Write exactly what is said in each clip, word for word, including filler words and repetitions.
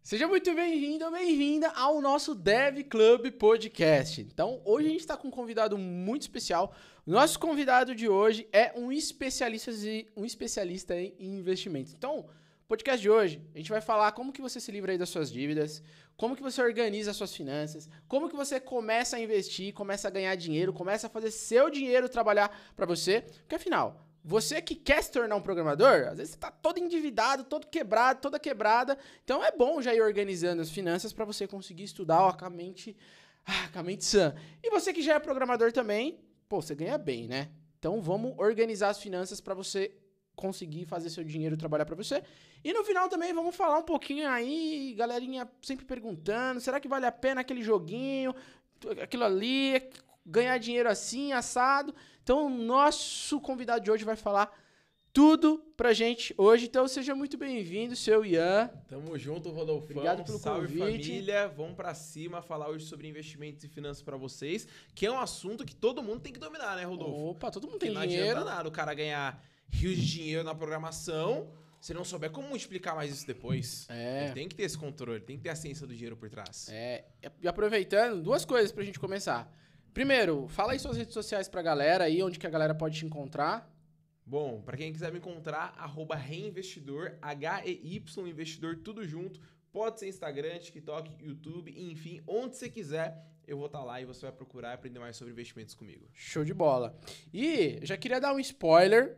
Seja muito bem-vindo ou bem-vinda ao nosso Dev Club Podcast. Então, hoje a gente está com um convidado muito especial. Nosso convidado de hoje é um especialista, um especialista em investimentos. Então, no podcast de hoje, a gente vai falar como que você se livra aí das suas dívidas, como que você organiza as suas finanças, como que você começa a investir, começa a ganhar dinheiro, começa a fazer seu dinheiro trabalhar para você. Porque, afinal, você que quer se tornar um programador, às vezes você tá todo endividado, todo quebrado, toda quebrada. Então é bom já ir organizando as finanças para você conseguir estudar ó, com a mente, ah, com a mente sã. E você que já é programador também, pô, você ganha bem, né? Então vamos organizar as finanças para você conseguir fazer seu dinheiro trabalhar para você. E no final também vamos falar um pouquinho aí, galerinha sempre perguntando, será que vale a pena aquele joguinho, aquilo ali, ganhar dinheiro assim, assado? Então, o nosso convidado de hoje vai falar tudo pra gente hoje. Então, seja muito bem-vindo, seu Ian. Tamo junto, Rodolfão. Obrigado pelo Salve, convite. família. Vamos pra cima falar hoje sobre investimentos e finanças pra vocês, que é um assunto que todo mundo tem que dominar, né, Rodolfo? Opa, todo mundo Porque tem não dinheiro. adianta nada o cara ganhar rios de dinheiro na programação se não souber como explicar mais isso depois. É. Ele tem que ter esse controle, tem que ter a ciência do dinheiro por trás. É, e aproveitando, duas coisas pra gente começar. Primeiro, fala aí suas redes sociais pra galera aí, onde que a galera pode te encontrar. Bom, pra quem quiser me encontrar, arroba reinvestidor, H E Y investidor, tudo junto. Pode ser Instagram, TikTok, YouTube, enfim, onde você quiser, eu vou estar lá e você vai procurar e aprender mais sobre investimentos comigo. Show de bola. E já queria dar um spoiler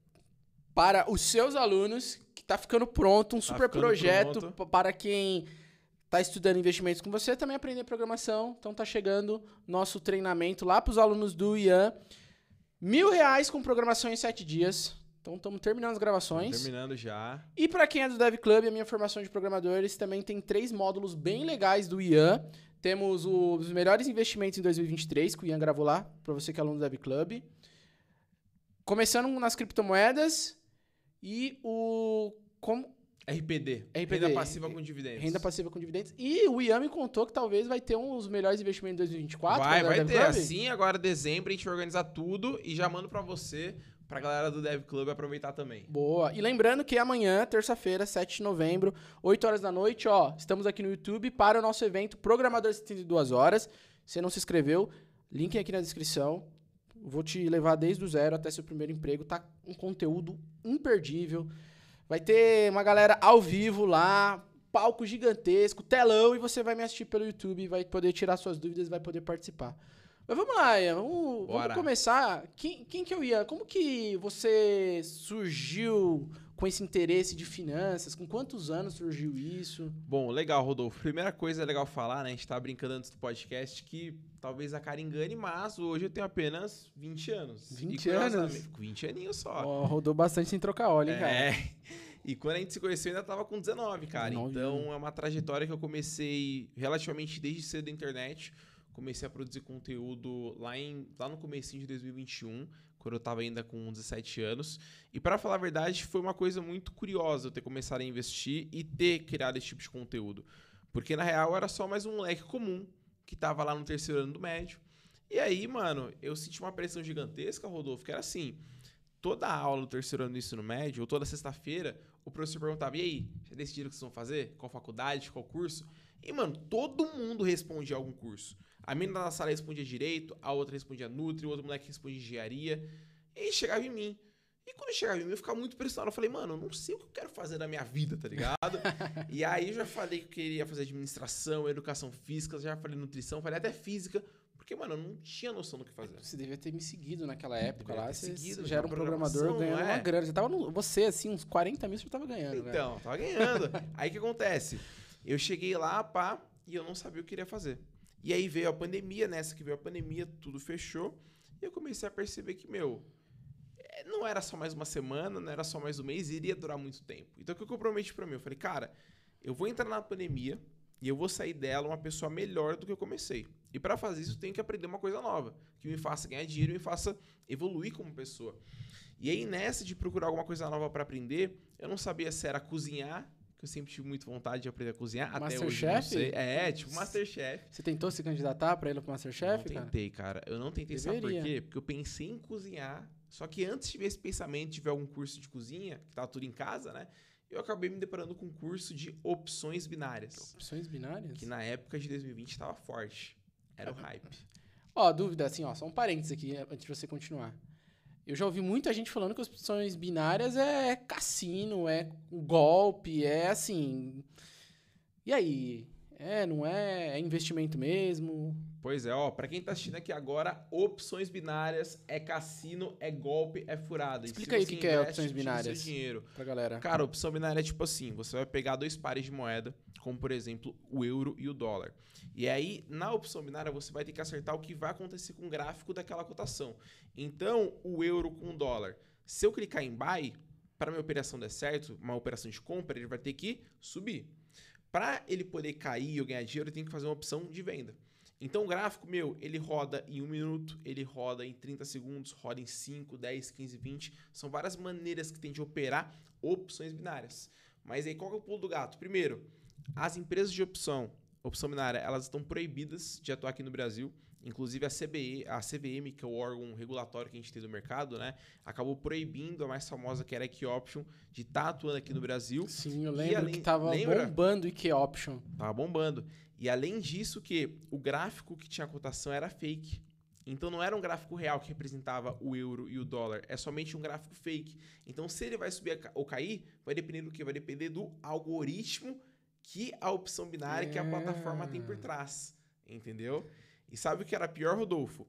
para os seus alunos, que tá ficando pronto, um Tá super ficando projeto pronto. para quem tá estudando investimentos com você, também aprender programação. Então tá chegando nosso treinamento lá para os alunos do Ian. Mil reais com programação em sete dias. Então estamos terminando as gravações. Terminando já. E para quem é do Dev Club, a minha formação de programadores também tem três módulos bem legais do Ian. Temos os melhores investimentos em dois mil e vinte e três, que o Ian gravou lá, para você que é aluno do Dev Club. Começando nas criptomoedas e o... Como... R P D. R P D. Renda passiva com dividendos. Renda passiva com dividendos. E o Ian me contou que talvez vai ter um dos melhores investimentos em dois mil e vinte e quatro. Vai, vai Dev ter. Club. Assim, agora dezembro, a gente vai organizar tudo e já mando pra você, pra galera do Dev Club aproveitar também. Boa. E lembrando que amanhã, terça-feira, sete de novembro, oito horas da noite, ó, estamos aqui no YouTube para o nosso evento Programador setenta e duas horas. Se você não se inscreveu, link aqui na descrição. Vou te levar desde o zero até seu primeiro emprego. Tá um conteúdo imperdível. Vai ter uma galera ao vivo lá, palco gigantesco, telão, e você vai me assistir pelo YouTube, vai poder tirar suas dúvidas, vai poder participar. Mas vamos lá, Ian, vamos, vamos começar. Quem, quem que é o Ian? Como que você surgiu com esse interesse de finanças? Com quantos anos surgiu isso? Bom, legal, Rodolfo. Primeira coisa é legal falar, né? A gente tá brincando antes do podcast que talvez a cara engane, mas hoje eu tenho apenas vinte anos. vinte E, anos? vinte aninhos só. Ó, rodou bastante sem trocar óleo, hein, cara? É. E quando a gente se conheceu, eu ainda tava com dezenove, cara. dezenove Então anos. é uma trajetória que eu comecei relativamente desde cedo na internet. Comecei a produzir conteúdo lá, em, lá no comecinho de dois mil e vinte e um, quando eu tava ainda com dezessete anos. E para falar a verdade, foi uma coisa muito curiosa eu ter começado a investir e ter criado esse tipo de conteúdo. Porque na real eu era só mais um moleque comum que tava lá no terceiro ano do médio. E aí, mano, eu senti uma pressão gigantesca, Rodolfo, que era assim... Toda a aula do terceiro ano do ensino médio, ou toda sexta-feira, o professor perguntava, e aí, já decidiram o que vocês vão fazer? Qual faculdade? Qual curso? E, mano, todo mundo respondia algum curso. A menina da sala respondia direito, a outra respondia nutri, o outro moleque respondia engenharia. E aí chegava em mim. E quando chegava em mim, eu ficava muito pressionado. Eu falei, mano, eu não sei o que eu quero fazer da minha vida, tá ligado? E aí eu já falei que eu queria fazer administração, educação física, já falei nutrição, falei até física. Porque, mano, eu não tinha noção do que fazer. Você devia ter me seguido naquela época Devia lá. ter Você, seguido, você já era um programador programação, ganhando não é? uma grana. Você, tava no, você, assim, uns quarenta mil você tava ganhando, velho. Então, tava ganhando. Aí o que acontece? Eu cheguei lá, pá, e eu não sabia o que eu queria fazer. E aí veio a pandemia, nessa que veio a pandemia, tudo fechou. E eu comecei a perceber que, meu, não era só mais uma semana, não era só mais um mês, iria durar muito tempo. Então o que eu prometi pra mim? Eu falei, cara, eu vou entrar na pandemia e eu vou sair dela uma pessoa melhor do que eu comecei. E para fazer isso, eu tenho que aprender uma coisa nova, que me faça ganhar dinheiro e me faça evoluir como pessoa. E aí, nessa de procurar alguma coisa nova para aprender, eu não sabia se era cozinhar, que eu sempre tive muita vontade de aprender a cozinhar, até hoje não sei. É, tipo Masterchef. Você tentou se candidatar para ir pro Masterchef, cara? Não cara? tentei, cara. Eu não tentei, Deveria. sabe por quê? Porque eu pensei em cozinhar, só que antes de ver esse pensamento, de ver algum curso de cozinha, que tava tudo em casa, né? eu acabei me deparando com um curso de opções binárias. Opções binárias? Que na época de dois mil e vinte estava forte. Era o hype. Ó, dúvida, assim, ó, só um parênteses aqui antes de você continuar. Eu já ouvi muita gente falando que as opções binárias é cassino, é golpe, é assim... E aí? É, não é? É investimento mesmo? Pois é, ó, pra quem tá assistindo aqui agora, opções binárias é cassino, é golpe, é furada. Explica aí o que, que é opções binárias seu dinheiro. pra galera. Cara, opção binária é tipo assim, você vai pegar dois pares de moeda, como por exemplo o euro e o dólar. E aí, na opção binária, você vai ter que acertar o que vai acontecer com o gráfico daquela cotação. Então, o euro com o dólar. Se eu clicar em buy, para minha operação der certo, uma operação de compra, ele vai ter que subir. Para ele poder cair ou ganhar dinheiro, eu tenho que fazer uma opção de venda. Então o gráfico, meu, ele roda em um minuto, ele roda em trinta segundos, roda em cinco, dez, quinze, vinte. São várias maneiras que tem de operar opções binárias. Mas aí qual que é o pulo do gato? Primeiro, as empresas de opção, opção binária, elas estão proibidas de atuar aqui no Brasil. Inclusive a C B E, a C V M, que é o órgão regulatório que a gente tem do mercado, né, acabou proibindo a mais famosa, que era a Equioption, de estar tá atuando aqui no Brasil. Sim, eu lembro além, que tava lembra? bombando o Equioption. Tava bombando. E além disso, que o gráfico que tinha a cotação era fake. Então não era um gráfico real que representava o euro e o dólar, é somente um gráfico fake. Então se ele vai subir ou cair, vai depender do quê? Vai depender do algoritmo que a opção binária, é. que a plataforma tem por trás. Entendeu? E sabe o que era pior, Rodolfo?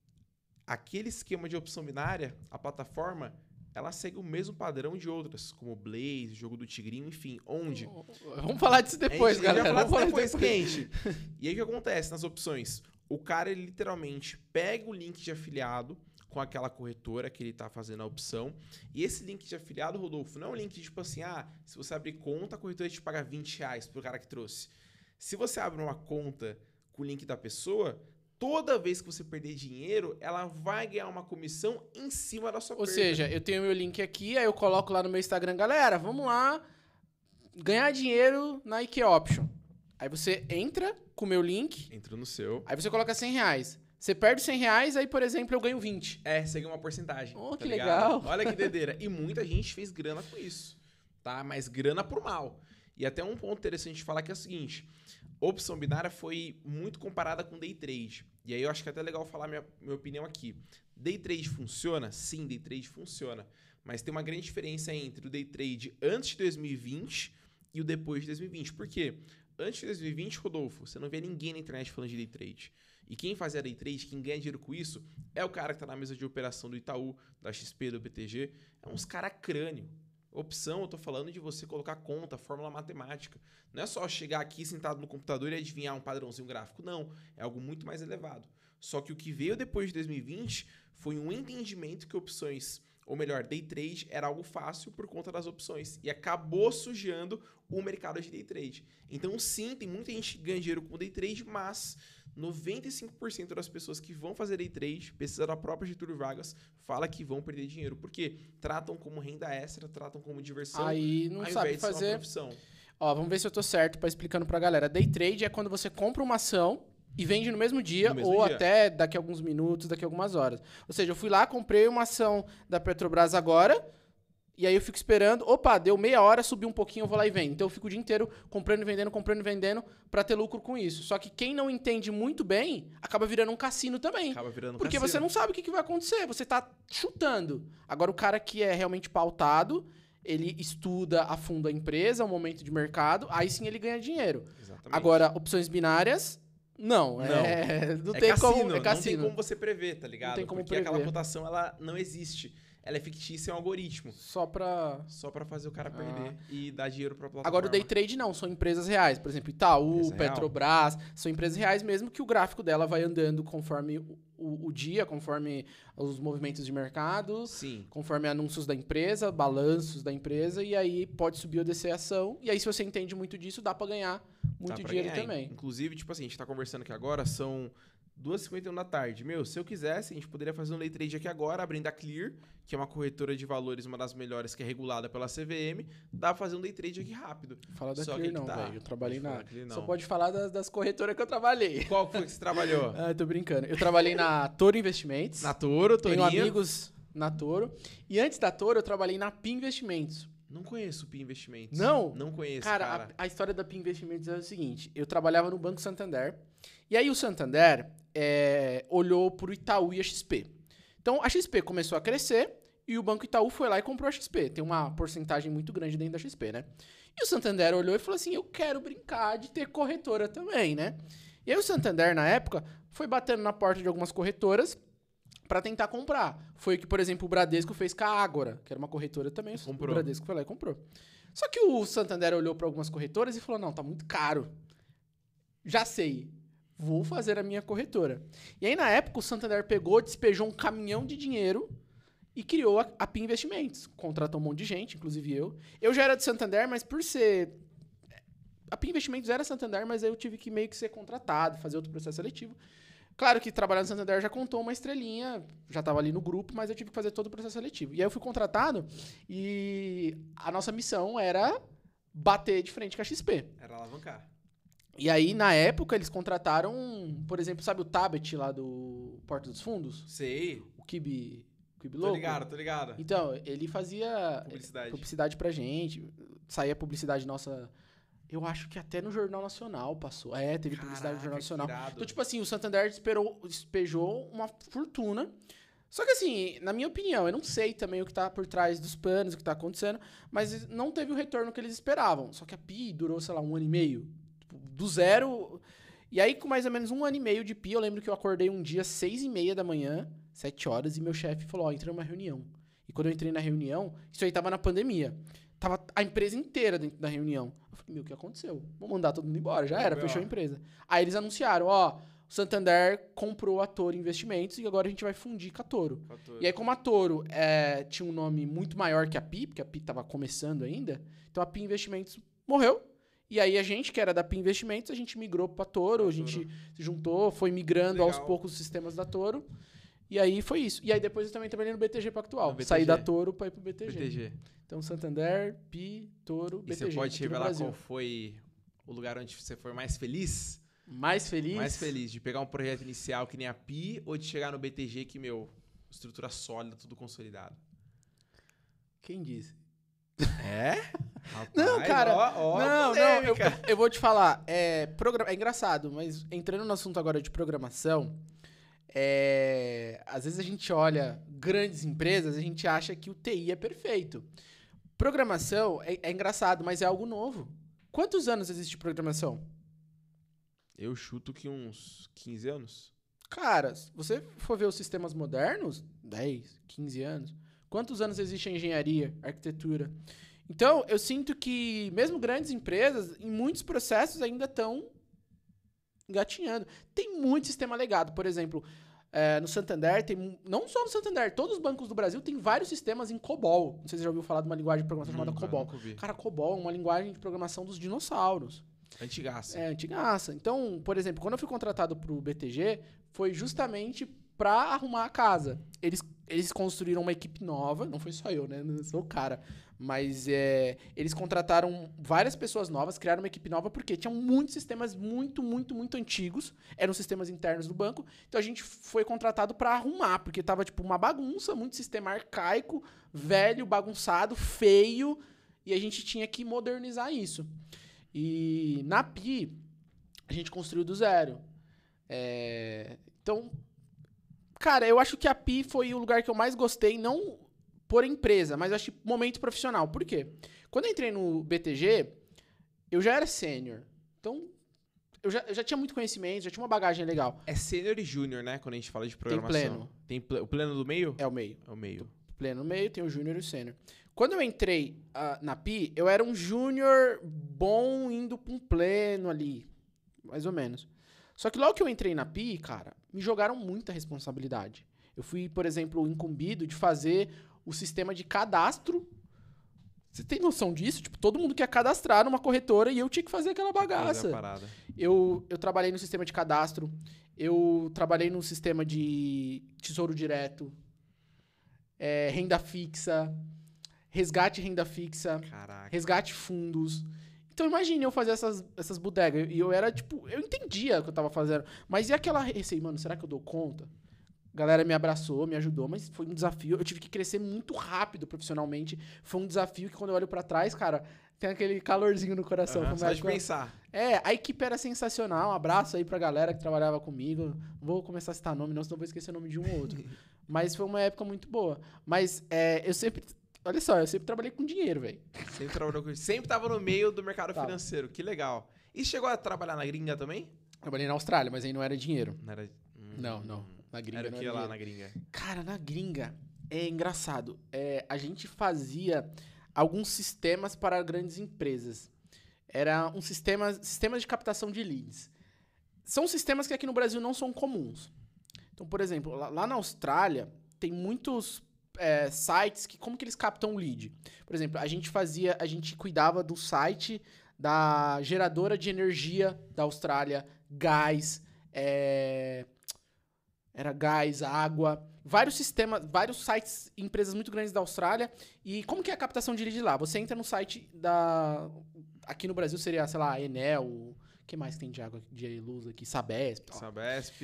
Aquele esquema de opção binária, a plataforma, ela segue o mesmo padrão de outras, como Blaze, Jogo do Tigrinho, enfim, onde... Vamos falar disso depois, gente, galera. Vamos falar Vamos disso depois, quente. E aí o que acontece nas opções? O cara, ele literalmente pega o link de afiliado com aquela corretora que ele tá fazendo a opção, e esse link de afiliado, Rodolfo, não é um link de tipo assim, ah, se você abrir conta, a corretora te paga vinte reais pro cara que trouxe. Se você abre uma conta com o link da pessoa, toda vez que você perder dinheiro, ela vai ganhar uma comissão em cima da sua Ou perda. seja, eu tenho meu link aqui, aí eu coloco lá no meu Instagram, galera, vamos lá ganhar dinheiro na Equioption. Aí você entra com o meu link. Entra no seu. Aí você coloca cem reais. Você perde cem reais, aí, por exemplo, eu ganho vinte. É, você ganha uma porcentagem. Oh, tá que ligado? legal. Olha que doideira. E muita gente fez grana com isso, tá? Mas grana por mal. E até um ponto interessante de falar que é o seguinte, opção binária foi muito comparada com day trade. E aí eu acho que é até legal falar minha, minha opinião aqui. Day trade funciona? Sim, day trade funciona. Mas tem uma grande diferença entre o day trade antes de dois mil e vinte e o depois de dois mil e vinte. Por quê? Antes de dois mil e vinte, Rodolfo, você não vê ninguém na internet falando de day trade. E quem fazia day trade, quem ganha dinheiro com isso, é o cara que tá na mesa de operação do Itaú, da X P, do B T G. É uns cara crânio. Opção, eu tô falando de você colocar conta, fórmula matemática. Não é só chegar aqui sentado no computador e adivinhar um padrãozinho gráfico. Não, é algo muito mais elevado. Só que o que veio depois de dois mil e vinte foi um entendimento que opções, ou melhor, day trade era algo fácil por conta das opções. E acabou sujando o mercado de day trade. Então sim, tem muita gente que ganha dinheiro com day trade, mas noventa e cinco por cento das pessoas que vão fazer day trade, pesquisa da própria Getúlio Vargas, fala que vão perder dinheiro. Porque tratam como renda extra, tratam como diversão. Aí não sabe fazer. Ó, vamos ver se eu tô certo para explicando pra galera. Day trade é quando você compra uma ação e vende no mesmo dia, no mesmo ou dia. Até daqui a alguns minutos, daqui a algumas horas. Ou seja, eu fui lá, comprei uma ação da Petrobras agora, e aí eu fico esperando, opa, deu meia hora, subiu um pouquinho, eu vou lá e vendo. Então eu fico o dia inteiro comprando e vendendo, comprando e vendendo pra ter lucro com isso. Só que quem não entende muito bem, acaba virando um cassino também. Acaba virando um Porque cassino. você não sabe o que, que vai acontecer, você tá chutando. Agora o cara que é realmente pautado, ele estuda a fundo a empresa, o momento de mercado, aí sim ele ganha dinheiro. Exatamente. Agora, opções binárias, não. Não, é, não é tem cassino, como, é cassino. Não tem como você prever, tá ligado? Não tem como Porque prever. aquela cotação, ela não existe. Ela é fictícia, é um algoritmo. Só pra... Só pra fazer o cara Ah. perder e dar dinheiro pra plataforma. Agora o day trade não, são empresas reais. Por exemplo, Itaú, Empresa real. Petrobras, são empresas reais mesmo que o gráfico dela vai andando conforme o, o, o dia, conforme os movimentos de mercado, Sim. conforme anúncios da empresa, balanços da empresa, e aí pode subir ou descer a ação. E aí se você entende muito disso, dá pra ganhar muito Dá pra dinheiro ganhar. também. Inclusive, tipo assim, a gente tá conversando aqui agora, são duas e cinquenta e um da tarde. Meu, se eu quisesse, a gente poderia fazer um day trade aqui agora, abrindo a Clear, que é uma corretora de valores, uma das melhores, que é regulada pela C V M. Dá pra fazer um day trade aqui rápido. Fala da Só Clear que não, tá. velho. Eu trabalhei Pode falar na... da Clear, não. Só pode falar das, das corretoras que eu trabalhei. Qual que foi que você trabalhou? Ah, tô brincando. Eu trabalhei na Toro Investimentos. Na Toro, Torinho. Tenho amigos na Toro. E antes da Toro, eu trabalhei na P I Investimentos. Não conheço o P I Investimentos. Não? Não conheço, Cara, cara. A, a história da P I Investimentos é o seguinte. Eu trabalhava no Banco Santander. E aí o Santander é, olhou pro Itaú e a X P. Então a X P começou a crescer e o Banco Itaú foi lá e comprou a X P. Tem uma porcentagem muito grande dentro da X P, né? E o Santander olhou e falou assim, eu quero brincar de ter corretora também, né? E aí o Santander, na época, foi batendo na porta de algumas corretoras para tentar comprar. Foi o que, por exemplo, o Bradesco fez com a Ágora, que era uma corretora também. Comprou. O Bradesco foi lá e comprou. Só que o Santander olhou para algumas corretoras e falou, não, tá muito caro. Já sei, vou fazer a minha corretora. E aí, na época, o Santander pegou, despejou um caminhão de dinheiro e criou a, a P I Investimentos. Contratou um monte de gente, inclusive eu. Eu já era de Santander, mas por ser... A P I Investimentos era Santander, mas aí eu tive que meio que ser contratado, fazer outro processo seletivo. Claro que trabalhar no Santander já contou uma estrelinha, já estava ali no grupo, mas eu tive que fazer todo o processo seletivo. E aí eu fui contratado e a nossa missão era bater de frente com a X P. Era alavancar. E aí, na época, eles contrataram, por exemplo, sabe o Tabet lá do Porta dos Fundos? Sei. O Kibi, Kibi Tô Louco? ligado, tô ligado. Então, ele fazia Publicidade. publicidade pra gente, saía publicidade nossa... Eu acho que até no Jornal Nacional passou. É, teve publicidade no Jornal Nacional. Irado. Então, tipo assim, o Santander esperou, despejou uma fortuna. Só que assim, na minha opinião, eu não sei também o que tá por trás dos panos, o que tá acontecendo, mas não teve o retorno que eles esperavam. Só que a P I durou, sei lá, um ano e meio. Tipo, do zero... E aí, com mais ou menos um ano e meio de P I, eu lembro que eu acordei um dia, seis e meia da manhã, sete horas, e meu chefe falou, ó, oh, entrei numa reunião. E quando eu entrei na reunião, isso aí tava na pandemia. Tava a empresa inteira dentro da reunião. Eu falei, meu, o que aconteceu? Vou mandar todo mundo embora. Já era, fechou a empresa. Aí eles anunciaram, ó, o Santander comprou a Toro Investimentos e agora a gente vai fundir com a Toro. Com a Toro. E aí, como a Toro é, tinha um nome muito maior que a P I, porque a P I tava começando ainda, então a P I Investimentos morreu. E aí a gente, que era da P I Investimentos, a gente migrou pra Toro, a, a gente Toro. se juntou, foi migrando Legal. aos poucos os sistemas da Toro. E aí foi isso. E aí depois eu também trabalhei no B T G Pactual. Saí da Toro pra ir pro B T G. B T G. Então, Santander, P I, Toro, B T G. E você pode revelar qual foi o lugar onde você foi mais feliz? Mais feliz? Mais feliz. De pegar um projeto inicial que nem a P I ou de chegar no B T G que, meu, estrutura sólida, tudo consolidado? Quem disse? É? Rapaz, não, cara. Ó, ó, não, não. Eu, eu vou te falar. É, program... é engraçado, mas entrando no assunto agora de programação... É, às vezes a gente olha grandes empresas, a gente acha que o T I é perfeito. Programação é, é engraçado, mas é algo novo. Quantos anos existe programação? Eu chuto que uns quinze anos. Cara, se você for ver os sistemas modernos, dez, quinze anos. Quantos anos existe a engenharia, a arquitetura? Então, eu sinto que mesmo grandes empresas, em muitos processos ainda estão engatinhando. Tem muito sistema legado. Por exemplo, é, no Santander, tem, não só no Santander, todos os bancos do Brasil têm vários sistemas em COBOL. Não sei se você já ouviu falar de uma linguagem de programação hum, chamada COBOL. Cara, COBOL é uma linguagem de programação dos dinossauros. Antigaça. É, antigaça. Então, por exemplo, quando eu fui contratado pro B T G, foi justamente pra arrumar a casa. Eles, eles construíram uma equipe nova, não foi só eu, né? Não sou o cara. Mas é, eles contrataram várias pessoas novas, criaram uma equipe nova, porque tinham muitos sistemas muito, muito, muito antigos. Eram sistemas internos do banco. Então a gente foi contratado pra arrumar, porque tava tipo uma bagunça, muito sistema arcaico, velho, bagunçado, feio. E a gente tinha que modernizar isso. E na P I, a gente construiu do zero. É, então, cara, eu acho que a P I foi o lugar que eu mais gostei, não por empresa, mas eu acho que momento profissional. Por quê? Quando eu entrei no B T G, eu já era sênior. Então, eu já, eu já tinha muito conhecimento, já tinha uma bagagem legal. É sênior e júnior, né? Quando a gente fala de programação. Tem pleno. Tem pl- o pleno do meio? É o meio. É o meio. Pleno no meio, tem o júnior e o sênior. Quando eu entrei uh, na P I, eu era um júnior bom indo pra um pleno ali, mais ou menos. Só que logo que eu entrei na P I, cara, me jogaram muita responsabilidade. Eu fui, por exemplo, incumbido de fazer o sistema de cadastro. Você tem noção disso? Tipo, todo mundo quer cadastrar numa corretora e eu tinha que fazer aquela bagaça. Fazer a parada. Eu, eu trabalhei no sistema de cadastro, eu trabalhei no sistema de tesouro direto, é, renda fixa, resgate renda fixa, Caraca. resgate fundos. Então imagine eu fazer essas, essas bodegas. E eu era, tipo, eu entendia o que eu tava fazendo. Mas e aquela receita, mano, será que eu dou conta? A galera me abraçou, me ajudou, mas foi um desafio. Eu tive que crescer muito rápido profissionalmente. Foi um desafio que quando eu olho pra trás, cara, tem aquele calorzinho no coração. Uhum, Foi uma só de época- pensar. É, a equipe era sensacional. Um abraço aí pra galera que trabalhava comigo. Não vou começar a citar nome, não, senão eu vou esquecer o nome de um ou outro. Mas foi uma época muito boa. Mas é, eu sempre... Olha só, eu sempre trabalhei com dinheiro, velho. Sempre trabalhou com Sempre tava no meio do mercado Tava. financeiro. Que legal. E chegou a trabalhar na gringa também? Trabalhei na Austrália, mas aí não era dinheiro. Não era... Hum, Não, não. Na gringa Era o não que era lá dinheiro. na gringa? Cara, na gringa é engraçado. É, a gente fazia alguns sistemas para grandes empresas. Era um sistema, sistemas de captação de leads. São sistemas que aqui no Brasil não são comuns. Então, por exemplo, lá, lá na Austrália tem muitos é, sites que como que eles captam lead. Por exemplo, a gente fazia, a gente cuidava do site da geradora de energia da Austrália, gás, é, era gás, água, vários sistemas, vários sites, empresas muito grandes da Austrália. E como que é a captação de lead lá? Você entra no site da... Aqui no Brasil seria, sei lá, Enel, o que mais que tem de água, de luz aqui? Sabesp. Ó. Sabesp.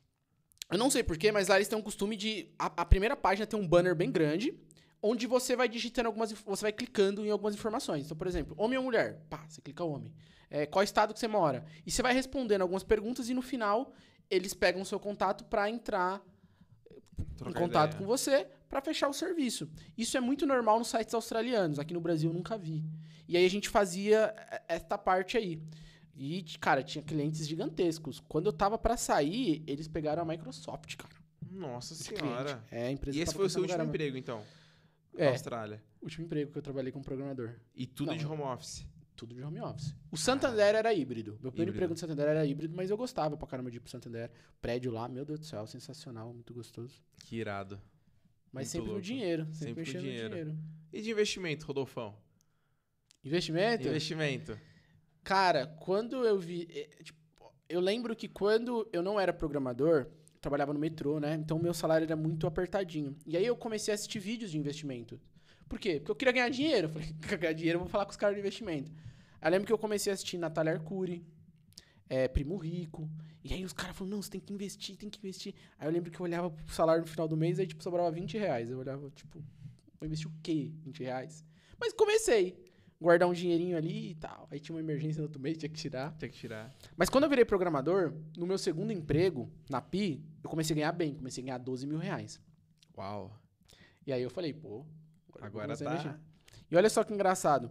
Eu não sei porquê, mas lá eles têm um costume de... A, a primeira página tem um banner bem grande, onde você vai digitando algumas... inf- Você vai clicando em algumas informações. Então, por exemplo, homem ou mulher? Pá, você clica homem. É, qual estado que você mora? E você vai respondendo algumas perguntas e no final eles pegam o seu contato para entrar Trocar em contato ideia. com você para fechar o serviço. Isso é muito normal nos sites australianos. Aqui no Brasil eu nunca vi. E aí a gente fazia esta parte aí. E, cara, tinha clientes gigantescos. Quando eu tava para sair, eles pegaram a Microsoft, cara. Nossa de senhora. cliente. É, a empresa E esse tava foi o seu crescendo último pra caramba. emprego, então? Na É, Austrália. último emprego que eu trabalhei como programador. E tudo Não, de home office. Tudo de home office. O Santander era híbrido. Meu primeiro Híbrido. emprego no Santander era híbrido, mas eu gostava pra caramba de ir pro Santander. Prédio lá, meu Deus do céu, sensacional, muito gostoso. Que irado. Mas Muito sempre no louco. dinheiro, sempre, Sempre com mexendo dinheiro. no dinheiro. E de investimento, Rodolfão? Investimento? Investimento. Cara, quando eu vi... eh, tipo, eu lembro que quando eu não era programador, eu trabalhava no metrô, né? Então o meu salário era muito apertadinho. E aí eu comecei a assistir vídeos de investimento. Por quê? Porque eu queria ganhar dinheiro. Eu falei, quer ganhar dinheiro, eu vou falar com os caras de investimento. Aí eu lembro que eu comecei a assistir Natália Arcuri, é, Primo Rico. E aí os caras falaram, não, você tem que investir, tem que investir. Aí eu lembro que eu olhava pro salário no final do mês, aí tipo, sobrava vinte reais. Eu olhava, tipo, vou investir o quê? vinte reais? Mas comecei. Guardar um dinheirinho ali e tal. Aí tinha uma emergência no outro mês, tinha que tirar. Tem que tirar. Mas quando eu virei programador, no meu segundo emprego, na Pi, eu comecei a ganhar bem. Comecei a ganhar doze mil reais. Uau. E aí eu falei, pô... eu vou Agora começar a tá... investir. E olha só que engraçado.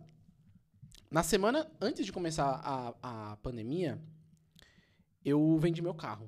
Na semana antes de começar a, a pandemia, eu vendi meu carro.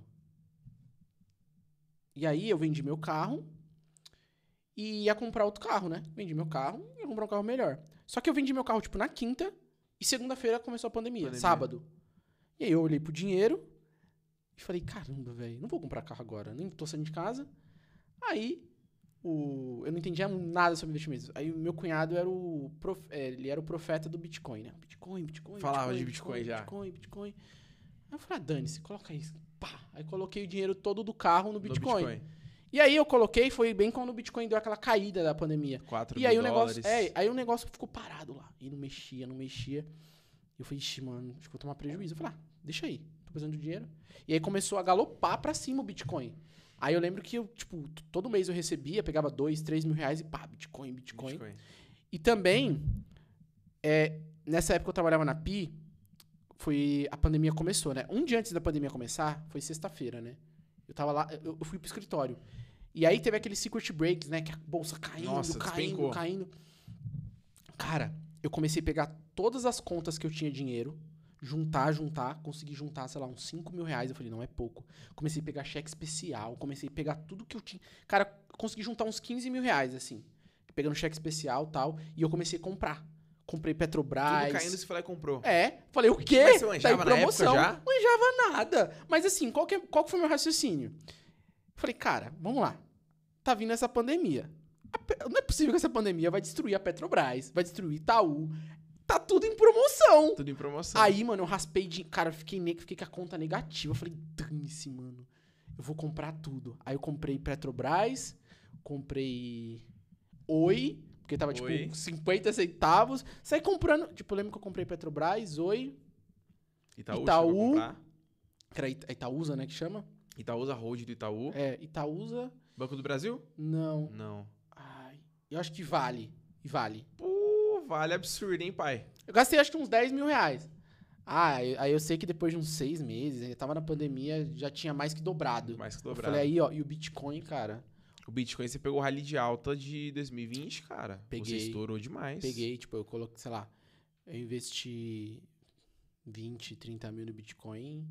E aí eu vendi meu carro e ia comprar outro carro, né? Vendi meu carro e ia comprar um carro melhor. Só que eu vendi meu carro, tipo, na quinta e segunda-feira começou a pandemia, Pandemia. sábado. E aí eu olhei pro dinheiro e falei, caramba, velho, não vou comprar carro agora, nem tô saindo de casa. Aí, o... eu não entendia nada sobre investimentos. Aí o meu cunhado era o, prof... é, ele era o profeta do Bitcoin, né? Bitcoin, Bitcoin, Falava Bitcoin, de Bitcoin já. Bitcoin, Bitcoin. Aí eu falei, ah, dane-se, coloca isso. Pá. Aí coloquei o dinheiro todo do carro no No Bitcoin. E aí eu coloquei, foi bem quando o Bitcoin deu aquela caída da pandemia. quatro E aí mil o negócio, dólares. é, aí o negócio ficou parado lá. E não mexia, não mexia. E eu falei, ixi, mano, acho que vou tomar prejuízo. Eu falei, ah, deixa aí, tô precisando de dinheiro. E aí começou a galopar pra cima o Bitcoin. Aí eu lembro que eu, tipo, t- todo mês eu recebia, pegava dois, três mil reais e pá, Bitcoin, Bitcoin. Bitcoin. E também, é, nessa época eu trabalhava na Pi, foi, a pandemia começou, né? Um dia antes da pandemia começar, foi sexta-feira, né? Eu tava lá, eu, eu fui pro escritório. E aí teve aquele secret breaks, né? Que a bolsa caindo, Nossa, caindo, despencou. caindo. Cara, eu comecei a pegar todas as contas que eu tinha dinheiro, juntar, juntar, consegui juntar, sei lá, uns cinco mil reais. Eu falei, não, é pouco. Comecei a pegar cheque especial, comecei a pegar tudo que eu tinha. Cara, eu consegui juntar uns quinze mil reais, assim. Pegando cheque especial e tal. E eu comecei a comprar. Comprei Petrobras. Tudo caindo, você foi lá e comprou. É, falei, o quê? Mas você Tá manjava em na promoção. época já? Manjava nada. Mas assim, qual que, é- qual que foi o meu raciocínio? Falei, cara, vamos lá. Tá vindo essa pandemia. A pe- Não é possível que essa pandemia vai destruir a Petrobras, vai destruir Itaú. Tá tudo em promoção. Tudo em promoção. Aí, mano, eu raspei de... Cara, eu fiquei, ne... fiquei com a conta negativa. Eu falei, dane-se, mano. Eu vou comprar tudo. Aí eu comprei Petrobras, comprei Oi, porque tava, tipo, Oi. cinquenta centavos. Saí comprando... Tipo, eu lembro que eu comprei Petrobras, Oi, Itaú, Itaú. chegou a comprar? que era Ita- Itaúsa, né, que chama. Itaúsa Hold do Itaú. É, Itaúsa... Banco do Brasil? Não. Não. Ai, eu acho que Vale. E Vale. Pô, Vale absurdo, hein, pai? Eu gastei acho que uns dez mil reais. Ah, aí aí eu sei que depois de uns seis meses, eu tava na pandemia, já tinha mais que dobrado. Mais que Eu dobrado. falei aí, ó, e o Bitcoin, cara, O Bitcoin, você pegou o rally de alta de dois mil e vinte, cara. Peguei. Você estourou demais. peguei, tipo, eu coloquei, sei lá, eu investi vinte, trinta mil no Bitcoin.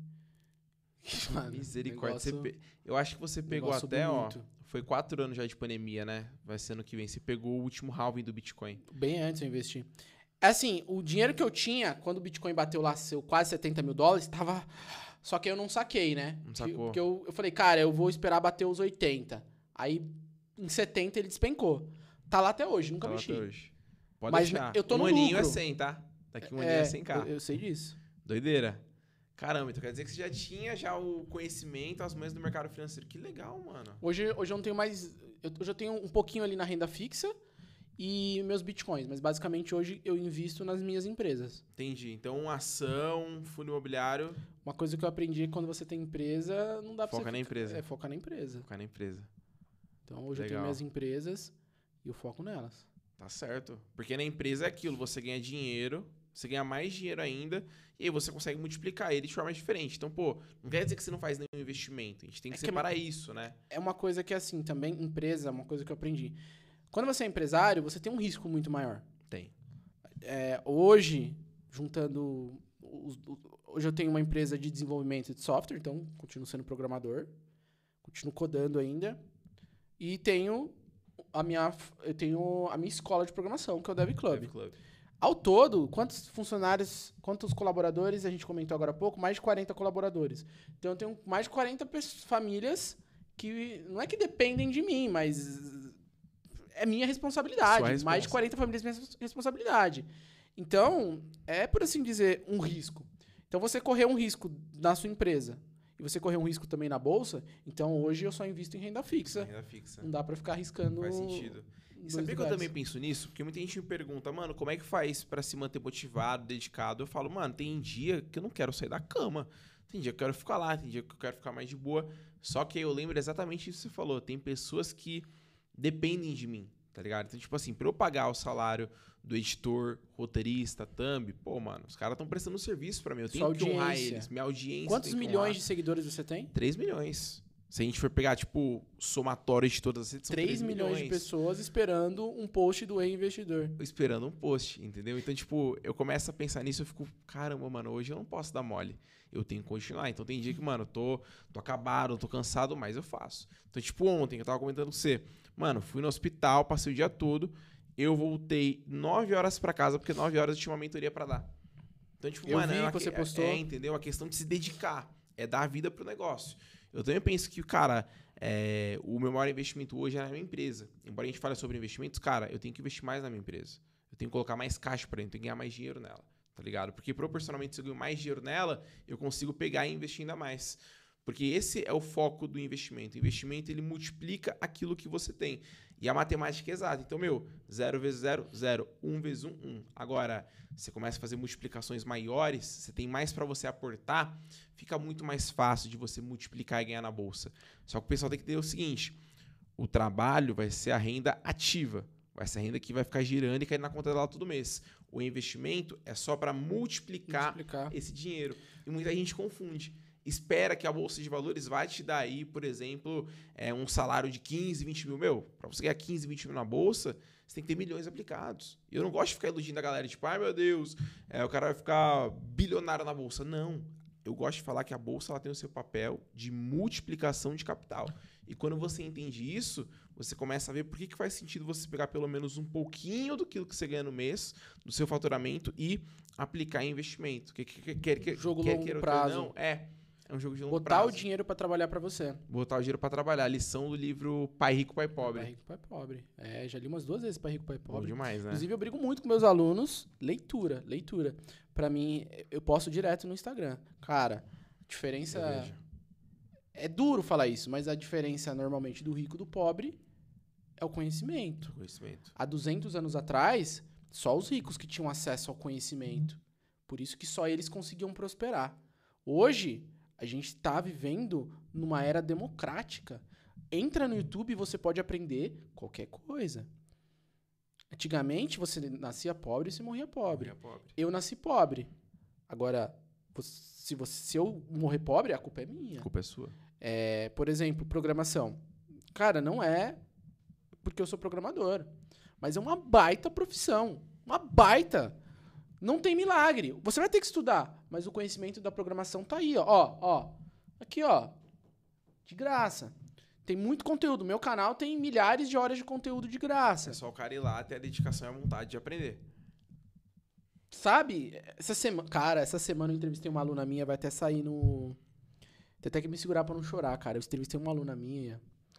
Mano, Misericórdia. Você negócio- pe- Eu acho que você pegou negócio até, ó... bonito. Foi quatro anos já de pandemia, né? Vai ser ano que vem. Você pegou o último halving do Bitcoin. Bem antes eu investi. Assim, o dinheiro que eu tinha, quando o Bitcoin bateu lá seu quase setenta mil dólares, tava. Só que eu não saquei, né? Não sacou. Porque eu, eu falei, cara, eu vou esperar bater os oitenta. Aí, em setenta, ele despencou. Tá lá até hoje, nunca Tá lá mexi. até hoje. Pode Mas deixar. eu tô um no aninho é lucro. cem, tá? Daqui um aninho É, é cem k. eu, eu sei disso. Doideira. Caramba, então quer dizer que você já tinha já o conhecimento, as manhas do mercado financeiro. Que legal, mano. Hoje, hoje eu não tenho mais. Eu, hoje eu tenho um pouquinho ali na renda fixa e meus bitcoins. Mas basicamente hoje eu invisto nas minhas empresas. Entendi. Então, ação, fundo imobiliário, Uma coisa que eu aprendi é que quando você tem empresa, não dá pra foca você. na ficar- empresa. É, focar na empresa. Focar na empresa. Então hoje eu Legal. tenho minhas empresas e eu foco nelas. Tá certo. Porque na empresa é aquilo, você ganha dinheiro, você ganha mais dinheiro ainda, e aí você consegue multiplicar ele de forma diferente. Então, pô, não quer dizer que você não faz nenhum investimento. A gente tem que É que separar isso, né? É uma coisa que, assim, também, empresa, é uma coisa que eu aprendi. Quando você é empresário, você tem um risco muito maior. Tem. É, hoje, juntando. os- o- hoje eu tenho uma empresa de desenvolvimento de software, então continuo sendo programador, continuo codando ainda. E tenho a minha, eu tenho a minha escola de programação, que é o Dev Club. Dev Club. Ao todo, quantos funcionários, quantos colaboradores, a gente comentou agora há pouco, mais de quarenta colaboradores. Então eu tenho mais de quarenta pes- famílias que não é que dependem de mim, mas é minha responsabilidade. Sua responsa. Mais de quarenta famílias é minha res- responsabilidade. Então, é por assim dizer, um risco. Então você correr um risco na sua empresa e você correr um risco também na bolsa, então hoje eu só invisto em renda fixa. Renda fixa. Não dá pra ficar arriscando. Faz sentido. em E dois sabia que eu lugares. também penso nisso? Porque muita gente me pergunta, mano, como é que faz pra se manter motivado, dedicado? Eu falo, mano, tem dia que eu não quero sair da cama. Tem dia que eu quero ficar lá, tem dia que eu quero ficar mais de boa. Só que aí eu lembro exatamente isso que você falou. Tem pessoas que dependem de mim, tá ligado? Então, tipo assim, pra eu pagar o salário do editor, roteirista, thumb, pô, mano, os caras estão prestando um serviço pra mim. Eu tenho Sua que honrar audiência. eles. Minha audiência. Quantos tem que milhões honrar. de seguidores você tem? três milhões. Se a gente for pegar, tipo, somatório de todas as redes, são três milhões de pessoas esperando um post do E-Investidor. esperando um post, entendeu? Então, tipo, eu começo a pensar nisso, eu fico, caramba, mano, hoje eu não posso dar mole. Eu tenho que continuar. Então tem dia que, mano, eu tô, tô acabado, tô cansado, mas eu faço. Então, tipo, ontem, que eu tava comentando com você, mano, fui no hospital, passei o dia todo, eu voltei nove horas pra casa, porque nove horas eu tinha uma mentoria pra dar. Então, tipo, Eu mano, vi é, uma que você que- postou. é, entendeu? A questão de se dedicar, é dar a vida pro negócio. Eu também penso que, cara, é, o meu maior investimento hoje é na minha empresa. Embora a gente fale sobre investimentos, cara, eu tenho que investir mais na minha empresa. Eu tenho que colocar mais caixa pra dentro, eu tenho que ganhar mais dinheiro nela, tá ligado? Porque proporcionalmente, se eu ganho mais dinheiro nela, eu consigo pegar e investir ainda mais. Porque esse é o foco do investimento. O investimento, ele multiplica aquilo que você tem. E a matemática é exata. Então, meu, zero vezes zero, zero. um vezes um, um. Agora, você começa a fazer multiplicações maiores, você tem mais para você aportar, fica muito mais fácil de você multiplicar e ganhar na bolsa. Só que o pessoal tem que ter o seguinte, o trabalho vai ser a renda ativa. Vai ser a renda que vai ficar girando e cair na conta dela todo mês. O investimento é só para multiplicar, Multiplicar. esse dinheiro. E muita gente confunde. Espera que a Bolsa de Valores vai te dar aí, por exemplo, é, um salário de quinze, vinte mil. Meu, para você ganhar quinze, vinte mil na Bolsa, você tem que ter milhões aplicados. E eu não gosto de ficar iludindo a galera, tipo, ai meu Deus, é, o cara vai ficar bilionário na Bolsa. Não. Eu gosto de falar que a Bolsa ela tem o seu papel de multiplicação de capital. E quando você entende isso, você começa a ver por que, que faz sentido você pegar pelo menos um pouquinho do que você ganha no mês, do seu faturamento, e aplicar em investimento. Que, que, que, que, Jogo quer longo queira ou quer prazo. não, é. É um jogo de longo Botar prazo. o dinheiro pra trabalhar pra você. Botar o dinheiro pra trabalhar. Lição do livro Pai Rico, Pai Pobre. Pai rico, pai pobre. É, já li umas duas vezes Pai rico, pai Bom pobre. demais, né? Inclusive, eu brigo muito com meus alunos. Leitura, leitura. Pra mim, eu posto direto no Instagram. Cara, diferença... Eu vejo. É duro falar isso, mas a diferença normalmente do rico e do pobre é o conhecimento. Conhecimento. Há duzentos anos atrás, só os ricos que tinham acesso ao conhecimento. Por isso que só eles conseguiam prosperar. Hoje, A gente tá vivendo numa era democrática. Entra no YouTube e você pode aprender qualquer coisa. Antigamente, você nascia pobre e você morria pobre. Morria pobre. Eu nasci pobre. Agora, se, você, se eu morrer pobre, a culpa é minha. A culpa é sua. É, por exemplo, programação. Cara, não é porque eu sou programador. Mas é uma baita profissão. Uma baita. Não tem milagre. Você vai ter que estudar. Mas o conhecimento da programação tá aí, ó. Ó, ó. Aqui, ó. De graça. Tem muito conteúdo. Meu canal tem milhares de horas de conteúdo de graça. É só o cara ir lá, ter a dedicação e a vontade de aprender. Sabe? Essa semana... Cara, essa semana eu entrevistei uma aluna minha. Vai até sair no... Tem até que me segurar pra não chorar, cara. Eu entrevistei uma aluna minha.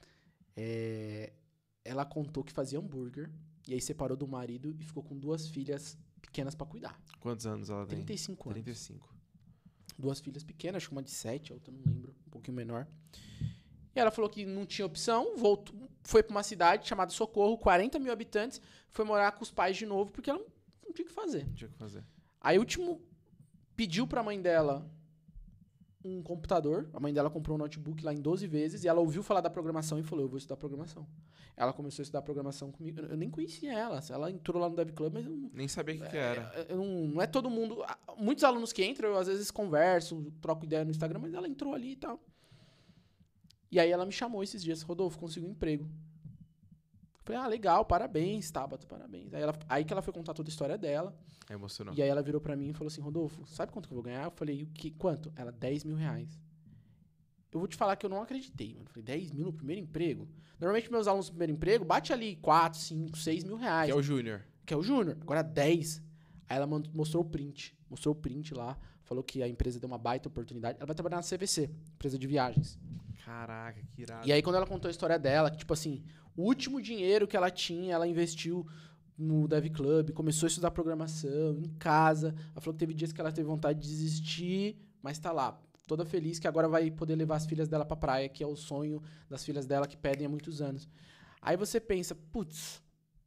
É... Ela contou que fazia hambúrguer. E aí separou do marido e ficou com duas filhas pequenas pra cuidar. Quantos anos ela tem? trinta e cinco anos. trinta e cinco. Duas filhas pequenas, acho que uma de sete, a outra não lembro, um pouquinho menor. E ela falou que não tinha opção, voltou, foi pra uma cidade chamada Socorro, quarenta mil habitantes, foi morar com os pais de novo, porque ela não, não tinha o que fazer. Não tinha o que fazer. Aí o último pediu pra mãe dela um computador, a mãe dela comprou um notebook lá em doze vezes, e ela ouviu falar da programação e falou, eu vou estudar programação. Ela começou a estudar programação comigo, eu nem conhecia ela, ela entrou lá no Dev Club, mas eu não... Nem sabia o que, que era. É, eu não, não é todo mundo... Muitos alunos que entram, eu às vezes converso, troco ideia no Instagram, mas ela entrou ali e tal. E aí ela me chamou esses dias, Rodolfo, consegui um emprego. Falei, ah, legal, parabéns, Tabata, parabéns. Aí, ela, aí que ela foi contar toda a história dela. É emocional. E aí ela virou pra mim e falou assim, Rodolfo, sabe quanto que eu vou ganhar? Eu falei, o que, quanto? Ela, dez mil reais. Eu vou te falar que eu não acreditei, mano. Eu falei, dez mil no primeiro emprego? Normalmente meus alunos no primeiro emprego bate ali quatro, cinco, seis mil reais. Que é o Júnior. Que é o Júnior. Agora dez. Aí ela mostrou o print. Mostrou o print lá. Falou que a empresa deu uma baita oportunidade. Ela vai trabalhar na C V C, empresa de viagens. Caraca, que irado. E aí quando ela contou a história dela, que tipo assim, o último dinheiro que ela tinha, ela investiu no Dev Club, começou a estudar programação em casa. Ela falou que teve dias que ela teve vontade de desistir, mas tá lá, toda feliz que agora vai poder levar as filhas dela pra praia, que é o sonho das filhas dela que pedem há muitos anos. Aí você pensa, putz,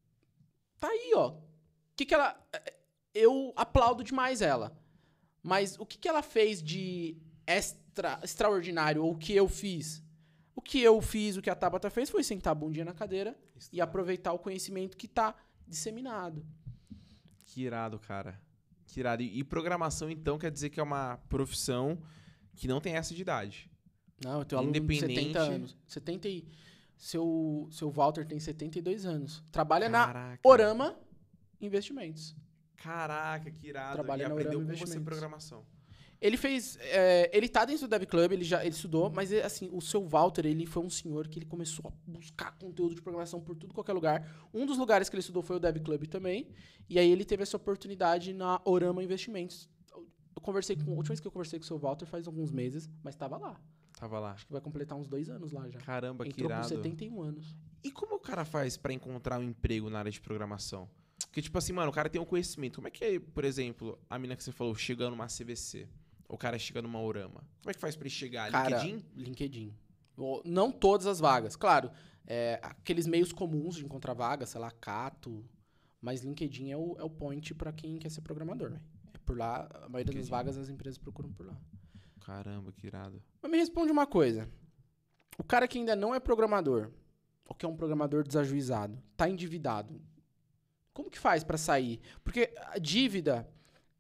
tá aí, ó. O que que ela... Eu aplaudo demais ela. Mas o que que ela fez de extra, extraordinário, ou o que eu fiz? O que eu fiz, o que a Tabata fez, foi sentar a bundinha na cadeira Isso e tá. aproveitar o conhecimento que tá disseminado. Que irado, cara. Que irado. E, e programação, então, quer dizer que é uma profissão que não tem essa de idade. Não, eu tenho aluno de setenta anos. setenta e... Seu, seu Walter tem setenta e dois anos. Trabalha Caraca. na Orama Investimentos. Caraca, que irado. Trabalha e na aprendeu Orama com você programação. Ele fez... É, ele tá dentro do Dev Club, ele já ele estudou, mas assim, o seu Walter, ele foi um senhor que ele começou a buscar conteúdo de programação por tudo, qualquer lugar. Um dos lugares que ele estudou foi o Dev Club também, e aí ele teve essa oportunidade na Orama Investimentos. Eu conversei com... A última vez que eu conversei com o seu Walter faz alguns meses, mas tava lá. Tava lá. Acho que vai completar uns dois anos lá já. Caramba, que Entrou irado. com setenta e um anos. E como o cara faz pra encontrar um emprego na área de programação? Porque, tipo assim, mano, o cara tem um conhecimento. Como é que é, por exemplo, a mina que você falou, chegando numa C V C? O cara chega numa Orama. Como é que faz pra ele chegar? Cara, LinkedIn? LinkedIn. Não todas as vagas. Claro, é, aqueles meios comuns de encontrar vagas, sei lá, Cato. Mas LinkedIn é o, é o point pra quem quer ser programador, véio. É por lá, a maioria LinkedIn. das vagas as empresas procuram por lá. Caramba, que irado. Mas me responde uma coisa. O cara que ainda não é programador, ou que é um programador desajuizado, tá endividado, como que faz pra sair? Porque a dívida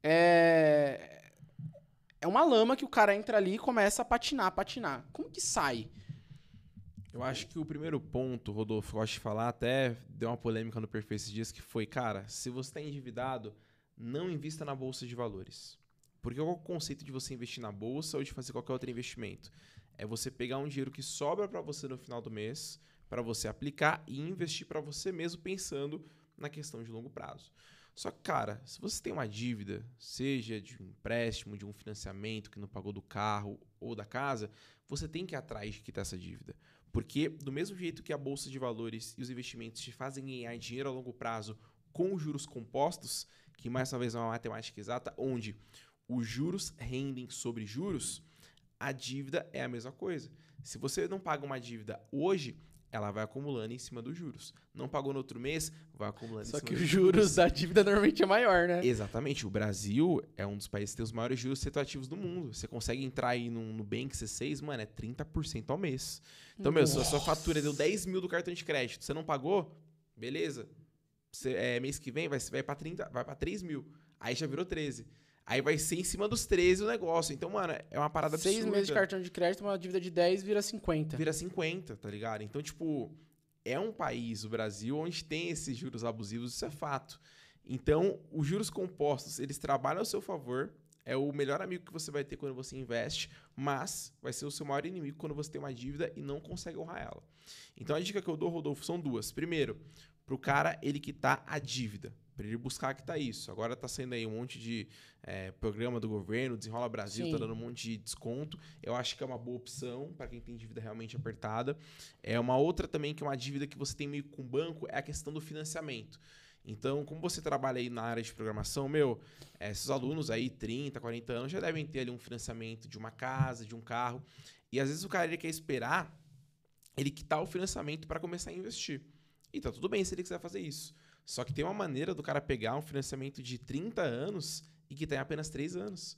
é... É uma lama que o cara entra ali e começa a patinar, patinar. Como que sai? Eu acho que o primeiro ponto, Rodolfo, eu gosto de falar, até deu uma polêmica no perfil esses dias, que foi, cara, se você está endividado, não invista na bolsa de valores. Porque qual é o conceito de você investir na bolsa ou de fazer qualquer outro investimento? É você pegar um dinheiro que sobra para você no final do mês, para você aplicar e investir para você mesmo, pensando na questão de longo prazo. Só que, cara, se você tem uma dívida, seja de um empréstimo, de um financiamento que não pagou do carro ou da casa, você tem que ir atrás de quitar essa dívida. Porque do mesmo jeito que a bolsa de valores e os investimentos te fazem ganhar dinheiro a longo prazo com juros compostos, que mais uma vez é uma matemática exata, onde os juros rendem sobre juros, a dívida é a mesma coisa. Se você não paga uma dívida hoje, ela vai acumulando em cima dos juros. Não pagou no outro mês, vai acumulando Só em cima que dos os juros. juros da dívida normalmente é maior, né? Exatamente. O Brasil é um dos países que tem os maiores juros retroativos do mundo. Você consegue entrar aí no Nubank C seis, mano, é trinta por cento ao mês. Então, meu, se a sua fatura deu dez mil do cartão de crédito, você não pagou, beleza. Você, é, mês que vem vai, vai para trinta, vai para três mil. Aí já virou treze. Aí vai ser em cima dos treze o negócio. Então, mano, é uma parada absurda. Seis meses de cartão de crédito, uma dívida de dez vira cinquenta. Vira cinquenta, tá ligado? Então, tipo, é um país, o Brasil, onde tem esses juros abusivos, isso é fato. Então, os juros compostos, eles trabalham ao seu favor, é o melhor amigo que você vai ter quando você investe, mas vai ser o seu maior inimigo quando você tem uma dívida e não consegue honrar ela. Então, a dica que eu dou, Rodolfo, são duas. Primeiro, pro cara, ele quitar a dívida. Para ele buscar que tá isso. Agora tá saindo aí um monte de é, programa do governo, Desenrola Brasil, Sim. tá dando um monte de desconto. Eu acho que é uma boa opção para quem tem dívida realmente apertada. É uma outra também que é uma dívida que você tem meio com o banco, é a questão do financiamento. Então, como você trabalha aí na área de programação, meu, é, esses alunos aí, trinta, quarenta anos, já devem ter ali um financiamento de uma casa, de um carro. E às vezes o cara ele quer esperar ele quitar o financiamento para começar a investir. E tá tudo bem se ele quiser fazer isso. Só que tem uma maneira do cara pegar um financiamento de trinta anos e que tem apenas três anos.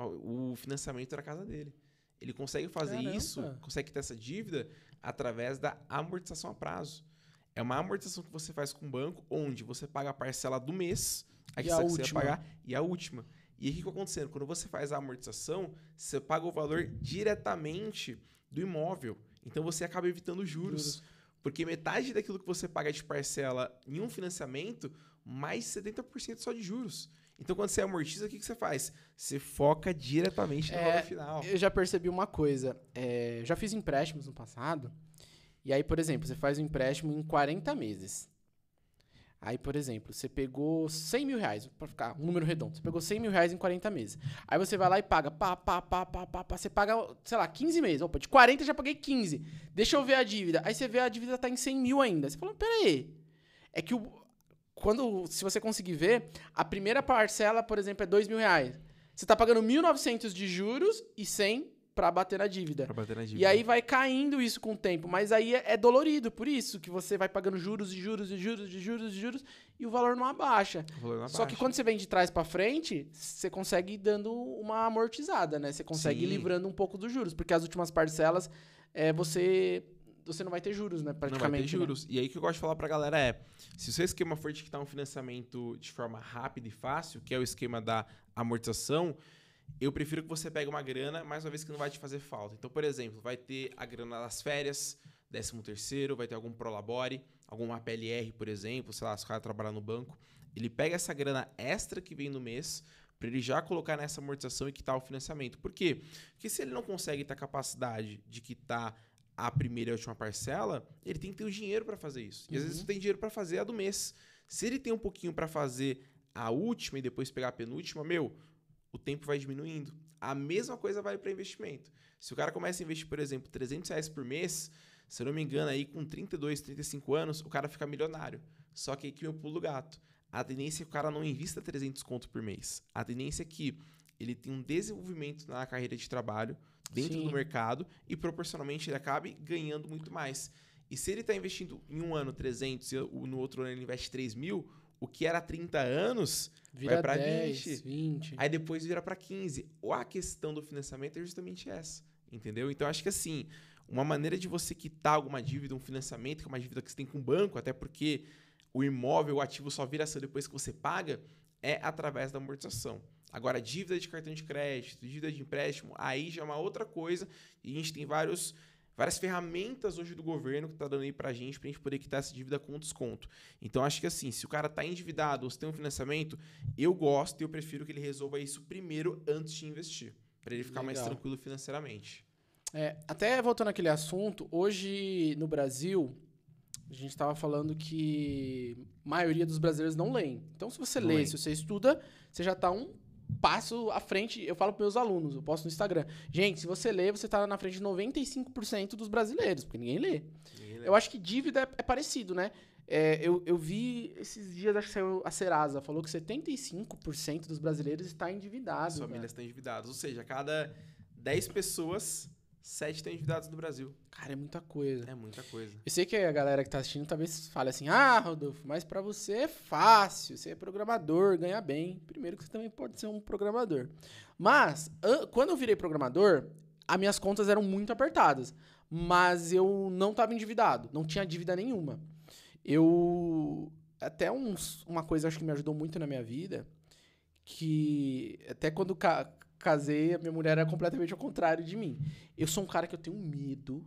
O financiamento era a casa dele. Ele consegue fazer Caramba. isso, consegue ter essa dívida através da amortização a prazo. É uma amortização que você faz com o banco, onde você paga a parcela do mês, aí que você vai pagar, e a última. E aí o que está acontecendo? Quando você faz a amortização, você paga o valor diretamente do imóvel. Então você acaba evitando juros. juros. Porque metade daquilo que você paga de parcela em um financiamento, mais setenta por cento só de juros. Então, quando você amortiza, o que, que você faz? Você foca diretamente no é, valor final. Eu já percebi uma coisa. É, eu já fiz empréstimos no passado. E aí, por exemplo, você faz um empréstimo em quarenta meses. Aí, por exemplo, você pegou cem mil reais, para ficar um número redondo. Você pegou cem mil reais em quarenta meses. Aí você vai lá e paga, pá, pá, pá, pá, pá, pá. Você paga, sei lá, quinze meses. Opa, de quarenta eu já paguei quinze. Deixa eu ver a dívida. Aí você vê a dívida tá em cem mil ainda. Você fala, peraí. É que o, quando, se você conseguir ver, a primeira parcela, por exemplo, é dois mil reais. Você tá pagando mil e novecentos de juros e cem para bater na dívida. Pra bater na dívida. E aí vai caindo isso com o tempo. Mas aí é, é dolorido, por isso que você vai pagando juros e juros e juros e juros e juros e o valor não abaixa. O valor não Só abaixa. que quando você vem de trás para frente, você consegue ir dando uma amortizada, né? Você consegue Sim. ir livrando um pouco dos juros. Porque as últimas parcelas, é, você... você não vai ter juros, né? Praticamente. Não vai ter juros. Né? E aí o que eu gosto de falar pra galera é, se o seu esquema for de quitar um financiamento de forma rápida e fácil, que é o esquema da amortização, eu prefiro que você pegue uma grana, mais uma vez que não vai te fazer falta. Então, por exemplo, vai ter a grana das férias, décimo terceiro, vai ter algum Prolabore, alguma P L R, por exemplo, sei lá, se o cara trabalhar no banco. Ele pega essa grana extra que vem no mês para ele já colocar nessa amortização e quitar o financiamento. Por quê? Porque se ele não consegue ter a capacidade de quitar a primeira e a última parcela, ele tem que ter o dinheiro para fazer isso. E uhum. às vezes não tem dinheiro para fazer a do mês. Se ele tem um pouquinho para fazer a última e depois pegar a penúltima, meu... o tempo vai diminuindo. A mesma coisa vale para investimento. Se o cara começa a investir, por exemplo, trezentos reais por mês, se eu não me engano, aí com trinta e dois, trinta e cinco anos, o cara fica milionário. Só que aí que eu pulo o gato. A tendência é que o cara não invista trezentos conto por mês. A tendência é que ele tenha um desenvolvimento na carreira de trabalho, dentro Sim. do mercado, e proporcionalmente ele acabe ganhando muito mais. E se ele está investindo em um ano trezentos e no outro ano ele investe três mil, o que era trinta anos... vira vai para dez, vinte, vinte. Aí depois vira para quinze. Ou a questão do financiamento é justamente essa, entendeu? Então, acho que assim, uma maneira de você quitar alguma dívida, um financiamento, que é uma dívida que você tem com o banco, até porque o imóvel, o ativo só vira seu depois que você paga, é através da amortização. Agora, dívida de cartão de crédito, dívida de empréstimo, aí já é uma outra coisa. E a gente tem vários... várias ferramentas hoje do governo que está dando aí pra gente, pra gente poder quitar essa dívida com desconto. Então, acho que assim, se o cara tá endividado ou se tem um financiamento, eu gosto e eu prefiro que ele resolva isso primeiro antes de investir, para ele ficar Legal. mais tranquilo financeiramente. É, até voltando àquele assunto, hoje no Brasil, a gente estava falando que a maioria dos brasileiros não leem. Então, se você não lê, lê, se você estuda, você já tá um passo à frente. Eu falo para meus alunos, eu posto no Instagram. Gente, se você lê, você tá na frente de noventa e cinco por cento dos brasileiros, porque ninguém lê. Ninguém lê. Eu acho que dívida é, é parecido, né? É, eu, eu vi esses dias, acho que saiu a Serasa, falou que setenta e cinco por cento dos brasileiros está endividado. As famílias estão endividadas. Ou seja, a cada dez pessoas, sete estão endividados no Brasil. Cara, é muita coisa. É muita coisa. Eu sei que a galera que tá assistindo talvez fale assim, ah, Rodolfo, mas pra você é fácil, você é programador, ganha bem. Primeiro que você também pode ser um programador. Mas, quando eu virei programador, as minhas contas eram muito apertadas. Mas eu não tava endividado, não tinha dívida nenhuma. Eu... Até uns, uma coisa acho que me ajudou muito na minha vida, que até quando ca casei, a minha mulher era completamente ao contrário de mim. Eu sou um cara que eu tenho medo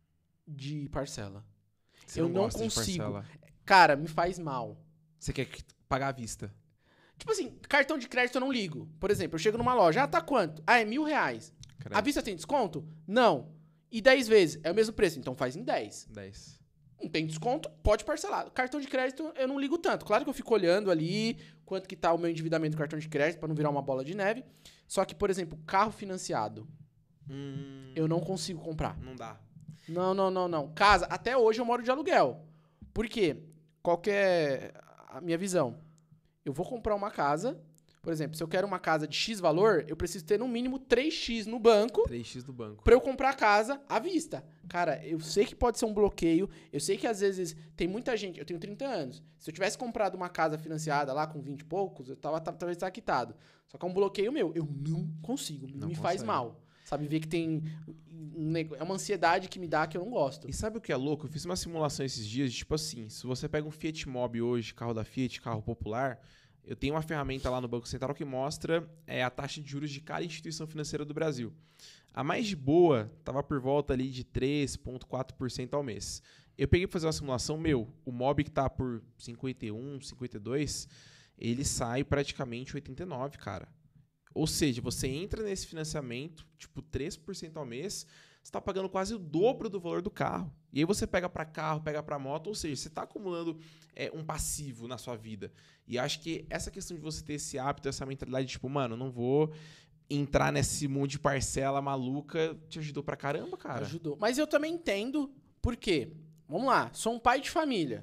de parcela. Você eu não, não gosta consigo. de parcela? Cara, me faz mal. Você quer pagar à vista? Tipo assim, cartão de crédito eu não ligo. Por exemplo, eu chego numa loja, ah, tá quanto? Ah, é mil reais. Credo. À vista tem desconto? Não. E dez vezes? É o mesmo preço, então faz em dez. dez. Não tem desconto, pode parcelar. Cartão de crédito eu não ligo tanto. Claro que eu fico olhando ali quanto que tá o meu endividamento do cartão de crédito pra não virar uma bola de neve. Só que, por exemplo, carro financiado, Hum, eu não consigo comprar. não dá. Não, não, não, não. Casa, até hoje eu moro de aluguel. Por quê? Qual que é a minha visão? Eu vou comprar uma casa, por exemplo, se eu quero uma casa de X valor, eu preciso ter no mínimo três x no banco três x do banco. pra eu comprar a casa à vista. Cara, eu sei que pode ser um bloqueio, eu sei que às vezes tem muita gente, eu tenho trinta anos, se eu tivesse comprado uma casa financiada lá com vinte e poucos, eu tava, tava talvez estar quitado. Só que é um bloqueio meu, eu não consigo, Não me faz consegue. mal. Sabe, ver que tem um nego- é uma ansiedade que me dá que eu não gosto. E sabe o que é louco? Eu fiz uma simulação esses dias, de, tipo assim, se você pega um Fiat Mobi hoje, carro da Fiat, carro popular, eu tenho uma ferramenta lá no Banco Central que mostra é, a taxa de juros de cada instituição financeira do Brasil. A mais de boa estava por volta ali de três vírgula quatro por cento ao mês. Eu peguei para fazer uma simulação, meu, o Mobi que tá por cinquenta e um, cinquenta e dois, ele sai praticamente oitenta e nove, cara. Ou seja, você entra nesse financiamento, tipo três por cento ao mês, você está pagando quase o dobro do valor do carro. E aí você pega para carro, pega para moto, ou seja, você está acumulando é, um passivo na sua vida. E acho que essa questão de você ter esse hábito, essa mentalidade, tipo, mano, não vou entrar nesse mundo de parcela maluca, te ajudou pra caramba, cara. Ajudou. Mas eu também entendo por quê. Vamos lá, sou um pai de família.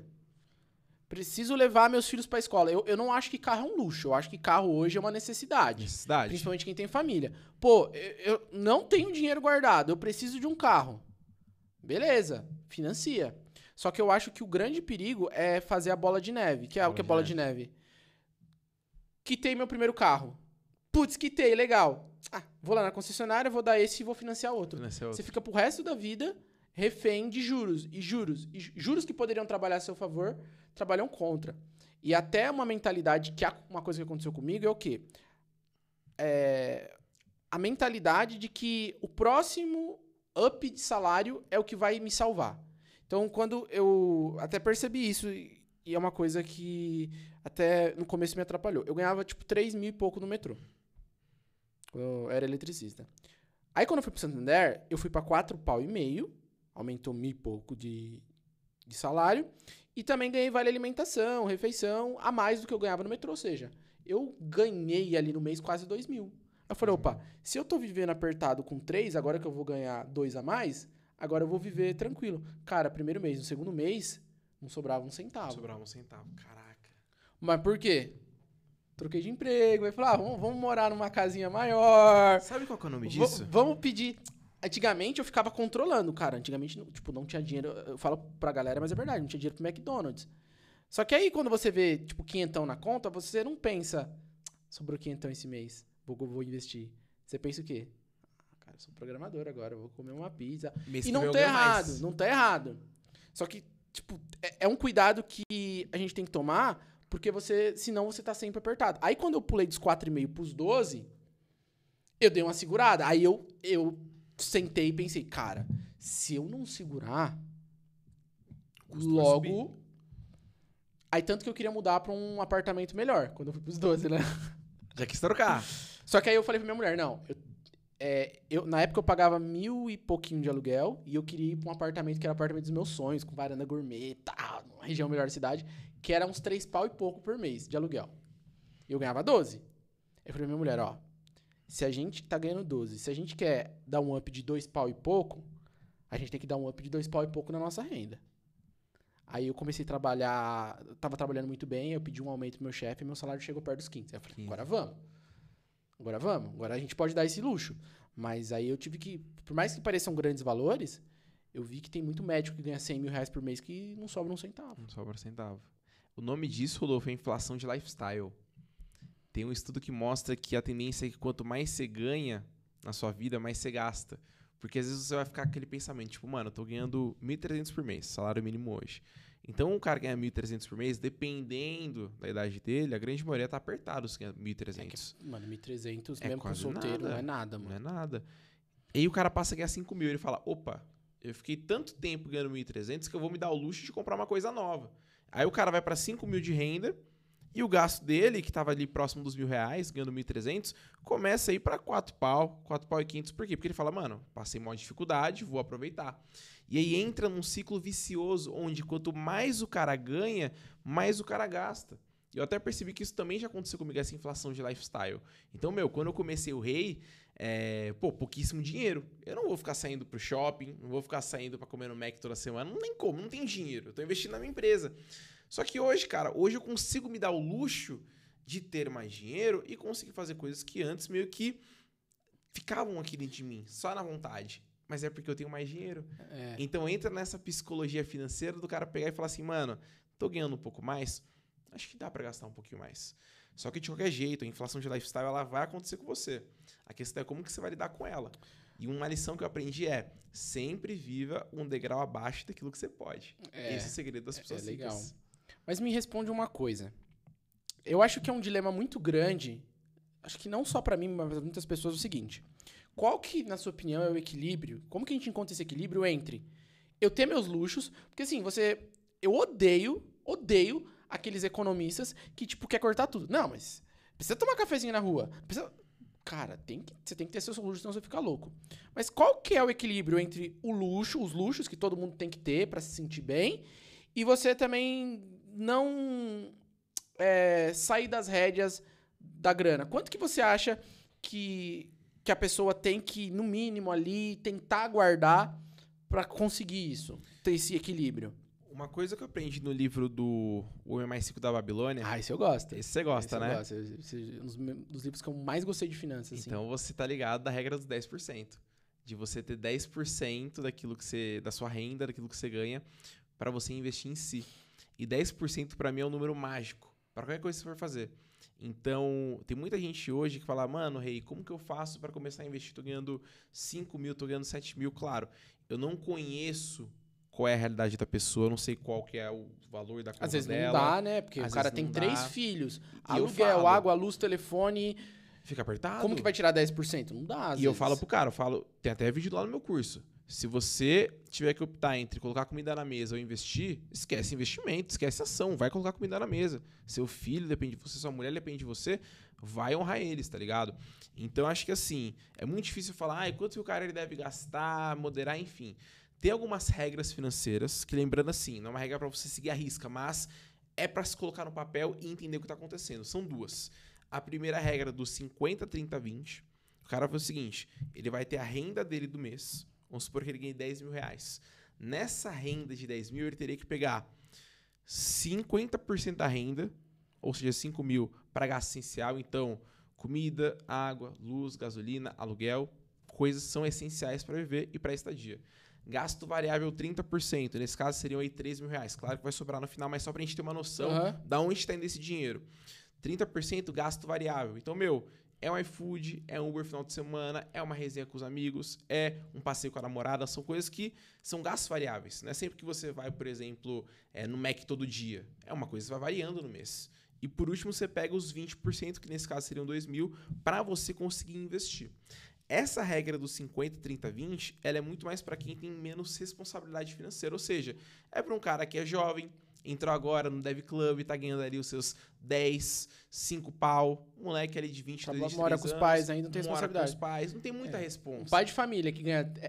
Preciso levar meus filhos pra escola. Eu, eu não acho que carro é um luxo. Eu acho que carro hoje é uma necessidade. Necessidade. Principalmente quem tem família. Pô, eu, eu não tenho dinheiro guardado. Eu preciso de um carro. Beleza, financia. Só que eu acho que o grande perigo é fazer a bola de neve. Que é o Bola que é de bola de neve? Quitei meu primeiro carro. Putz, quitei, legal. Ah, vou lá na concessionária, vou dar esse e vou financiar outro. Financiar outro. Você fica pro resto da vida refém de juros. E juros. E juros que poderiam trabalhar a seu favor, trabalham contra. E até uma mentalidade, que uma coisa que aconteceu comigo é o quê? É a mentalidade de que o próximo up de salário é o que vai me salvar. Então, quando eu até percebi isso, e é uma coisa que até no começo me atrapalhou. Eu ganhava, tipo, três mil e pouco no metrô. Eu era eletricista. Aí, quando eu fui pro Santander, eu fui pra quatro pau e meio, aumentou mil e pouco de, de salário, e também ganhei vale alimentação, refeição, a mais do que eu ganhava no metrô, ou seja, eu ganhei ali no mês quase dois mil. Eu falei, opa, se eu tô vivendo apertado com três, agora que eu vou ganhar dois a mais, agora eu vou viver tranquilo. Cara, primeiro mês, no segundo mês, não sobrava um centavo. Sobrava um centavo, caraca. Mas por quê? Troquei de emprego, aí falei, ah, vamos, vamos morar numa casinha maior. Sabe qual que é o nome V- disso? vamos pedir. Antigamente eu ficava controlando, cara. Antigamente, não- tipo, não tinha dinheiro. Eu falo pra galera, mas é verdade, não tinha dinheiro pro McDonald's. Só que aí, quando você vê, tipo, quinhentão na conta, você não pensa, sobrou quinhentão esse mês, vou, vou investir. Você pensa o quê? Ah, cara, eu sou programador agora, eu vou comer uma pizza. Mês E que não vem eu tá ganho errado, mais. não tá errado. Só que, tipo, é, é um cuidado que a gente tem que tomar, porque você, senão você tá sempre apertado. Aí quando eu pulei dos quatro e meio pros doze, eu dei uma segurada. Aí eu, eu sentei e pensei, cara, se eu não segurar, Custo vai logo... Aí tanto que eu queria mudar pra um apartamento melhor, quando eu fui pros doze, né? Já quis trocar. Só que aí eu falei pra minha mulher, não, eu, é, eu, na época eu pagava mil e pouquinho de aluguel e eu queria ir pra um apartamento que era o apartamento dos meus sonhos, com varanda gourmet e tal, numa região melhor da cidade, que era uns três pau e pouco por mês de aluguel. E eu ganhava doze. Eu falei pra minha mulher, ó, se a gente tá ganhando doze, se a gente quer dar um up de dois pau e pouco, a gente tem que dar um up de dois pau e pouco na nossa renda. Aí eu comecei a trabalhar, eu tava trabalhando muito bem, eu pedi um aumento pro meu chefe e meu salário chegou perto dos quinze. Aí eu falei, quinze. agora vamos. Agora vamos. Agora a gente pode dar esse luxo. Mas aí eu tive que, por mais que pareçam grandes valores, eu vi que tem muito médico que ganha cem mil reais por mês que não sobra um centavo. Não sobra um centavo. O nome disso, Rodolfo, é inflação de lifestyle. Tem um estudo que mostra que a tendência é que quanto mais você ganha na sua vida, mais você gasta. Porque às vezes você vai ficar com aquele pensamento, tipo, mano, eu tô ganhando mil e trezentos por mês, salário mínimo hoje. Então, o cara ganha mil e trezentos por mês, dependendo da idade dele, a grande maioria tá apertado se ganha mil e trezentos. É que, mano, mil e trezentos, É mesmo com quase solteiro, nada. não é nada, mano. Não é nada. E aí o cara passa a ganhar cinco mil e ele fala, opa, eu fiquei tanto tempo ganhando mil e trezentos que eu vou me dar o luxo de comprar uma coisa nova. Aí o cara vai pra cinco mil de renda e o gasto dele, que tava ali próximo dos mil reais, ganhando mil e trezentos, começa a ir pra quatro pau, quatro pau e quinhentos. Por quê? Porque ele fala, mano, passei maior dificuldade, vou aproveitar. E aí entra num ciclo vicioso, onde quanto mais o cara ganha, mais o cara gasta. Eu até percebi que isso também já aconteceu comigo, essa inflação de lifestyle. Então, meu, quando eu comecei o Rei, é, pô, pouquíssimo dinheiro. Eu não vou ficar saindo pro shopping, não vou ficar saindo pra comer no Mac toda semana. Não tem como, não tem dinheiro. Eu tô investindo na minha empresa. Só que hoje, cara, hoje eu consigo me dar o luxo de ter mais dinheiro e conseguir fazer coisas que antes meio que ficavam aqui dentro de mim, só na vontade. Mas é porque eu tenho mais dinheiro. É. Então entra nessa psicologia financeira do cara pegar e falar assim, mano, tô ganhando um pouco mais, acho que dá pra gastar um pouquinho mais. Só que de qualquer jeito, a inflação de lifestyle ela vai acontecer com você. A questão é como que você vai lidar com ela. E uma lição que eu aprendi é, sempre viva um degrau abaixo daquilo que você pode. É, Esse é o segredo das pessoas é legal. ricas. Mas me responde uma coisa. Eu acho que é um dilema muito grande, acho que não só pra mim, mas pra muitas pessoas, é o seguinte. Qual que, na sua opinião, é o equilíbrio? Como que a gente encontra esse equilíbrio entre eu ter meus luxos, porque assim, você... Eu odeio, odeio aqueles economistas que, tipo, quer cortar tudo. Não, mas precisa tomar cafezinho na rua. Precisa... Cara, tem que, você tem que ter seus luxos, senão você fica louco. Mas qual que é o equilíbrio entre o luxo, os luxos que todo mundo tem que ter pra se sentir bem, e você também não é, sair das rédeas da grana? Quanto que você acha que, que a pessoa tem que, no mínimo ali, tentar guardar pra conseguir isso? Ter esse equilíbrio? Uma coisa que eu aprendi no livro do O Homem Mais Rico da Babilônia... Ah, esse eu gosto. Esse você gosta, esse né? Eu gosto. Esse é um dos, dos livros que eu mais gostei de finanças. Assim. Então você tá ligado da regra dos dez por cento. De você ter dez por cento daquilo que você, da sua renda, daquilo que você ganha, para você investir em si. E dez por cento para mim é um número mágico, para qualquer coisa que você for fazer. Então, tem muita gente hoje que fala, mano, Rei, como que eu faço para começar a investir? Tô ganhando cinco mil, tô ganhando sete mil. Claro, eu não conheço qual é a realidade da pessoa, eu não sei qual que é o valor da conta dela. Às vezes não dá, né? Porque Às o cara vezes tem não três dá. filhos. E eu Aluguel, falo- água, luz, telefone. Fica apertado. Como que vai tirar dez por cento? Não dá, às E eu vezes. falo pro cara, eu falo, tem até vídeo lá no meu curso. Se você tiver que optar entre colocar comida na mesa ou investir, esquece investimento, esquece ação, vai colocar comida na mesa. Seu filho depende de você, sua mulher depende de você, vai honrar eles, tá ligado? Então acho que assim, é muito difícil falar, ah, quanto que o cara ele deve gastar, moderar, enfim. Tem algumas regras financeiras, que lembrando assim, não é uma regra pra você seguir a risca, mas é pra se colocar no papel e entender o que tá acontecendo. São duas. A primeira regra do cinquenta, trinta, vinte. O cara foi o seguinte, ele vai ter a renda dele do mês, vamos supor que ele ganhe dez mil reais. Nessa renda de dez mil, ele teria que pegar cinquenta por cento da renda, ou seja, cinco mil para gasto essencial. Então, comida, água, luz, gasolina, aluguel, coisas que são essenciais para viver e para estadia. Gasto variável trinta por cento, nesse caso seriam aí três mil reais. Claro que vai sobrar no final, mas só para a gente ter uma noção Uhum. da onde está indo esse dinheiro. trinta por cento gasto variável. Então, meu, é um iFood, é um Uber final de semana, é uma resenha com os amigos, é um passeio com a namorada, são coisas que são gastos variáveis. Não é sempre que você vai, por exemplo, é, no Mac todo dia. É uma coisa que vai variando no mês. E por último, você pega os vinte por cento, que nesse caso seriam dois mil, para você conseguir investir. Essa regra dos cinquenta, trinta, vinte, ela é muito mais para quem tem menos responsabilidade financeira. Ou seja, é para um cara que é jovem, entrou agora no Dev Club, tá ganhando ali os seus dez, cinco pau, um moleque ali de vinte, Trabalha- vinte e três mora com os anos, pais ainda, não tem mora responsabilidade. com os pais, não tem muita Um responsa. pai de família que ganha... É,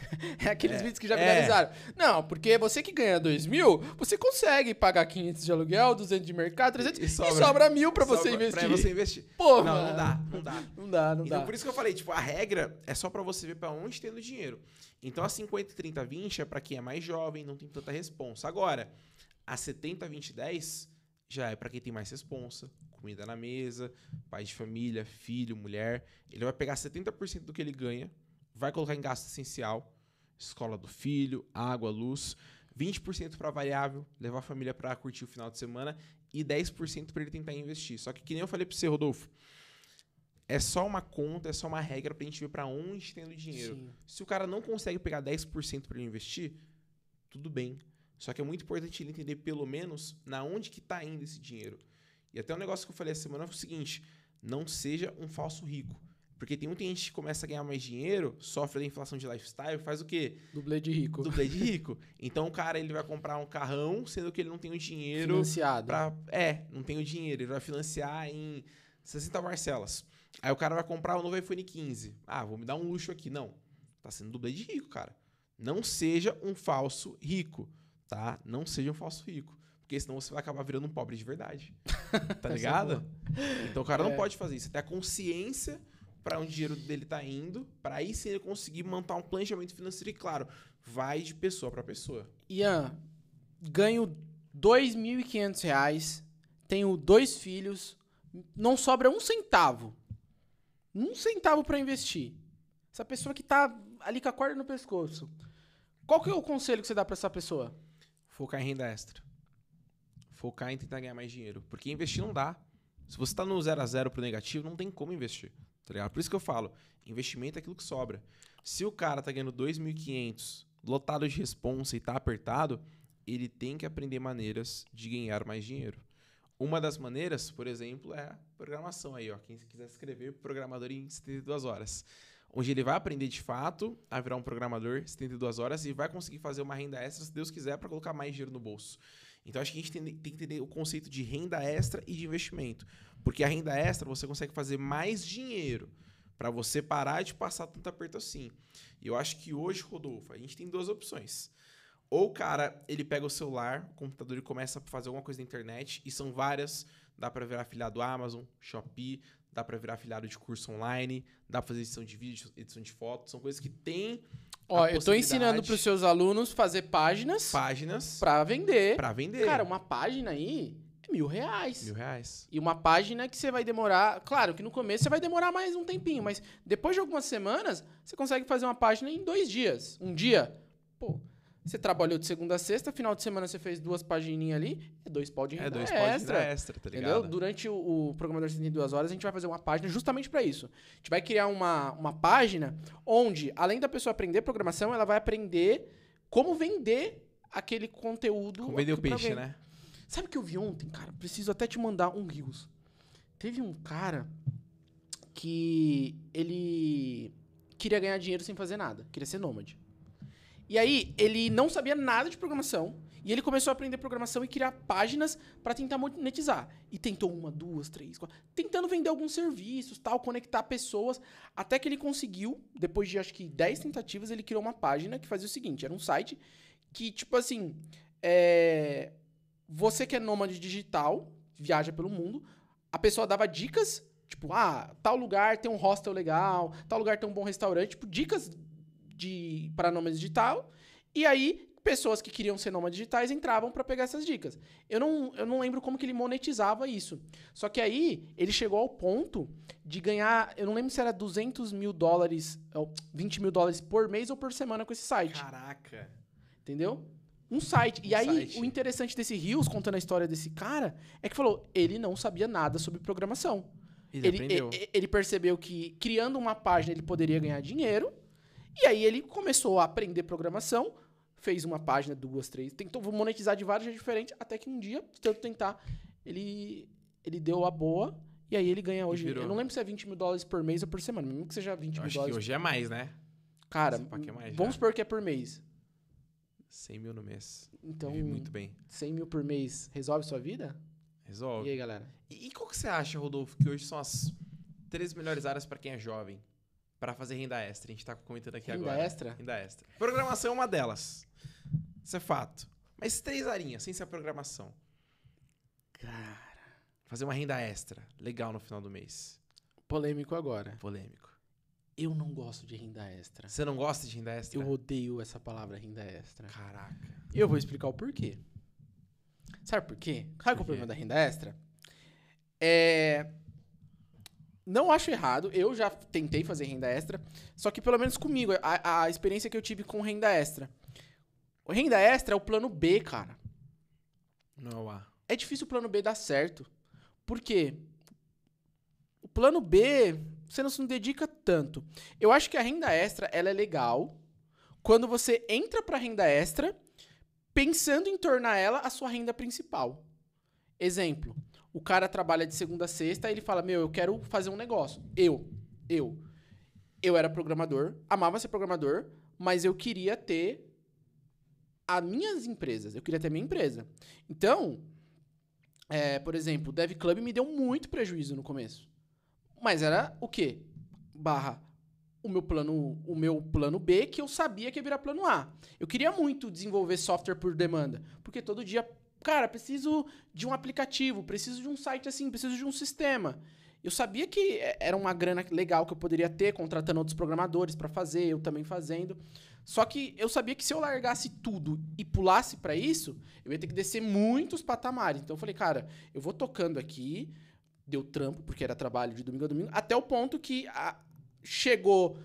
é aqueles É, vídeos que já é. viralizaram. Não, porque você que ganha dois mil, você consegue pagar quinhentos de aluguel, duzentos de mercado, trezentos, e sobra, mil pra você sobra investir. Pra você investir. Pô, não, mano. não dá, não dá. Não dá, não Então, dá. por isso que eu falei, tipo, a regra é só pra você ver pra onde tem o dinheiro. Então, a cinquenta, trinta, vinte é pra quem é mais jovem, não tem tanta responsa. Agora, a setenta, vinte, dez já é para quem tem mais responsa, comida na mesa, pai de família, filho, mulher. Ele vai pegar setenta por cento do que ele ganha, vai colocar em gasto essencial, escola do filho, água, luz, vinte por cento para variável, levar a família para curtir o final de semana e dez por cento para ele tentar investir. Só que, que nem eu falei para você, Rodolfo, é só uma conta, é só uma regra pra gente ver pra onde tem o dinheiro. Sim. Se o cara não consegue pegar dez por cento para ele investir, tudo bem. Só que é muito importante ele entender, pelo menos, na onde que tá indo esse dinheiro. E até um negócio que eu falei essa semana foi o seguinte, não seja um falso rico. Porque tem muita gente que começa a ganhar mais dinheiro, sofre da inflação de lifestyle, faz o quê? Dublê de rico. Dublê de rico. Então o cara ele vai comprar um carrão, sendo que ele não tem o dinheiro... Financiado. Pra, é, não tem o dinheiro. Ele vai financiar em sessenta parcelas. Aí o cara vai comprar o novo iPhone quinze. Ah, vou me dar um luxo aqui. Não. Tá sendo dublê de rico, cara. Não seja um falso rico, tá? Não seja um falso rico. Porque senão você vai acabar virando um pobre de verdade. Tá ligado? Então o cara é. não pode fazer isso. Você tem a consciência para onde o dinheiro dele tá indo, para aí sim ele conseguir montar um planejamento financeiro. E claro, vai de pessoa para pessoa. Ian, ganho dois mil e quinhentos reais, tenho dois filhos, não sobra um centavo. Um centavo para investir. Essa pessoa que tá ali com a corda no pescoço. Qual que é o conselho que você dá para essa pessoa? Focar em renda extra. Focar em tentar ganhar mais dinheiro. Porque investir não dá. Se você tá no zero a zero pro negativo, não tem como investir. Tá ligado? Por isso que eu falo, investimento é aquilo que sobra. Se o cara tá ganhando dois mil e quinhentos, lotado de responsa e tá apertado, ele tem que aprender maneiras de ganhar mais dinheiro. Uma das maneiras, por exemplo, é a programação aí, ó. Quem quiser escrever, programador em setenta e duas horas. Onde ele vai aprender de fato a virar um programador em setenta e duas horas e vai conseguir fazer uma renda extra, se Deus quiser, para colocar mais dinheiro no bolso. Então, acho que a gente tem, tem que entender o conceito de renda extra e de investimento. Porque a renda extra, você consegue fazer mais dinheiro para você parar de passar tanto aperto assim. E eu acho que hoje, Rodolfo, a gente tem duas opções. Ou o cara, ele pega o celular, o computador e começa a fazer alguma coisa na internet, e são várias, dá para virar afiliado Amazon, Shopee, dá para virar afiliado de curso online, dá para fazer edição de vídeo, edição de foto, são coisas que tem. Ó, eu tô ensinando para os seus alunos fazer páginas, páginas para vender. Para vender. Cara, uma página aí é mil reais. Mil reais. E uma página que você vai demorar, claro que no começo você vai demorar mais um tempinho, mas depois de algumas semanas você consegue fazer uma página em dois dias, um dia. Pô. Você trabalhou de segunda a sexta, final de semana você fez duas pagininhas ali, é dois pau de renda extra. É dois pau de renda extra, tá ligado? Entendeu? Durante o, o Programador setenta e duas horas, a gente vai fazer uma página justamente para isso. A gente vai criar uma, uma página onde, além da pessoa aprender programação, ela vai aprender como vender aquele conteúdo. Como vender o peixe, né? Sabe o que eu vi ontem, cara? Preciso até te mandar um rios. Teve um cara que ele queria ganhar dinheiro sem fazer nada, queria ser nômade. E aí, ele não sabia nada de programação. E ele começou a aprender programação e criar páginas para tentar monetizar. E tentou uma, duas, três, quatro. Tentando vender alguns serviços, tal, conectar pessoas. Até que ele conseguiu, depois de acho que dez tentativas, ele criou uma página que fazia o seguinte. Era um site que, tipo assim... É... Você que é nômade digital, viaja pelo mundo. A pessoa dava dicas, tipo... Ah, tal lugar tem um hostel legal. Tal lugar tem um bom restaurante. Tipo, dicas... de para nômade digital, e aí pessoas que queriam ser nômades digitais entravam para pegar essas dicas. Eu não, eu não lembro como que ele monetizava isso. Só que aí ele chegou ao ponto de ganhar, eu não lembro se era duzentos mil dólares, vinte mil dólares por mês ou por semana com esse site. Caraca! Entendeu? Um site. Um e aí, site. O interessante desse Rios, contando a história desse cara, é que falou, ele não sabia nada sobre programação. Ele, ele, aprendeu. ele, ele percebeu que criando uma página ele poderia ganhar dinheiro. E aí ele começou a aprender programação, fez uma página, duas, três, tentou monetizar de vários jeitos diferentes, até que um dia, de tanto tentar, ele, ele deu a boa, e aí ele ganha hoje. Eu não lembro se é vinte mil dólares por mês ou por semana, mesmo que seja vinte eu mil acho dólares. Que hoje é mais, né? Cara, é mais, vamos supor que é por mês. cem mil no mês. Então, Vive muito bem. cem mil por mês resolve sua vida? Resolve. E aí, galera? E, e qual que você acha, Rodolfo, que hoje são as três melhores áreas para quem é jovem? Para fazer renda extra. A gente tá comentando aqui renda agora. Renda extra? Renda extra. Programação é uma delas. Isso é fato. Mas três arinhas, sem ser a programação. Cara... Fazer uma renda extra. Legal no final do mês. Polêmico agora. Polêmico. Eu não gosto de renda extra. Você não gosta de renda extra? Eu odeio essa palavra renda extra. Caraca. Eu vou explicar o porquê. Sabe por quê? Sabe qual é o Por quê? problema da renda extra? É... Não acho errado, eu já tentei fazer renda extra, só que pelo menos comigo, a, a experiência que eu tive com renda extra. O renda extra é o plano B, cara. Não há. É difícil o plano B dar certo. Por quê? O plano B, você não se dedica tanto. Eu acho que a renda extra, ela é legal quando você entra pra renda extra pensando em tornar ela a sua renda principal. Exemplo, o cara trabalha de segunda a sexta e ele fala, meu, eu quero fazer um negócio. Eu, eu, eu era programador, amava ser programador, mas eu queria ter as minhas empresas, eu queria ter a minha empresa. Então, é, por exemplo, o Dev Club me deu muito prejuízo no começo. Mas era o quê? Barra o meu plano, o meu plano B, que eu sabia que ia virar plano A. Eu queria muito desenvolver software por demanda, porque todo dia, cara, preciso de um aplicativo, preciso de um site assim, preciso de um sistema. Eu sabia que era uma grana legal que eu poderia ter, contratando outros programadores para fazer, eu também fazendo. Só que eu sabia que se eu largasse tudo e pulasse para isso, eu ia ter que descer muitos patamares. Então eu falei, cara, eu vou tocando aqui, deu trampo, porque era trabalho de domingo a domingo, até o ponto que a, chegou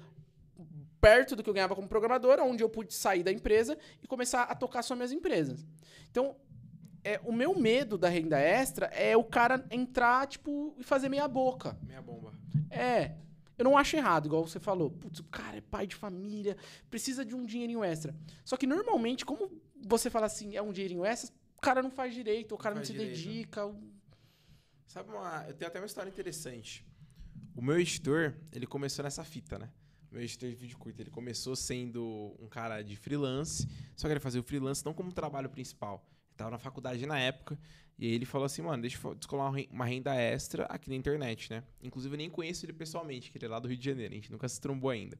perto do que eu ganhava como programador, onde eu pude sair da empresa e começar a tocar só minhas empresas. Então, é, o meu medo da renda extra é o cara entrar, tipo, e fazer meia boca. Meia bomba. É, eu não acho errado, igual você falou. Putz, o cara é pai de família, precisa de um dinheirinho extra. Só que, normalmente, como você fala assim, é um dinheirinho extra, o cara não faz direito, o cara não, não se direito. dedica. O... Sabe, uma, eu tenho até uma história interessante. O meu editor, ele começou nessa fita, né? O meu editor de vídeo curto, ele começou sendo um cara de freelance, só que ele fazia o freelance não como trabalho principal. Ele tava na faculdade na época, e aí ele falou assim, mano, deixa eu descolar uma renda extra aqui na internet, né? Inclusive, eu nem conheço ele pessoalmente, que ele é lá do Rio de Janeiro, a gente nunca se trombou ainda.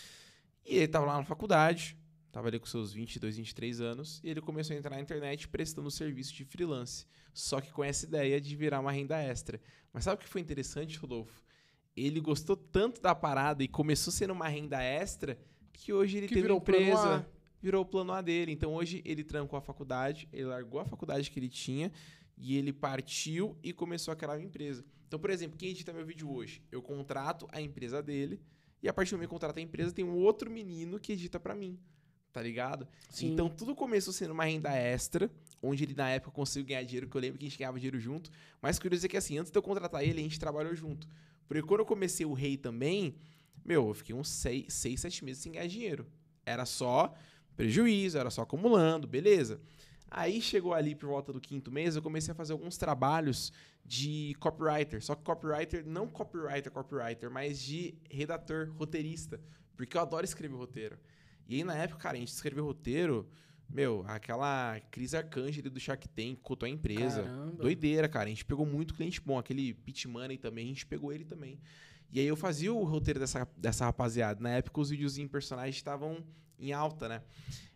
E ele tava lá na faculdade, tava ali com seus vinte e dois, vinte e três anos, e ele começou a entrar na internet prestando serviço de freelance, só que com essa ideia de virar uma renda extra. Mas sabe o que foi interessante, Rodolfo? Ele gostou tanto da parada e começou sendo uma renda extra que hoje ele que teve uma empresa, virou o plano A dele. Então hoje ele trancou a faculdade, ele largou a faculdade que ele tinha e ele partiu e começou a criar uma empresa. Então, por exemplo, quem edita meu vídeo hoje? Eu contrato a empresa dele e a partir do momento que eu contrato a empresa tem um outro menino que edita pra mim. Tá ligado? Sim. Então tudo começou sendo uma renda extra, onde ele na época conseguiu ganhar dinheiro, que eu lembro que a gente ganhava dinheiro junto. Mas curioso é que assim, antes de eu contratar ele, a gente trabalhou junto. Porque quando eu comecei o Rei também, meu, eu fiquei uns seis, seis, sete meses sem ganhar dinheiro. Era só prejuízo, era só acumulando, beleza. Aí chegou ali por volta do quinto mês, eu comecei a fazer alguns trabalhos de copywriter. Só que copywriter, não copywriter, copywriter, mas de redator, roteirista. Porque eu adoro escrever roteiro. E aí na época, cara, a gente escreveu roteiro... Meu, aquela Cris Arcangeli do Shark Tank cotou a empresa. Caramba. Doideira, cara. A gente pegou muito cliente bom. Aquele Pit Money também, a gente pegou ele também. E aí eu fazia o roteiro dessa, dessa rapaziada. Na época, os vídeos em personagens estavam em alta, né?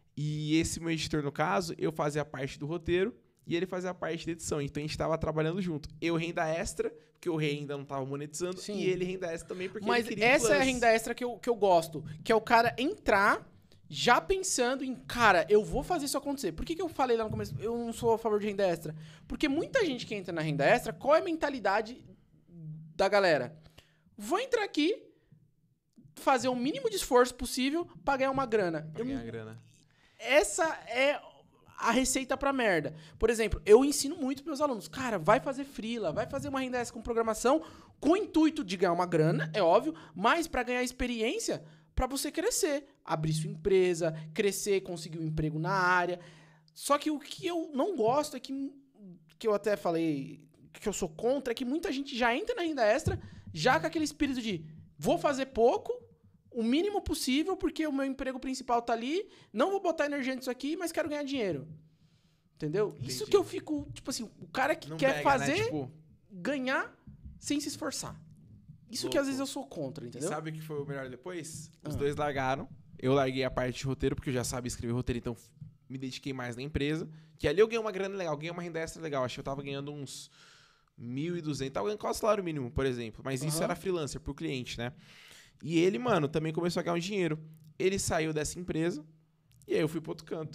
E esse meu editor, no caso, eu fazia a parte do roteiro e ele fazia a parte da edição. Então a gente tava trabalhando junto. Eu renda extra, porque o Rei ainda não tava monetizando. Sim. E ele renda extra também, porque Mas ele queria essa plus. É a renda extra que eu, que eu gosto. Que é o cara entrar... já pensando em, cara, eu vou fazer isso acontecer. Por que, que eu falei lá no começo, eu não sou a favor de renda extra? Porque muita gente que entra na renda extra, qual é a mentalidade da galera? Vou entrar aqui, fazer o mínimo de esforço possível pra ganhar uma grana. Pra ganhar eu, grana. Essa é a receita pra merda. Por exemplo, eu ensino muito pros meus alunos, cara, vai fazer freela, vai fazer uma renda extra com programação, com o intuito de ganhar uma grana, é óbvio, mas pra ganhar experiência... para você crescer, abrir sua empresa, crescer, conseguir um emprego na área. Só que o que eu não gosto é que, que eu até falei que eu sou contra, é que muita gente já entra na renda extra já com aquele espírito de vou fazer pouco, o mínimo possível, porque o meu emprego principal tá ali, não vou botar energia nisso aqui, mas quero ganhar dinheiro. Entendeu? Entendi. Isso que eu fico, tipo assim, o cara que não quer pega, fazer, né? Tipo... ganhar sem se esforçar. Isso Louco. Que às vezes eu sou contra, entendeu? E sabe o que foi o melhor depois? Os ah. dois largaram. Eu larguei a parte de roteiro, porque eu já sabia escrever roteiro, então me dediquei mais na empresa. Que ali eu ganhei uma grana legal, ganhei uma renda extra legal. Acho que eu tava ganhando uns mil e duzentos. Tava ganhando quase o salário mínimo, por exemplo. Mas uhum. isso era freelancer pro cliente, né? E ele, mano, também começou a ganhar um dinheiro. Ele saiu dessa empresa e aí eu fui pro outro canto.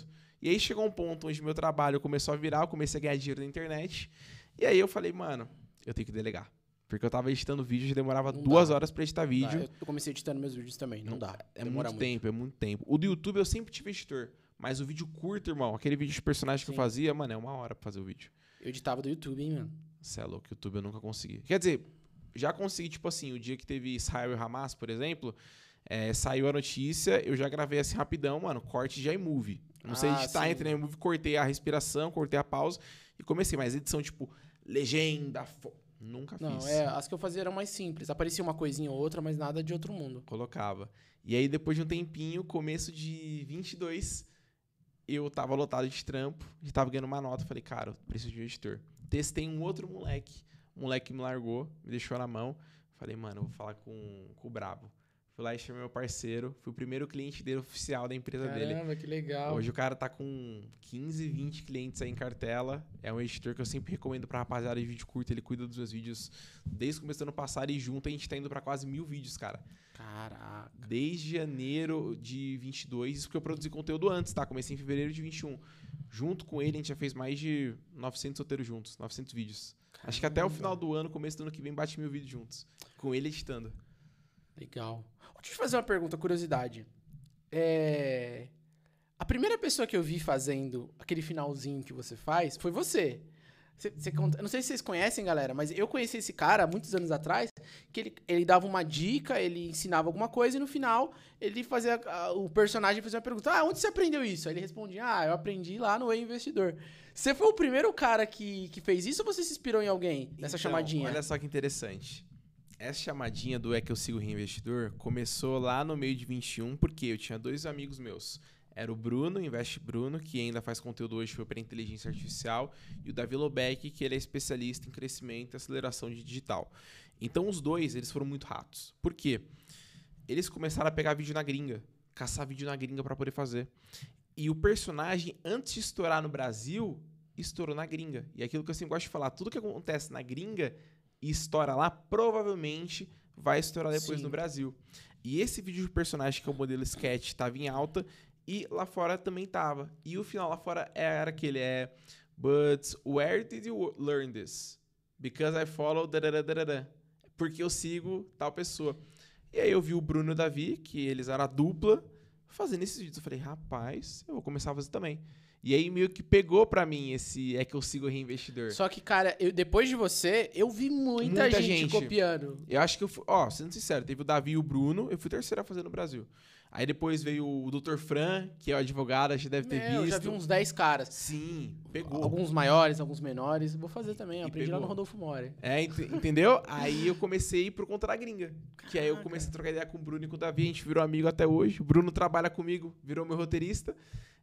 E aí chegou um ponto onde meu trabalho começou a virar, eu comecei a ganhar dinheiro na internet. E aí eu falei, mano, eu tenho que delegar. Porque eu tava editando vídeo e demorava Não duas dá. horas pra editar vídeo. Dá. Eu comecei editando meus vídeos também, não, não dá. É muito, muito tempo, é muito tempo. O do YouTube eu sempre tive editor. Mas o vídeo curto, irmão, aquele vídeo de personagem Sim. que eu fazia, mano, é uma hora pra fazer o vídeo. Eu editava do YouTube, hein, mano. Cê é louco, YouTube eu nunca consegui. Quer dizer, já consegui, tipo assim, o dia que teve Israel e Hamas, por exemplo, é, saiu a notícia, eu já gravei assim rapidão, mano, corte de iMovie. Eu não ah, sei editar, entrei no iMovie, cortei a respiração, cortei a pausa e comecei. Mas edição, tipo, legenda, fo... nunca não, fiz. Não, é, as que eu fazia eram mais simples. Aparecia uma coisinha ou outra, mas nada de outro mundo. Colocava. E aí, depois de um tempinho, começo de vinte e dois, eu tava lotado de trampo, já tava ganhando uma nota, falei, cara, eu preciso de um editor. Testei um outro moleque, o moleque me largou, me deixou na mão. Falei, mano, eu vou falar com, com o brabo. Fui lá e chamei meu parceiro, fui o primeiro cliente dele oficial da empresa Caramba, dele. Caramba, que legal. Hoje o cara tá com quinze, vinte clientes aí em cartela. É um editor que eu sempre recomendo pra rapaziada de vídeo curto. Ele cuida dos meus vídeos desde o começo do ano passado e junto a gente tá indo pra quase mil vídeos, cara. Caraca. Desde janeiro de vinte e dois, isso porque eu produzi conteúdo antes, tá? Comecei em fevereiro de vinte e um. Junto com ele, a gente já fez mais de novecentos roteiros juntos, novecentos vídeos. Caramba. Acho que até o final do ano, começo do ano que vem, bate mil vídeos juntos. Com ele editando. Legal. Deixa eu te fazer uma pergunta, curiosidade. É... A primeira pessoa que eu vi fazendo aquele finalzinho que você faz foi você. Você, você conta... Não sei se vocês conhecem, galera, mas eu conheci esse cara há muitos anos atrás, que ele, ele dava uma dica, ele ensinava alguma coisa e no final ele fazia... O personagem fazia uma pergunta, ah, onde você aprendeu isso? Aí ele respondia, ah, eu aprendi lá no E-Investidor. Você foi o primeiro cara que, que fez isso ou você se inspirou em alguém nessa então, chamadinha? Olha só que interessante. Essa chamadinha do É Que Eu Sigo Reinvestidor começou lá no meio de vinte e um, porque eu tinha dois amigos meus. Era o Bruno, Investe Bruno, que ainda faz conteúdo hoje para inteligência artificial, e o Davi Lobeck, que ele é especialista em crescimento e aceleração de digital. Então os dois, eles foram muito ratos. Por quê? Eles começaram a pegar vídeo na gringa, caçar vídeo na gringa para poder fazer. E o personagem, antes de estourar no Brasil, estourou na gringa. E aquilo que eu sempre gosto de falar, tudo que acontece na gringa e estoura lá, provavelmente vai estourar depois Sim. no Brasil. E esse vídeo de personagem, que é o modelo sketch, estava em alta, e lá fora também tava. E o final lá fora era aquele, é... But where did you learn this? Because I follow... Dadadadada. Porque eu sigo tal pessoa. E aí eu vi o Bruno e o Davi, que eles eram a dupla, fazendo esses vídeos. Eu falei, rapaz, eu vou começar a fazer também. E aí meio que pegou pra mim esse É Que Eu Sigo Reinvestidor. Só que, cara, eu, depois de você, eu vi muita, muita gente, gente copiando. Eu acho que eu fui... Ó, sendo sincero, teve o Davi e o Bruno, eu fui o terceiro a fazer no Brasil. Aí depois veio o doutor Fran, que é o advogado, a gente deve ter Meu, visto. Eu já vi uns dez caras. Sim, pegou. Alguns maiores, alguns menores. Vou fazer também, eu aprendi pegou. lá no Rodolfo More. É, ent entendeu? Aí eu comecei a ir por conta da gringa. Caraca. Que aí eu comecei a trocar ideia com o Bruno e com o Davi, a gente virou amigo até hoje. O Bruno trabalha comigo, virou meu roteirista.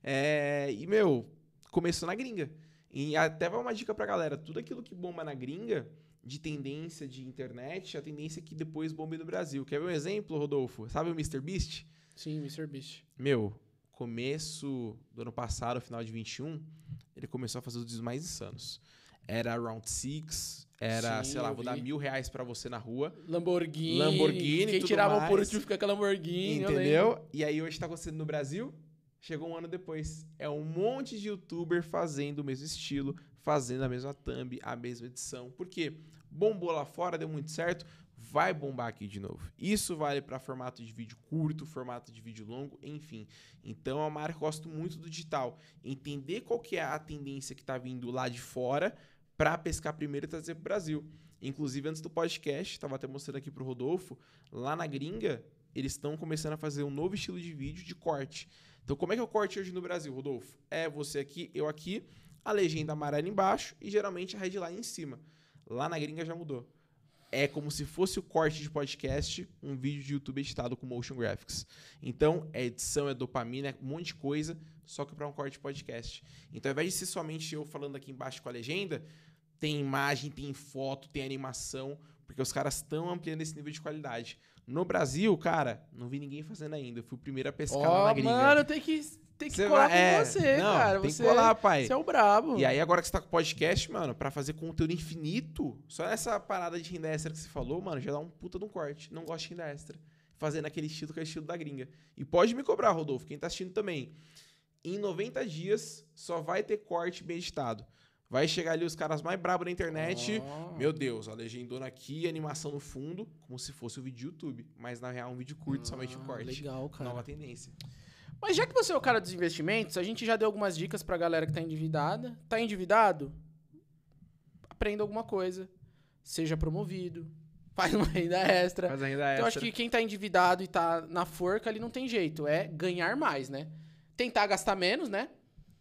É, e, meu, começou na gringa. E até vai uma dica pra galera, tudo aquilo que bomba na gringa, de tendência de internet, a tendência é que depois bombe no Brasil. Quer ver um exemplo, Rodolfo? Sabe o mister Beast? Sim, mister Beast. Meu, começo do ano passado, final de vinte e um, ele começou a fazer os vídeos mais insanos. Era Round Six, era, Sim, sei lá, vou vi. dar mil reais pra você na rua. Lamborghini. Lamborghini, Quem tudo tirava mais. o puro de ficar com a Lamborghini. Entendeu? E aí hoje tá acontecendo no Brasil, chegou um ano depois. É um monte de youtuber fazendo o mesmo estilo, fazendo a mesma thumb, a mesma edição. Por quê? Bombou lá fora, deu muito certo, vai bombar aqui de novo. Isso vale para formato de vídeo curto, formato de vídeo longo, enfim. Então é uma área que eu gosto muito do digital. Entender qual que é a tendência que está vindo lá de fora para pescar primeiro e trazer para o Brasil. Inclusive, antes do podcast, estava até mostrando aqui para o Rodolfo, lá na gringa, eles estão começando a fazer um novo estilo de vídeo de corte. Então, como é que é o corte hoje no Brasil, Rodolfo? É você aqui, eu aqui, a legenda amarela embaixo e geralmente a headline em cima. Lá na gringa já mudou. É como se fosse o corte de podcast, um vídeo de YouTube editado com motion graphics. Então, é edição, é dopamina, é um monte de coisa, só que para um corte de podcast. Então, ao invés de ser somente eu falando aqui embaixo com a legenda, tem imagem, tem foto, tem animação, porque os caras estão ampliando esse nível de qualidade. No Brasil, cara, não vi ninguém fazendo ainda. Eu fui o primeiro a pescar oh, lá na gringa. Mano, tem que... Tem que você colar vai, com é, você, não, cara. Tem você, que colar, pai. Você é o brabo. E aí, agora que você tá com podcast, mano, pra fazer conteúdo infinito, só essa parada de renda extra que você falou, mano, já dá um puta de um corte. Não gosto de renda extra. Fazendo aquele estilo que é o estilo da gringa. E pode me cobrar, Rodolfo, quem tá assistindo também. Em noventa dias, só vai ter corte bem editado. Vai chegar ali os caras mais brabos da internet. Oh. Meu Deus, a legendona aqui, animação no fundo, como se fosse o vídeo do YouTube. Mas na real, um vídeo curto, Ah, somente o corte. Legal, cara. Nova tendência. Mas já que você é o cara dos investimentos, a gente já deu algumas dicas pra galera que tá endividada. Tá endividado? Aprenda alguma coisa. Seja promovido. Faz uma renda extra. Faz a renda Então, extra. eu acho que quem tá endividado e tá na forca, ali não tem jeito. É ganhar mais, né? Tentar gastar menos, né?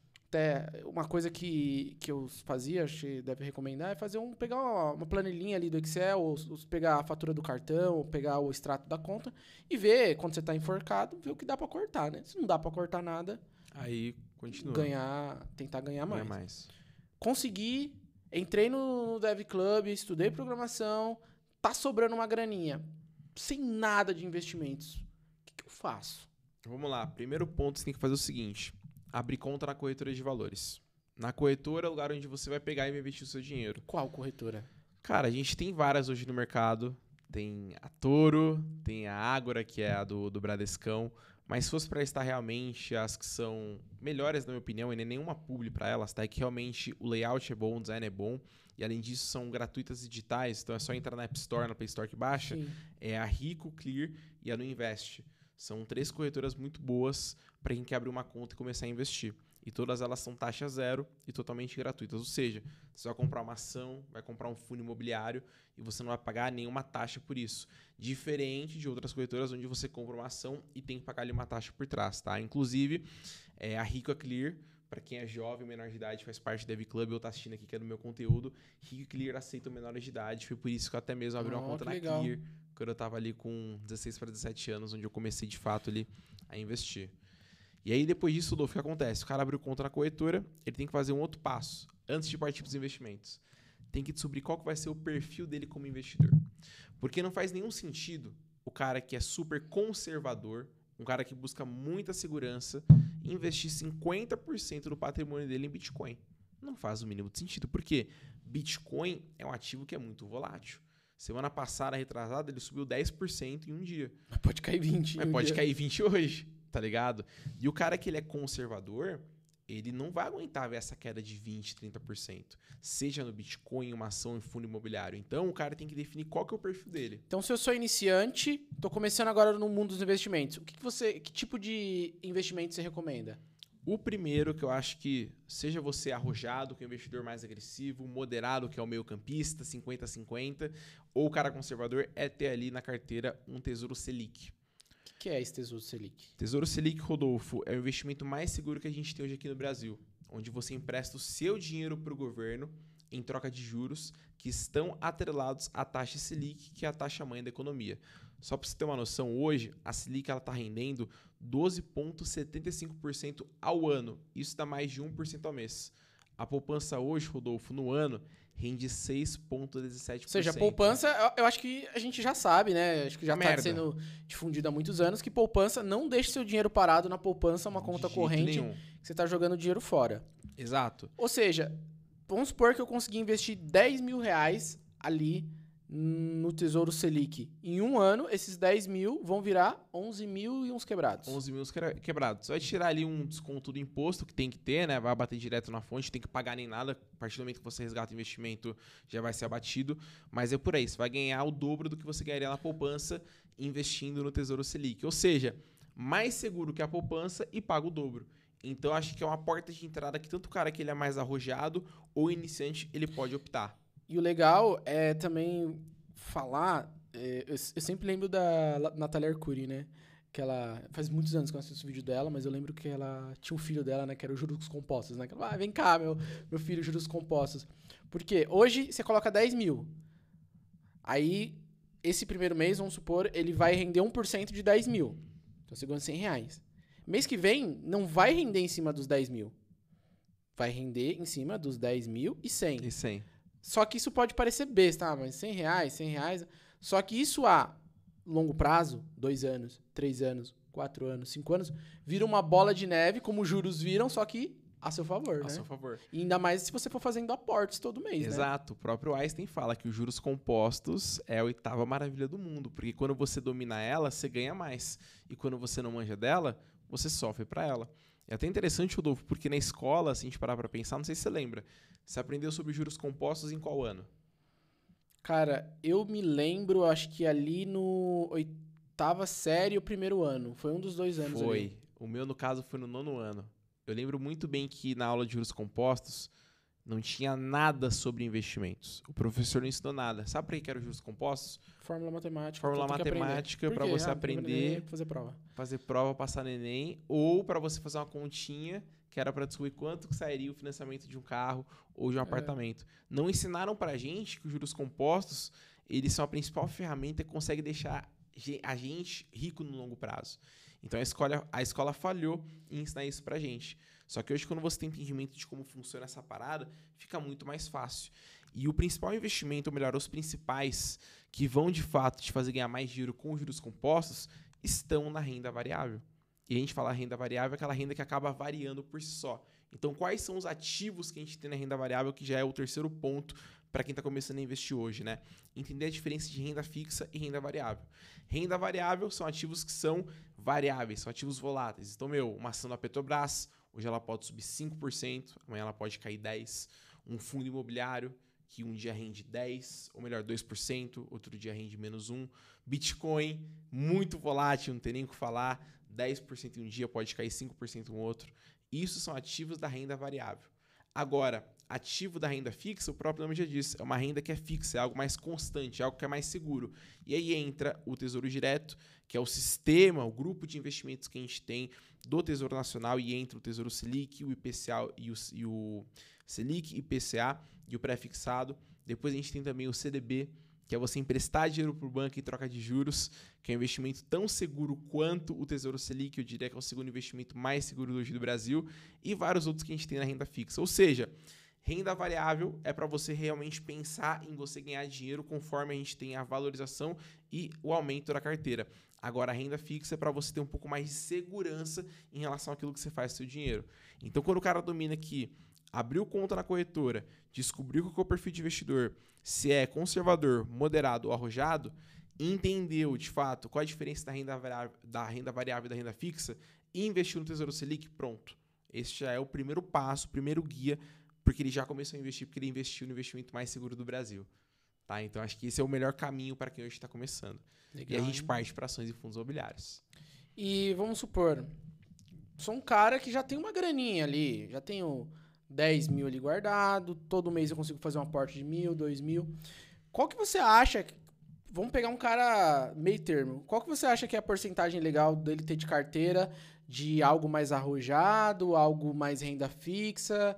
Até uma coisa que, que eu fazia, acho que deve recomendar, é fazer um, pegar uma, uma planilhinha ali do Excel, ou, ou pegar a fatura do cartão, ou pegar o extrato da conta e ver, quando você tá enforcado, ver o que dá pra cortar, né? Se não dá pra cortar nada, Aí, continua. ganhar, tentar ganhar mais. Ganha mais. Consegui, entrei no, no Dev Club, estudei programação, tá sobrando uma graninha, sem nada de investimentos. O que, que eu faço? Vamos lá. Primeiro ponto, você tem que fazer o seguinte. Abrir conta na corretora de valores. Na corretora é o lugar onde você vai pegar e investir o seu dinheiro. Qual corretora? Cara, a gente tem várias hoje no mercado. Tem a Toro, tem a Ágora, que é a do, do Bradescão. Mas se fosse para estar realmente as que são melhores, na minha opinião, e nem nenhuma publi para elas, tá? É que realmente o layout é bom, o design é bom. E além disso, são gratuitas e digitais. Então é só entrar na App Store, na Play Store que baixa. Sim. É a Rico, Clear e a Nuinvest. São três corretoras muito boas para quem quer abrir uma conta e começar a investir. E todas elas são taxa zero e totalmente gratuitas. Ou seja, você vai comprar uma ação, vai comprar um fundo imobiliário e você não vai pagar nenhuma taxa por isso. Diferente de outras corretoras onde você compra uma ação e tem que pagar ali uma taxa por trás, tá? Inclusive, é, a Rico, a Clear, para quem é jovem, menor de idade, faz parte do Dev Club, ou tá assistindo aqui que é do meu conteúdo, Rico e Clear aceitam menores de idade. Foi por isso que eu até mesmo abri Oh, uma conta que na legal. Clear, quando eu tava ali com dezesseis para dezessete anos, onde eu comecei de fato ali a investir. E aí, depois disso, Rodolfo, o que acontece? O cara abriu conta na corretora, ele tem que fazer um outro passo, antes de partir para os investimentos. Tem que descobrir qual que vai ser o perfil dele como investidor. Porque não faz nenhum sentido o cara que é super conservador, um cara que busca muita segurança, investir cinquenta por cento do patrimônio dele em Bitcoin. Não faz o mínimo de sentido, porque Bitcoin é um ativo que é muito volátil. Semana passada, retrasada, ele subiu dez por cento em um dia. Mas pode cair vinte. Mas um pode dia. cair vinte hoje, tá ligado? E o cara que ele é conservador, ele não vai aguentar ver essa queda de vinte, trinta por cento. Seja no Bitcoin, uma ação em fundo imobiliário. Então, o cara tem que definir qual que é o perfil dele. Então, se eu sou iniciante, tô começando agora no mundo dos investimentos, o que, que você, que tipo de investimento você recomenda? O primeiro, que eu acho que seja você arrojado, que é o investidor mais agressivo, moderado, que é o meio campista, cinquenta a cinquenta, ou o cara conservador, é ter ali na carteira um Tesouro Selic. O que, que é esse Tesouro Selic? Tesouro Selic, Rodolfo, é o investimento mais seguro que a gente tem hoje aqui no Brasil, onde você empresta o seu dinheiro para o governo em troca de juros que estão atrelados à taxa Selic, que é a taxa mãe da economia. Só para você ter uma noção, hoje a Selic está rendendo doze vírgula setenta e cinco por cento ao ano. Isso dá mais de um por cento ao mês. A poupança hoje, Rodolfo, no ano, rende seis vírgula dezessete por cento. Ou seja, a poupança, eu- eu acho que a gente já sabe, né? Acho que já Uma está merda. sendo difundido há muitos anos, que poupança, não deixe seu dinheiro parado na poupança, uma De conta jeito corrente, nenhum. que você está jogando dinheiro fora. Exato. Ou seja, vamos supor que eu consegui investir dez mil reais ali no Tesouro Selic. Em um ano, esses dez mil vão virar onze mil e uns quebrados. onze mil quebrados. Você vai tirar ali um desconto do imposto que tem que ter, né? Vai bater direto na fonte, tem que pagar nem nada. A partir do momento que você resgata o investimento, já vai ser abatido. Mas é por aí, você vai ganhar o dobro do que você ganharia na poupança investindo no Tesouro Selic. Ou seja, mais seguro que a poupança e paga o dobro. Então, acho que é uma porta de entrada que tanto o cara que ele é mais arrojado ou iniciante, ele pode optar. E o legal é também falar... é, eu, eu sempre lembro da La- Natália Arcuri, né? Que ela... Faz muitos anos que eu assisto o vídeo dela, mas eu lembro que ela tinha um filho dela, né? Que era o Juros Compostos, né? Que ela, ah, vem cá, meu, meu filho, Juros Compostos. Porque hoje você coloca dez mil. Aí, esse primeiro mês, vamos supor, ele vai render um por cento de dez mil. Então você ganha cem reais. Mês que vem, não vai render em cima dos dez mil. Vai render em cima dos dez mil e cem. E cem. Só que isso pode parecer besta, ah, mas cem reais, cem reais. Só que isso a longo prazo, dois anos, três anos, quatro anos, cinco anos, vira uma bola de neve, como os juros viram, só que a seu favor, a né? seu favor. E ainda mais se você for fazendo aportes todo mês, né? Exato. O próprio Einstein fala que os juros compostos é a oitava maravilha do mundo, porque quando você domina ela, você ganha mais. E quando você não manja dela, você sofre para ela. É até interessante, Rodolfo, porque na escola, se a gente parar para pensar, não sei se você lembra, você aprendeu sobre juros compostos em qual ano? Cara, eu me lembro, acho que ali no oitava série, o primeiro ano. Foi um dos dois anos Foi. ali. O meu, no caso, foi no nono ano. Eu lembro muito bem que na aula de juros compostos não tinha nada sobre investimentos. O professor não ensinou nada. Sabe para que eram os juros compostos? Fórmula matemática. Fórmula então tem que matemática aprender. para Por quê? você Ah, tem que aprender, fazer prova. fazer prova, passar no Enem, ou para você fazer uma continha que era para descobrir quanto que sairia o financiamento de um carro ou de um É. apartamento. Não ensinaram pra gente que os juros compostos, eles são a principal ferramenta que consegue deixar a gente rico no longo prazo. Então a escola, a escola falhou em ensinar isso pra gente. Só que hoje, quando você tem entendimento de como funciona essa parada, fica muito mais fácil. E o principal investimento, ou melhor, os principais que vão de fato te fazer ganhar mais dinheiro com juros compostos, estão na renda variável. E a gente fala renda variável, é aquela renda que acaba variando por si só. Então, quais são os ativos que a gente tem na renda variável, que já é o terceiro ponto para quem está começando a investir hoje, né? Entender a diferença de renda fixa e renda variável. Renda variável são ativos que são variáveis, são ativos voláteis. Então, meu, uma ação da Petrobras, hoje ela pode subir cinco por cento, amanhã ela pode cair dez por cento. Um fundo imobiliário, que um dia rende dez por cento, ou melhor, dois por cento, outro dia rende menos um por cento. Bitcoin, muito volátil, não tem nem o que falar. dez por cento em um dia, pode cair cinco por cento em outro. Isso são ativos da renda variável. Agora, ativo da renda fixa, o próprio nome já diz, é uma renda que é fixa, é algo mais constante, é algo que é mais seguro. E aí entra o Tesouro Direto, que é o sistema, o grupo de investimentos que a gente tem do Tesouro Nacional, e entra o Tesouro Selic, o I P C A e o, e o Selic, I P C A e o pré-fixado. Depois a gente tem também o C D B, que é você emprestar dinheiro para o banco em troca de juros, que é um investimento tão seguro quanto o Tesouro Selic, eu diria que é o segundo investimento mais seguro hoje do Brasil, e vários outros que a gente tem na renda fixa. Ou seja, renda variável é para você realmente pensar em você ganhar dinheiro conforme a gente tem a valorização e o aumento da carteira. Agora, a renda fixa é para você ter um pouco mais de segurança em relação àquilo que você faz com o seu dinheiro. Então, quando o cara domina que abriu conta na corretora, descobriu qual é o perfil de investidor, se é conservador, moderado ou arrojado, entendeu de fato qual a diferença da renda variável, da renda variável e da renda fixa e investiu no Tesouro Selic, pronto. Esse já é o primeiro passo, o primeiro guia, porque ele já começou a investir, porque ele investiu no investimento mais seguro do Brasil. Tá? Então, acho que esse é o melhor caminho para quem hoje está começando. Legal, e a gente hein? parte para ações e fundos imobiliários. E vamos supor, sou um cara que já tem uma graninha ali, já tenho dez mil ali guardado, todo mês eu consigo fazer um aporte de mil, dois mil. Qual que você acha, vamos pegar um cara meio termo, qual que você acha que é a porcentagem legal dele ter de carteira de algo mais arrojado, algo mais renda fixa?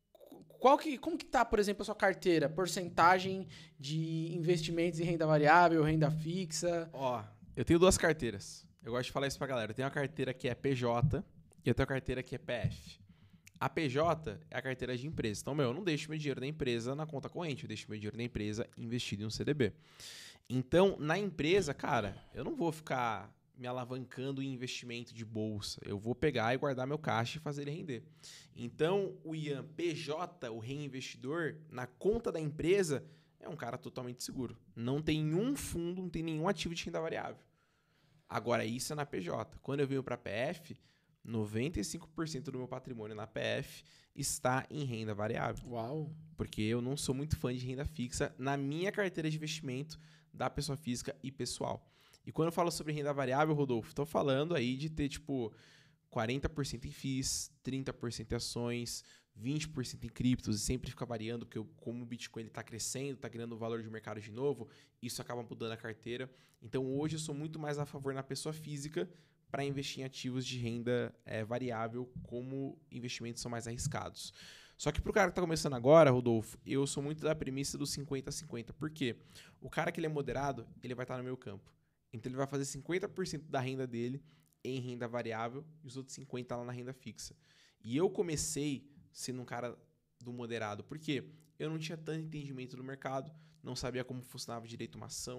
Qual que, como que tá, por exemplo, a sua carteira? Porcentagem de investimentos em renda variável, renda fixa? Ó, eu tenho duas carteiras. Eu gosto de falar isso pra galera. Eu tenho uma carteira que é P J e eu tenho uma carteira que é P F. A P J é a carteira de empresa. Então, meu, eu não deixo meu dinheiro da empresa na conta corrente, eu deixo meu dinheiro da empresa investido em um C D B. Então, na empresa, cara, eu não vou ficar me alavancando em investimento de bolsa. Eu vou pegar e guardar meu caixa e fazer ele render. Então, o Ian P J, o reinvestidor, na conta da empresa, é um cara totalmente seguro. Não tem nenhum fundo, não tem nenhum ativo de renda variável. Agora, isso é na P J. Quando eu venho para a P F, noventa e cinco por cento do meu patrimônio na P F está em renda variável. Uau! Porque eu não sou muito fã de renda fixa na minha carteira de investimento da pessoa física e pessoal. E quando eu falo sobre renda variável, Rodolfo, estou falando aí de ter, tipo, quarenta por cento em F I Is, trinta por cento em ações, vinte por cento em criptos, e sempre fica variando, porque eu, como o Bitcoin está crescendo, está ganhando valor de mercado de novo, isso acaba mudando a carteira. Então, hoje eu sou muito mais a favor na pessoa física para investir em ativos de renda é, variável, como investimentos são mais arriscados. Só que para o cara que está começando agora, Rodolfo, eu sou muito da premissa do cinquenta a cinquenta. Por quê? O cara que ele é moderado, ele vai estar no meu campo. Então, ele vai fazer cinquenta por cento da renda dele em renda variável e os outros cinquenta por cento lá na renda fixa. E eu comecei sendo um cara do moderado. Por quê? Eu não tinha tanto entendimento do mercado, não sabia como funcionava direito uma ação,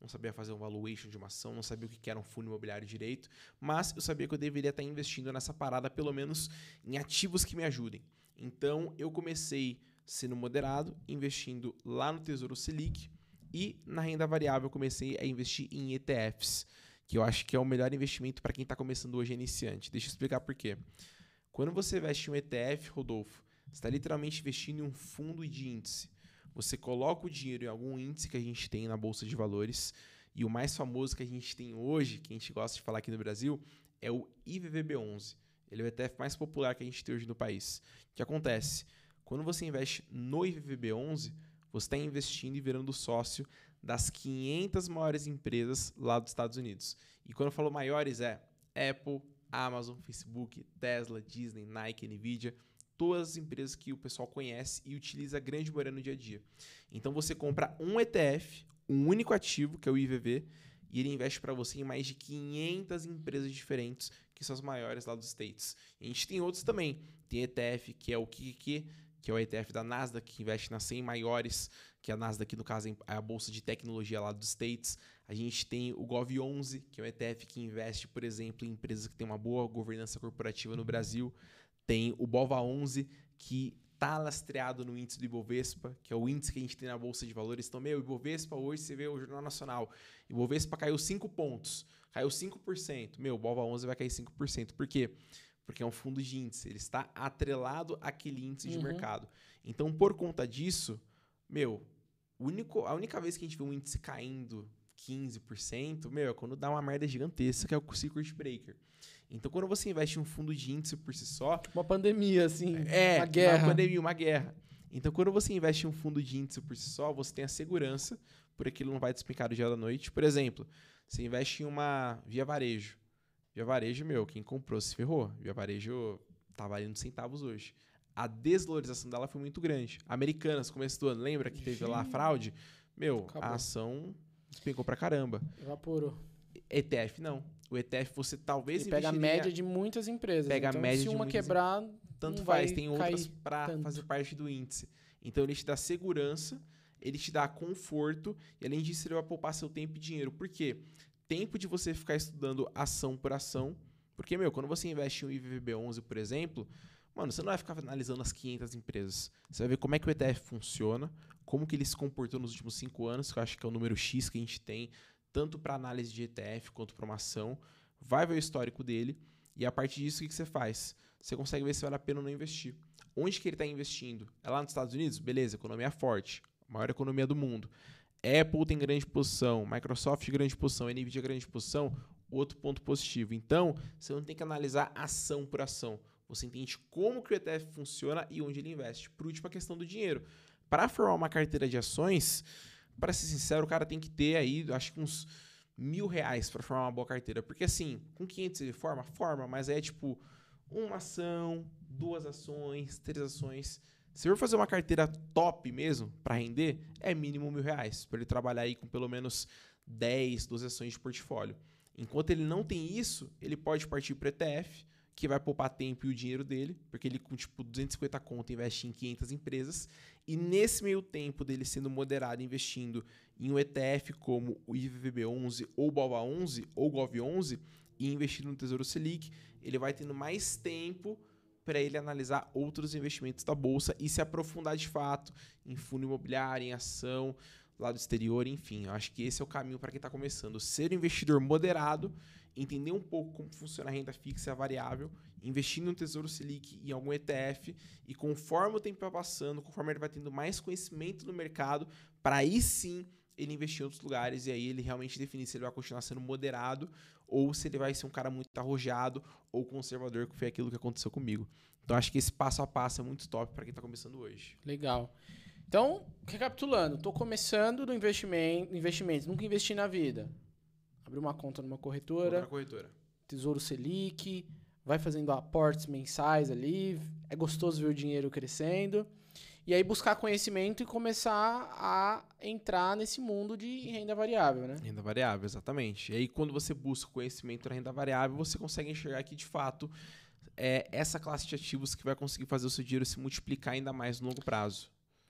não sabia fazer um valuation de uma ação, não sabia o que era um fundo imobiliário direito, mas eu sabia que eu deveria estar investindo nessa parada, pelo menos em ativos que me ajudem. Então, eu comecei sendo moderado, investindo lá no Tesouro Selic, e na renda variável eu comecei a investir em E T Fs, que eu acho que é o melhor investimento para quem está começando hoje iniciante. Deixa eu explicar por quê. Quando você investe em um E T F, Rodolfo, você está literalmente investindo em um fundo de índice. Você coloca o dinheiro em algum índice que a gente tem na Bolsa de Valores, e o mais famoso que a gente tem hoje, que a gente gosta de falar aqui no Brasil, é o I V V B onze. Ele é o E T F mais popular que a gente tem hoje no país. O que acontece? Quando você investe no I V V B onze, você está investindo e virando sócio das quinhentas maiores empresas lá dos Estados Unidos. E quando eu falo maiores, é Apple, Amazon, Facebook, Tesla, Disney, Nike, Nvidia, todas as empresas que o pessoal conhece e utiliza a grande maioria no dia a dia. Então você compra um E T F, um único ativo, que é o I V V, e ele investe para você em mais de quinhentas empresas diferentes, que são as maiores lá dos States. A gente tem outros também. Tem E T F, que é o K Q Q, que é o E T F da Nasdaq, que investe nas cem maiores, que a Nasdaq, no caso, é a bolsa de tecnologia lá dos States. A gente tem o Gov onze, que é o E T F que investe, por exemplo, em empresas que têm uma boa governança corporativa no Brasil. Tem o Bova onze, que está lastreado no índice do Ibovespa, que é o índice que a gente tem na Bolsa de Valores. Então, meu, Ibovespa hoje, você vê o Jornal Nacional, Ibovespa caiu cinco pontos, caiu cinco por cento. Meu, o Bova onze vai cair cinco por cento. Por quê? Porque é um fundo de índice, ele está atrelado àquele índice de uhum. mercado. Então, por conta disso, meu, o único, a única vez que a gente vê um índice caindo quinze por cento, meu, é quando dá uma merda gigantesca, que é o circuit breaker. Então, quando você investe em um fundo de índice por si só... Uma pandemia, assim, é, uma guerra. Uma pandemia, uma guerra. Então, quando você investe em um fundo de índice por si só, você tem a segurança, por aquilo não vai despencar do dia da noite. Por exemplo, você investe em uma Via Varejo. Via Varejo, meu, quem comprou se ferrou. Via Varejo tá valendo centavos hoje. A desvalorização dela foi muito grande. Americanas, começo do ano, lembra que teve lá a fraude? Meu, Acabou. A ação despencou pra caramba. Evaporou. E T F não. O E T F você talvez Ele pega a média de muitas empresas. Pega então, a média se de uma muitas quebrar, em... tanto não faz, vai tem outras para fazer parte do índice. Então ele te dá segurança, ele te dá conforto e além disso ele vai poupar seu tempo e dinheiro. Por quê? Tempo de você ficar estudando ação por ação. Porque, meu, quando você investe em um I V V B onze, por exemplo, mano, você não vai ficar analisando as quinhentas empresas. Você vai ver como é que o E T F funciona, como que ele se comportou nos últimos cinco anos, que eu acho que é o número X que a gente tem, tanto para análise de E T F quanto para uma ação. Vai ver o histórico dele e a partir disso, o que você faz? Você consegue ver se vale a pena ou não investir. Onde que ele está investindo? É lá nos Estados Unidos? Beleza, economia forte, maior economia do mundo. Apple tem grande posição, Microsoft grande posição, Nvidia grande posição, outro ponto positivo. Então, você não tem que analisar ação por ação. Você entende como que o E T F funciona e onde ele investe. Por último, a questão do dinheiro. Para formar uma carteira de ações, para ser sincero, o cara tem que ter aí, acho que uns mil reais para formar uma boa carteira. Porque assim, com quinhentos ele forma? Forma, mas é tipo uma ação, duas ações, três ações. Se for fazer uma carteira top mesmo, para render, é mínimo mil reais. Para ele trabalhar aí com pelo menos dez, doze ações de portfólio. Enquanto ele não tem isso, ele pode partir para o E T F, que vai poupar tempo e o dinheiro dele, porque ele com tipo duzentos e cinquenta conto investe em quinhentas empresas, e nesse meio tempo dele sendo moderado investindo em um E T F como o I V V B onze ou Bova onze ou Gov onze e investindo no Tesouro Selic, ele vai tendo mais tempo para ele analisar outros investimentos da bolsa e se aprofundar de fato em fundo imobiliário, em ação, lá do exterior, enfim. Eu acho que esse é o caminho para quem está começando. Ser um investidor moderado, entender um pouco como funciona a renda fixa e a variável, investir no Tesouro Selic em algum E T F e conforme o tempo vai passando, conforme ele vai tendo mais conhecimento no mercado, para aí sim ele investir em outros lugares e aí ele realmente definir se ele vai continuar sendo moderado ou se ele vai ser um cara muito arrojado ou conservador, que foi aquilo que aconteceu comigo. Então acho que esse passo a passo é muito top para quem está começando hoje. Legal. Então, recapitulando, estou começando no investimento, investimentos, nunca investi na vida. Abri uma conta numa corretora, Outra corretora. Tesouro Selic, vai fazendo aportes mensais ali, é gostoso ver o dinheiro crescendo. E aí buscar conhecimento e começar a entrar nesse mundo de renda variável, né? Renda variável, exatamente. E aí quando você busca conhecimento na renda variável, você consegue enxergar que de fato é essa classe de ativos que vai conseguir fazer o seu dinheiro se multiplicar ainda mais no longo prazo.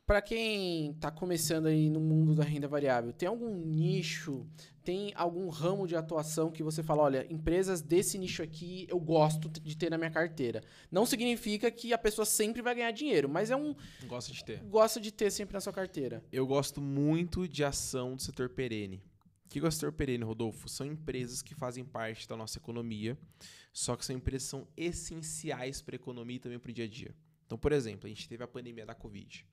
Para quem está começando aí no mundo da renda variável, tem algum nicho, tem algum ramo de atuação que você fala, olha, empresas desse nicho aqui eu gosto de ter na minha carteira. Não significa que a pessoa sempre vai ganhar dinheiro, mas é um... Gosta de ter. Gosta de ter sempre na sua carteira. Eu gosto muito de ação do setor perene. O que é o setor perene, Rodolfo? São empresas que fazem parte da nossa economia, só que são empresas que são essenciais para a economia e também para o dia a dia. Então, por exemplo, a gente teve a pandemia da Covid.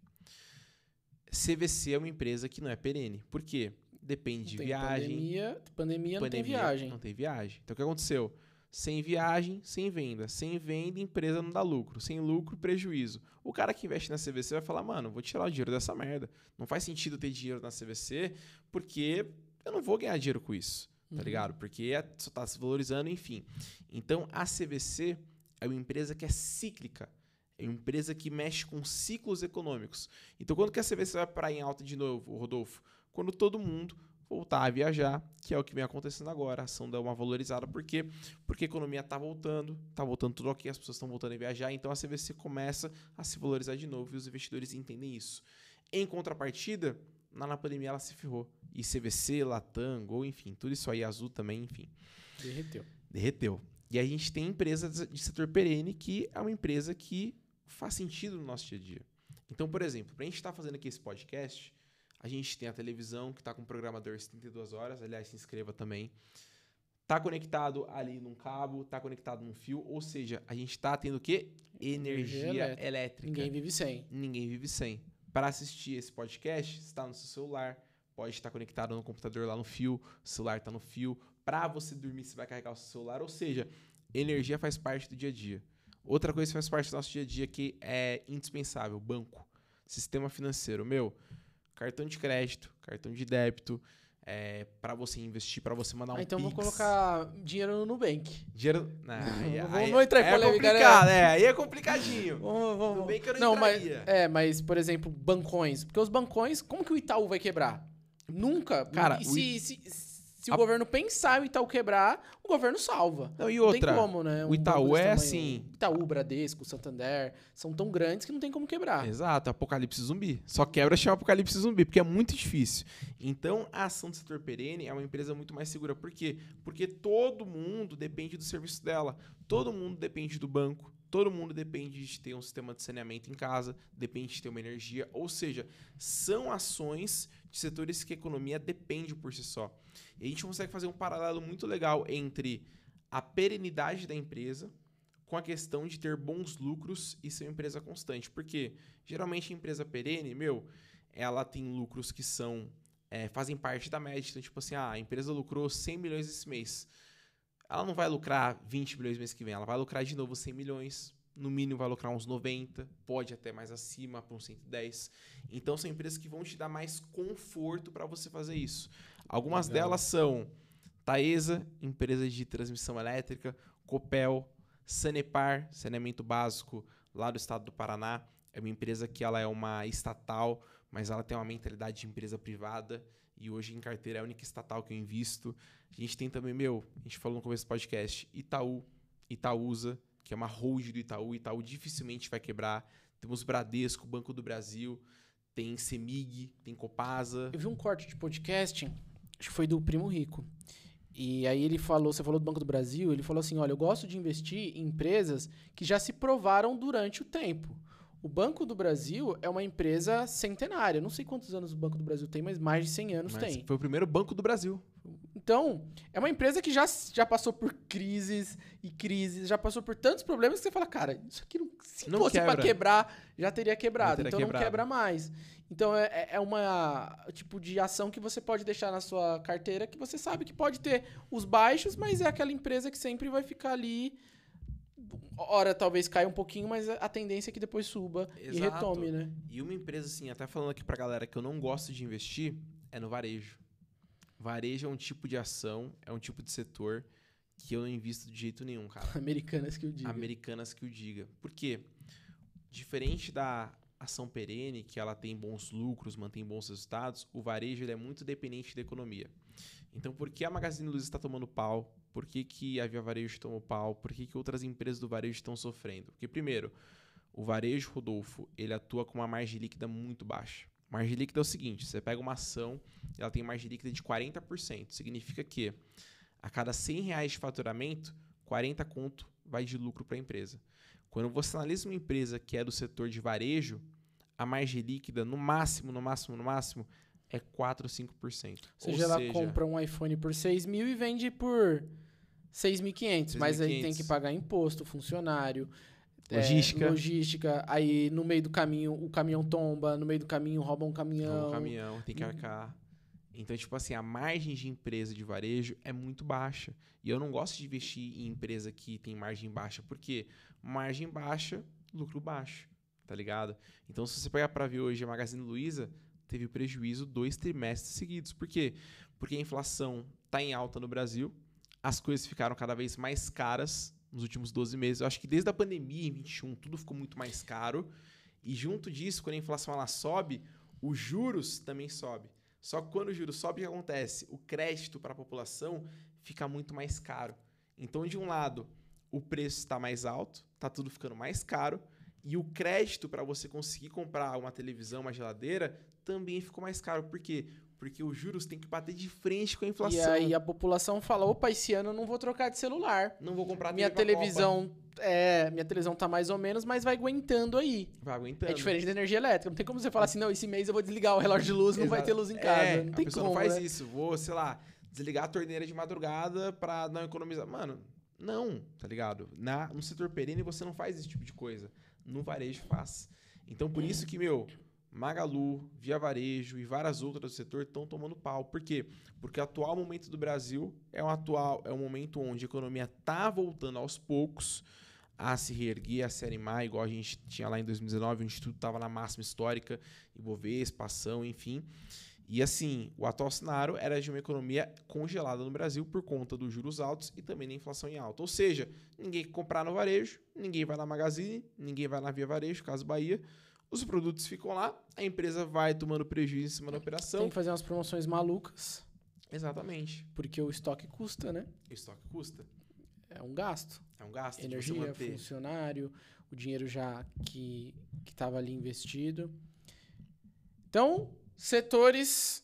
C V C é uma empresa que não é perene. Por quê? Depende de viagem. Pandemia, pandemia não pandemia tem viagem. Não tem viagem. Então, o que aconteceu? Sem viagem, sem venda. Sem venda, empresa não dá lucro. Sem lucro, prejuízo. O cara que investe na C V C vai falar, mano, vou tirar o dinheiro dessa merda. Não faz sentido ter dinheiro na C V C porque eu não vou ganhar dinheiro com isso, tá Uhum. ligado? Porque é, só tá se valorizando, enfim. Então, a C V C é uma empresa que é cíclica. É uma empresa que mexe com ciclos econômicos. Então, quando que a C V C vai parar em alta de novo, Rodolfo? Quando todo mundo voltar a viajar, que é o que vem acontecendo agora. A ação dá uma valorizada. Por quê? Porque a economia está voltando, está voltando tudo ok, as pessoas estão voltando a viajar, então a C V C começa a se valorizar de novo e os investidores entendem isso. Em contrapartida, lá na pandemia ela se ferrou. E C V C, Latam, Gol, enfim, tudo isso aí, Azul também, enfim. Derreteu. Derreteu. E aí a gente tem empresas de setor perene que é uma empresa que faz sentido no nosso dia a dia. Então, por exemplo, para a gente estar fazendo aqui esse podcast, a gente tem a televisão que está com um programador setenta e duas horas, aliás, se inscreva também. Está conectado ali num cabo, está conectado num fio, ou seja, a gente está tendo o quê? Energia, Energia elétrica. elétrica. Ninguém vive sem. Ninguém vive sem. Para assistir esse podcast, você está no seu celular, pode estar conectado no computador lá no fio, o celular está no fio. Para você dormir, você vai carregar o seu celular, ou seja, energia faz parte do dia a dia. Outra coisa que faz parte do nosso dia a dia que é indispensável, banco, sistema financeiro. Meu, cartão de crédito, cartão de débito, é, para você investir, para você mandar um ah, então Pix. vou colocar dinheiro no Nubank. Dinheiro... Não, aí, vamos, aí, vamos entrar em é polêmica, complicado, né? é, aí é complicadinho. Vamos, vamos. Nubank eu não, não mas, entraria. é, mas, por exemplo, bancões. Porque os bancões, como que o Itaú vai quebrar? Nunca. Cara, e o se, se, se a... o governo pensar em o Itaú quebrar, o governo salva. Não, e outra, não tem como, né? Um o Itaú é tamanho, assim... Itaú, Bradesco, Santander, são tão grandes que não tem como quebrar. Exato, apocalipse zumbi. Só quebra se chama apocalipse zumbi, porque é muito difícil. Então, a ação do setor perene é uma empresa muito mais segura. Por quê? Porque todo mundo depende do serviço dela. Todo mundo depende do banco. Todo mundo depende de ter um sistema de saneamento em casa, depende de ter uma energia. Ou seja, são ações de setores que a economia depende por si só. E a gente consegue fazer um paralelo muito legal entre a perenidade da empresa com a questão de ter bons lucros e ser uma empresa constante. Porque, geralmente, a empresa perene, meu, ela tem lucros que são, é, fazem parte da média. Então, tipo assim, ah, a empresa lucrou cem milhões esse mês. Ela não vai lucrar vinte milhões no mês que vem, ela vai lucrar de novo cem milhões, no mínimo vai lucrar uns noventa, pode até mais acima, para uns cento e dez. Então, são empresas que vão te dar mais conforto para você fazer isso. Algumas Legal. delas são Taesa, empresa de transmissão elétrica, Copel, Sanepar, saneamento básico lá do estado do Paraná. É uma empresa que ela é uma estatal, mas ela tem uma mentalidade de empresa privada. E hoje em carteira é a única estatal que eu invisto. A gente tem também, meu, a gente falou no começo do podcast, Itaú, Itaúsa, que é uma hold do Itaú. Itaú dificilmente vai quebrar. Temos Bradesco, Banco do Brasil, tem Semig, tem Copasa. Eu vi um corte de podcast, acho que foi do Primo Rico. E aí ele falou, você falou do Banco do Brasil, ele falou assim, olha, eu gosto de investir em empresas que já se provaram durante o tempo. O Banco do Brasil é uma empresa centenária. Não sei quantos anos o Banco do Brasil tem, mas mais de cem anos mas tem. Foi o primeiro banco do Brasil. Então, é uma empresa que já, já passou por crises e crises, já passou por tantos problemas que você fala, cara, isso aqui não, se não fosse para quebrar, já teria quebrado. Já teria então quebrado. Não quebra mais. Então, é, é uma tipo de ação que você pode deixar na sua carteira que você sabe que pode ter os baixos, mas é aquela empresa que sempre vai ficar ali. Ora, talvez caia um pouquinho, mas a tendência é que depois suba Exato. E retome, né? E uma empresa, assim, até falando aqui pra galera que eu não gosto de investir, é no varejo. Varejo é um tipo de ação, é um tipo de setor que eu não invisto de jeito nenhum, cara. Americanas que o diga. Americanas que o diga. Por quê? Diferente da ação perene, que ela tem bons lucros, mantém bons resultados, o varejo ele é muito dependente da economia. Então, por que a Magazine Luiza está tomando pau? Por que, que a Via Varejo tomou pau? Por que, que outras empresas do varejo estão sofrendo? Porque, primeiro, O varejo, Rodolfo, ele atua com uma margem líquida muito baixa. Margem líquida é o seguinte, você pega uma ação e ela tem margem líquida de quarenta por cento. Significa que a cada cem reais de faturamento, quarenta conto vai de lucro para a empresa. Quando você analisa uma empresa que é do setor de varejo, a margem líquida, no máximo, no máximo, no máximo, é quatro, cinco por cento. Ou seja, Ou ela seja, compra um iPhone por seis mil e vende por seis mil e quinhentos. Mas aí tem que pagar imposto, funcionário, logística. É, logística. Aí no meio do caminho o caminhão tomba, no meio do caminho rouba um caminhão. Rouba um caminhão, tem que arcar. Então, tipo assim, a margem de empresa de varejo é muito baixa. E eu não gosto de investir em empresa que tem margem baixa. Por quê? Margem baixa, lucro baixo. Tá ligado? Então, se você pegar pra ver hoje, a Magazine Luiza teve prejuízo dois trimestres seguidos. Por quê? Porque a inflação tá em alta no Brasil. As coisas ficaram cada vez mais caras nos últimos doze meses. Eu acho que desde a pandemia, em vinte e um, tudo ficou muito mais caro. E junto disso, quando a inflação ela sobe, os juros também sobem. Só que quando o juros sobe, o que acontece? O crédito para a população fica muito mais caro. Então, de um lado, o preço está mais alto, está tudo ficando mais caro, e o crédito para você conseguir comprar uma televisão, uma geladeira, também ficou mais caro. Por quê? Porque os juros têm que bater de frente com a inflação. E aí a população fala, opa, esse ano eu não vou trocar de celular. Não vou comprar minha televisão. É, minha televisão tá mais ou menos, mas vai aguentando aí. Vai aguentando. É diferente da energia elétrica. Não tem como você falar assim, não, esse mês eu vou desligar o relógio de luz, não Exato. vai ter luz em casa. É, não tem a pessoa como, não faz né? isso. Vou, sei lá, desligar a torneira de madrugada pra não economizar. Mano, não, tá ligado? Na, no setor perene você não faz esse tipo de coisa. No varejo faz. Então, por isso que, meu, Magalu, Via Varejo e várias outras do setor estão tomando pau. Por quê? Porque o atual momento do Brasil é um, atual, é um momento onde a economia está voltando aos poucos a se reerguer, a se animar, igual a gente tinha lá em dois mil e dezenove, onde tudo estava na máxima histórica, Ibovespa, ação, enfim. E assim, o atual cenário era de uma economia congelada no Brasil por conta dos juros altos e também da inflação em alta. Ou seja, ninguém quer comprar no varejo, ninguém vai na Magazine, ninguém vai na Via Varejo, Casas Bahia. Os produtos ficam lá, a empresa vai tomando prejuízo em cima da operação. Tem que fazer umas promoções malucas. Exatamente. Porque o estoque custa, né? O estoque custa. É um gasto. É um gasto. Energia, funcionário, o dinheiro já que estava ali investido. Então, setores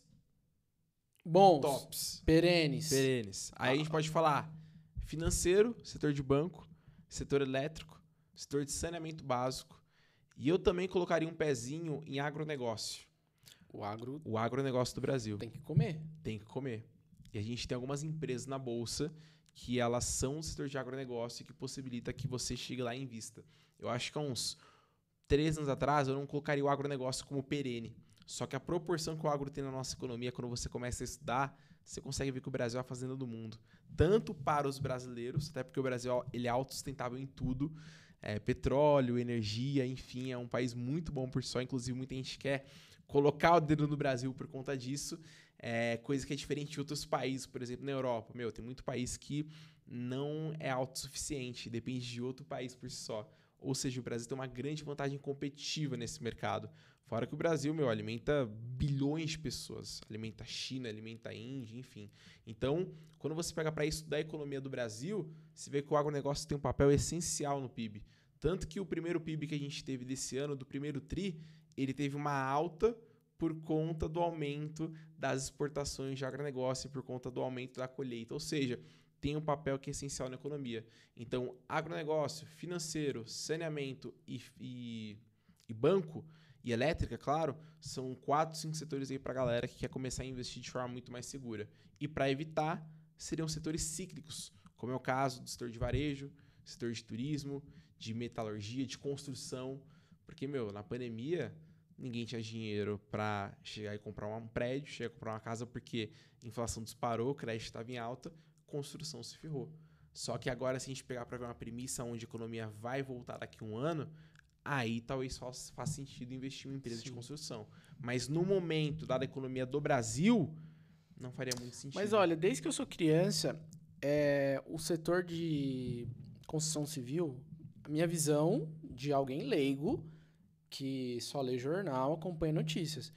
bons. Tops. Perenes. Perenes. Aí ah. a gente pode falar financeiro, setor de banco, setor elétrico, setor de saneamento básico. E eu também colocaria um pezinho em agronegócio. O agro... O agronegócio do Brasil. Tem que comer. Tem que comer. E a gente tem algumas empresas na Bolsa que elas são do setor de agronegócio e que possibilita que você chegue lá e invista. Eu acho que há uns três anos atrás eu não colocaria o agronegócio como perene. Só que a proporção que o agro tem na nossa economia, quando você começa a estudar, você consegue ver que o Brasil é a fazenda do mundo. Tanto para os brasileiros, até porque o Brasil ele é autossustentável em tudo. É, petróleo, energia, enfim, é um país muito bom por só. Inclusive, muita gente quer colocar o dedo no Brasil por conta disso. É, coisa que é diferente de outros países, por exemplo, na Europa. Meu, tem muito país que não é autossuficiente, depende de outro país por si só. Ou seja, o Brasil tem uma grande vantagem competitiva nesse mercado. Fora que o Brasil, meu, alimenta bilhões de pessoas. Alimenta a China, alimenta a Índia, enfim. Então, quando você pega para estudar a economia do Brasil, você vê que o agronegócio tem um papel essencial no P I B. Tanto que o primeiro P I B que a gente teve desse ano, do primeiro tri, ele teve uma alta por conta do aumento das exportações de agronegócio, por conta do aumento da colheita. Ou seja, tem um papel que é essencial na economia. Então, agronegócio, financeiro, saneamento e, e, e banco, e elétrica, claro, são quatro, cinco setores aí para a galera que quer começar a investir de forma muito mais segura. E para evitar, seriam setores cíclicos, como é o caso do setor de varejo, setor de turismo, de metalurgia, de construção. Porque, meu, na pandemia, ninguém tinha dinheiro para chegar e comprar um prédio, chegar e comprar uma casa, porque a inflação disparou, o crédito estava em alta, construção se ferrou. Só que agora, se a gente pegar para ver uma premissa onde a economia vai voltar daqui a um ano, aí talvez faça, faça sentido investir em uma empresa Sim. de construção. Mas no momento, dada a economia do Brasil, não faria muito sentido. Mas olha, desde que eu sou criança, é, o setor de construção civil, a minha visão de alguém leigo, que só lê jornal, acompanha notícias.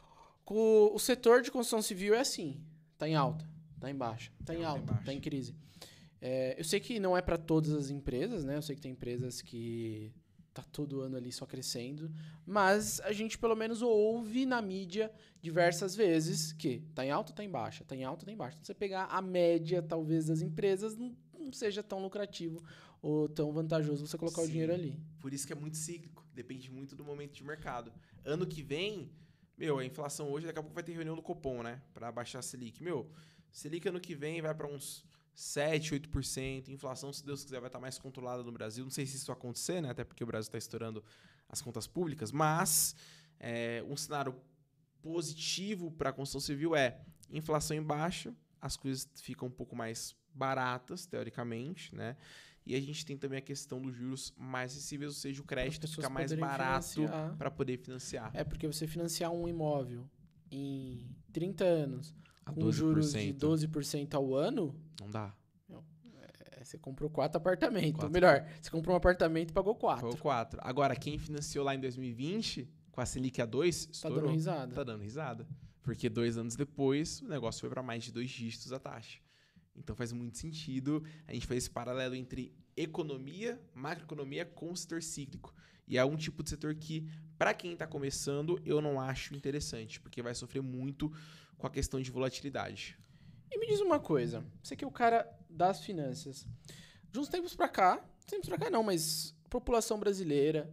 O, o setor de construção civil é assim, tá em alta, tá em baixa, tá em alta, tá em crise. É, eu sei que não é para todas as empresas, né? Eu sei que tem empresas que tá todo ano ali só crescendo, mas a gente pelo menos ouve na mídia diversas vezes que tá em alta ou tá em baixa, tá em alta ou tá em baixa. Então, você pegar a média, talvez, das empresas, não, não seja tão lucrativo ou tão vantajoso você colocar Sim, o dinheiro ali. Por isso que é muito cíclico, depende muito do momento de mercado. Ano que vem, meu, a inflação hoje, daqui a pouco vai ter reunião do Copom, né, para baixar a Selic. Meu, Selic ano que vem vai para uns sete, oito por cento. Inflação, se Deus quiser, vai estar mais controlada no Brasil. Não sei se isso vai acontecer, né? Até porque o Brasil está estourando as contas públicas. Mas é, um cenário positivo para a construção civil é inflação em baixa, as coisas ficam um pouco mais baratas, teoricamente, né? E a gente tem também a questão dos juros mais acessíveis, ou seja, o crédito fica mais barato para poder financiar. É, porque você financiar um imóvel em trinta anos... A com juros de doze por cento ao ano... Não dá. Não, é, você comprou quatro apartamentos. Quatro. Melhor, você comprou um apartamento e pagou quatro. Pagou quatro. Agora, quem financiou lá em dois mil e vinte, com a Selic a dois, estourou. Tá dando risada. Tá dando risada. Porque dois anos depois, o negócio foi para mais de dois dígitos a taxa. Então faz muito sentido a gente fazer esse paralelo entre economia, macroeconomia com o setor cíclico. E é um tipo de setor que, para quem está começando, eu não acho interessante, porque vai sofrer muito com a questão de volatilidade. E me diz uma coisa, você que é o cara das finanças. De uns tempos pra cá, tempos pra cá não, mas a população brasileira,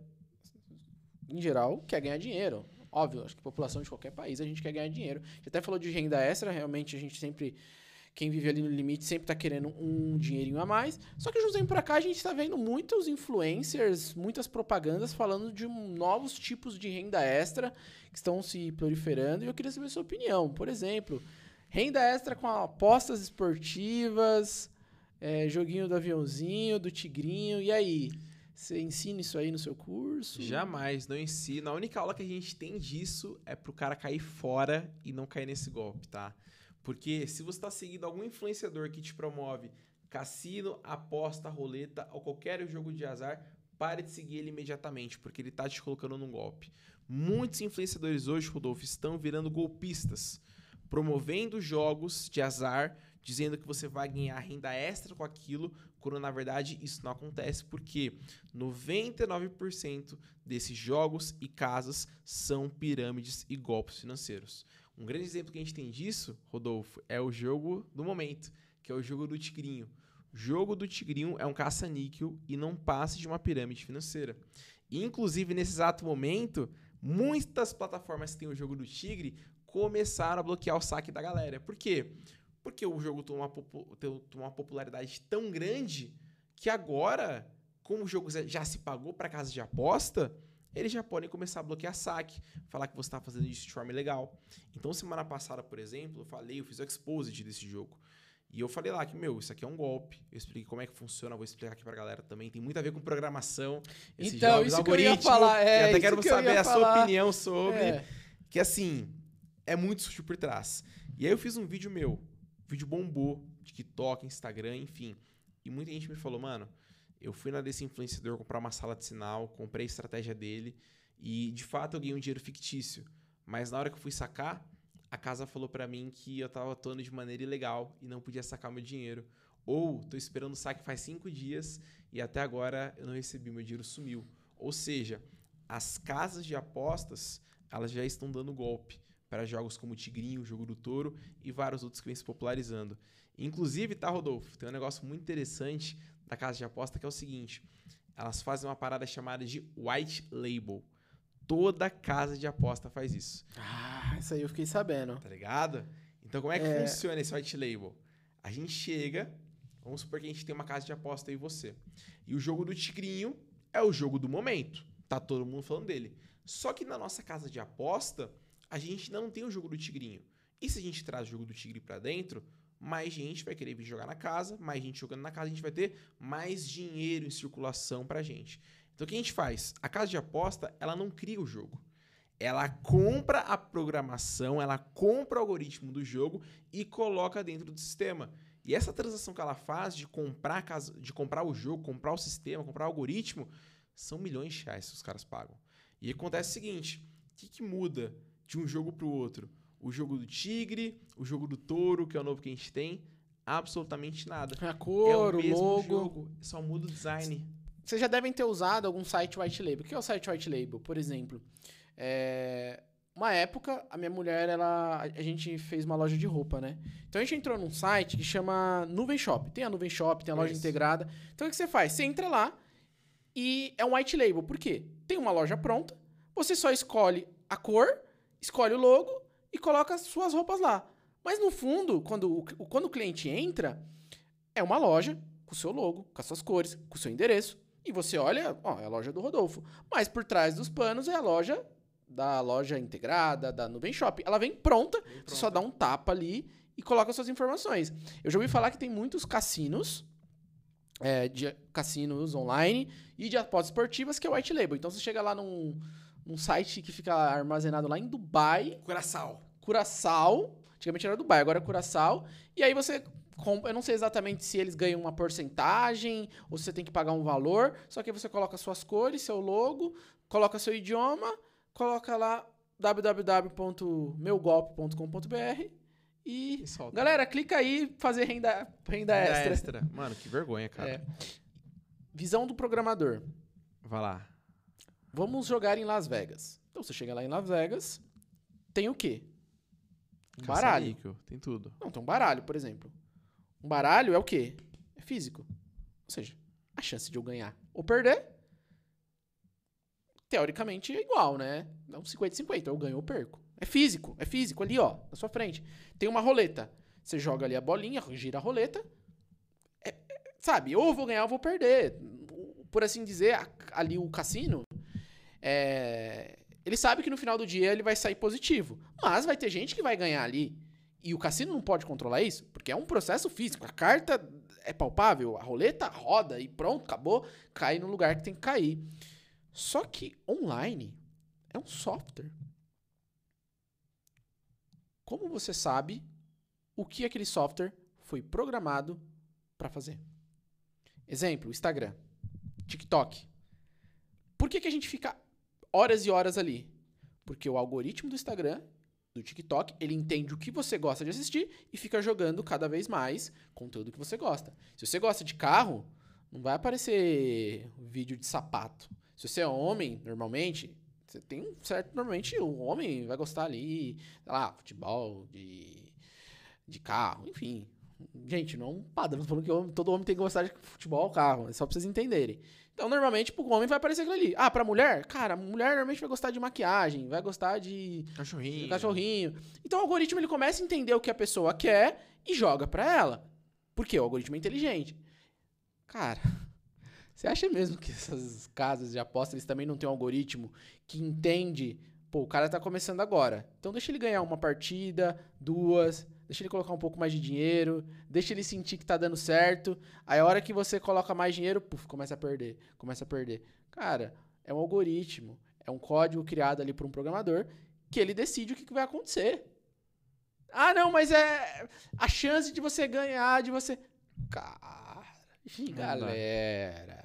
em geral, quer ganhar dinheiro. Óbvio, acho que a população de qualquer país, a gente quer ganhar dinheiro. A gente até falou de renda extra, realmente a gente sempre... Quem vive ali no limite sempre tá querendo um dinheirinho a mais. Só que de uns tempos pra cá, a gente tá vendo muitos influencers, muitas propagandas falando de um, novos tipos de renda extra que estão se proliferando. E eu queria saber a sua opinião. Por exemplo, renda extra com apostas esportivas, é, joguinho do aviãozinho, do tigrinho. E aí? Você ensina isso aí no seu curso? Jamais, não ensino. A única aula que a gente tem disso é pro cara cair fora e não cair nesse golpe, tá? Porque se você está seguindo algum influenciador que te promove cassino, aposta, roleta ou qualquer jogo de azar, pare de seguir ele imediatamente, porque ele está te colocando num golpe. Muitos influenciadores hoje, Rodolfo, estão virando golpistas, promovendo jogos de azar, dizendo que você vai ganhar renda extra com aquilo, quando na verdade isso não acontece, porque noventa e nove por cento desses jogos e casas são pirâmides e golpes financeiros. Um grande exemplo que a gente tem disso, Rodolfo, é o jogo do momento, que é o jogo do Tigrinho. O jogo do Tigrinho é um caça-níquel e não passa de uma pirâmide financeira. E, inclusive, nesse exato momento, muitas plataformas que têm o jogo do Tigre começaram a bloquear o saque da galera. Por quê? Porque o jogo tem uma, popu- tem uma popularidade tão grande que agora, como o jogo já se pagou para casa de aposta, eles já podem começar a bloquear saque, falar que você está fazendo isso de forma ilegal. Então, semana passada, por exemplo, eu falei, eu fiz o exposed desse jogo. E eu falei lá que, meu, isso aqui é um golpe. Eu expliquei como é que funciona, vou explicar aqui pra galera também. Tem muito a ver com programação. Esses então, jogos, isso que eu ia falar. É, e até quero que saber a falar. sua opinião sobre. É. Que, assim, é muito sutil por trás. E aí eu fiz um vídeo meu. O vídeo bombou. TikTok, Instagram, enfim. E muita gente me falou, mano... Eu fui na desse influenciador comprar uma sala de sinal, comprei a estratégia dele e, de fato, eu ganhei um dinheiro fictício. Mas na hora que eu fui sacar, a casa falou pra mim que eu tava atuando de maneira ilegal e não podia sacar meu dinheiro. Ou tô esperando o saque faz cinco dias e até agora eu não recebi, meu dinheiro sumiu. Ou seja, as casas de apostas, elas já estão dando golpe para jogos como o Tigrinho, o Jogo do Touro e vários outros que vêm se popularizando. Inclusive, tá, Rodolfo? Tem um negócio muito interessante da casa de aposta, que é o seguinte, elas fazem uma parada chamada de white label. Toda casa de aposta faz isso. Ah, isso aí eu fiquei sabendo. Tá ligado? Então, como é que É... funciona esse white label? A gente chega, vamos supor que a gente tem uma casa de aposta aí e você. E o jogo do Tigrinho é o jogo do momento. Tá todo mundo falando dele. Só que na nossa casa de aposta, a gente ainda não tem o jogo do Tigrinho. E se a gente traz o jogo do Tigre pra dentro... mais gente vai querer vir jogar na casa, mais gente jogando na casa, a gente vai ter mais dinheiro em circulação pra gente. Então, o que a gente faz? A casa de aposta, ela não cria o jogo. Ela compra a programação, ela compra o algoritmo do jogo e coloca dentro do sistema. E essa transação que ela faz de comprar, a casa, de comprar o jogo, comprar o sistema, comprar o algoritmo, são milhões de reais que os caras pagam. E acontece o seguinte, o que, que muda de um jogo pro outro? O jogo do Tigre, o jogo do Touro, que é o novo que a gente tem, absolutamente nada. A cor, é o mesmo logo. jogo, só muda o design. vocês já devem ter usado algum site white label. O que é o site white label? Por exemplo, é, uma época, a minha mulher, ela, a gente fez uma loja de roupa, né? Então a gente entrou num site que chama Nuvem Shop. Tem a Nuvem Shop, tem a loja Isso. integrada. Então o que você faz? Você entra lá e é um white label. Por quê? Tem uma loja pronta, você só escolhe a cor, escolhe o logo e coloca as suas roupas lá. Mas no fundo, quando o, quando o cliente entra, é uma loja com o seu logo, com as suas cores, com o seu endereço. E você olha, ó, é a loja do Rodolfo. Mas por trás dos panos é a loja da loja integrada, da Nuvem Shop. Ela vem pronta, Bem você só pronta. dá um tapa ali e coloca suas informações. Eu já ouvi falar que tem muitos cassinos, é, de cassinos online e de apostas esportivas que é white label. Então você chega lá num, num site que fica armazenado lá em Dubai, Curaçao. Curaçao. Antigamente era Dubai, agora é Curaçao. E aí você compra, eu não sei exatamente se eles ganham uma porcentagem ou se você tem que pagar um valor, só que aí você coloca suas cores, seu logo, coloca seu idioma, coloca lá w w w ponto meu golpe ponto com ponto b r e... E solta. Galera, clica aí fazer renda, renda, Renda extra. extra. Mano, que vergonha, cara. É. Visão do programador. Vai lá. Vamos jogar em Las Vegas. Então você chega lá em Las Vegas, tem o quê? Um baralho. Caça-níquel, tem tudo. Não, tem um baralho, por exemplo. Um baralho é o quê? É físico. Ou seja, a chance de eu ganhar ou perder, teoricamente, é igual, né? É um cinquenta a cinquenta, eu ganho ou perco. É físico, é físico ali, ó, na sua frente. Tem uma roleta. Você joga ali a bolinha, gira a roleta. É, é, sabe, ou eu vou ganhar ou vou perder. Por assim dizer, a- ali o cassino, é, ele sabe que no final do dia ele vai sair positivo. Mas vai ter gente que vai ganhar ali. E o cassino não pode controlar isso, porque é um processo físico. A carta é palpável, a roleta roda e pronto, acabou. Cai no lugar que tem que cair. Só que online é um software. Como você sabe o que aquele software foi programado para fazer? Exemplo, Instagram, TikTok. Por que, que a gente fica horas e horas ali? Porque o algoritmo do Instagram, do TikTok, ele entende o que você gosta de assistir e fica jogando cada vez mais conteúdo que você gosta. Se você gosta de carro, não vai aparecer vídeo de sapato. Se você é homem, normalmente, você tem um certo... Normalmente, o homem vai gostar ali, sei lá, futebol, de, de carro, enfim. Gente, não é um padrão, falando que homem, todo homem tem que gostar de futebol, carro, é só pra vocês entenderem. Então, normalmente, pro homem vai aparecer aquilo ali. Ah, pra mulher? Cara, a mulher normalmente vai gostar de maquiagem, vai gostar de Cachorrinho. cachorrinho. Então, o algoritmo, ele começa a entender o que a pessoa quer e joga pra ela. Por quê? O algoritmo é inteligente. Cara, você acha mesmo que essas casas de aposta, eles também não têm um algoritmo que entende... Pô, o cara tá começando agora. Então deixa ele ganhar uma partida, duas, deixa ele colocar um pouco mais de dinheiro, deixa ele sentir que tá dando certo. Aí a hora que você coloca mais dinheiro, puf, começa a perder, começa a perder. Cara, é um algoritmo, é um código criado ali por um programador que ele decide o que, que vai acontecer. Ah, não, mas é a chance de você ganhar, de você... Cara, Não dá. galera...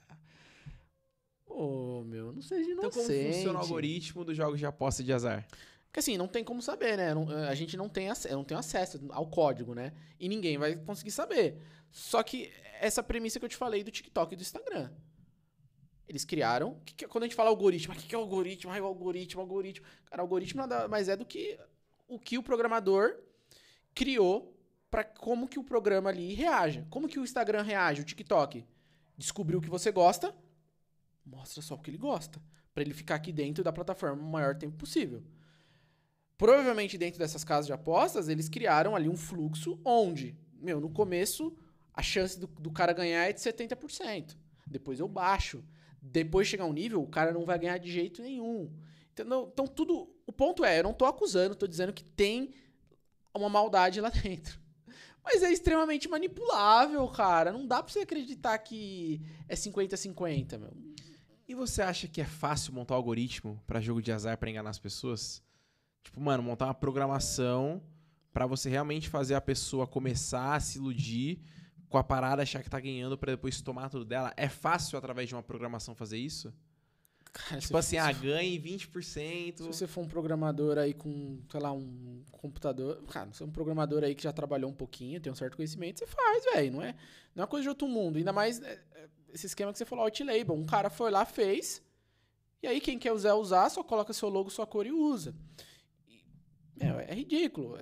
Ô, meu, não seja Então, como inocente. funciona o algoritmo dos jogos de aposta de azar? Porque assim, não tem como saber, né? Não- a gente não tem, ac- eu não tenho acesso ao código, né? E ninguém vai conseguir saber. Só que essa premissa que eu te falei do TikTok e do Instagram. Eles criaram... que que- quando a gente fala algoritmo, o que, que é algoritmo? Ai, o algoritmo, algoritmo. Cara, algoritmo nada mais é do que o que o programador criou para como que o programa ali reaja. Como que o Instagram reage, o TikTok? Descobriu o que você gosta, mostra só o que ele gosta, para ele ficar aqui dentro da plataforma o maior tempo possível. Provavelmente dentro dessas casas de apostas, eles criaram ali um fluxo onde, meu, no começo, a chance do, do cara ganhar é de setenta por cento. Depois eu baixo. Depois chegar um nível, o cara não vai ganhar de jeito nenhum. Entendeu? Então, tudo... O ponto é, eu não tô acusando, tô dizendo que tem uma maldade lá dentro. Mas é extremamente manipulável, cara. Não dá pra você acreditar que é cinquenta a cinquenta, meu. E você acha que é fácil montar um algoritmo pra jogo de azar pra enganar as pessoas? Tipo, mano, montar uma programação pra você realmente fazer a pessoa começar a se iludir com a parada, achar que tá ganhando pra depois tomar tudo dela. É fácil, através de uma programação, fazer isso? Cara, Tipo se- assim, se- ah, ganhe vinte por cento. Se você for um programador aí com, sei lá, um computador... Cara, você é um programador aí que já trabalhou um pouquinho, tem um certo conhecimento, você faz, velho. Não é, não é uma coisa de outro mundo. Ainda mais... é, é, esse esquema que você falou, white-label. Um cara foi lá, fez, e aí quem quer usar, usar, só coloca seu logo, sua cor e usa. E, meu, é ridículo.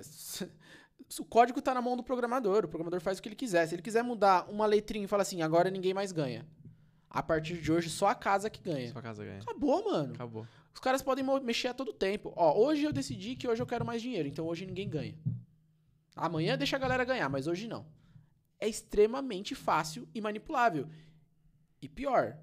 O código tá na mão do programador, o programador faz o que ele quiser. Se ele quiser mudar uma letrinha e falar assim, agora ninguém mais ganha. A partir de hoje, só a casa que ganha. Só a casa ganha. Acabou, mano. Acabou. Os caras podem mexer a todo tempo. Ó, hoje eu decidi que hoje eu quero mais dinheiro, então hoje ninguém ganha. Amanhã deixa a galera ganhar, mas hoje não. É extremamente fácil e manipulável. E pior,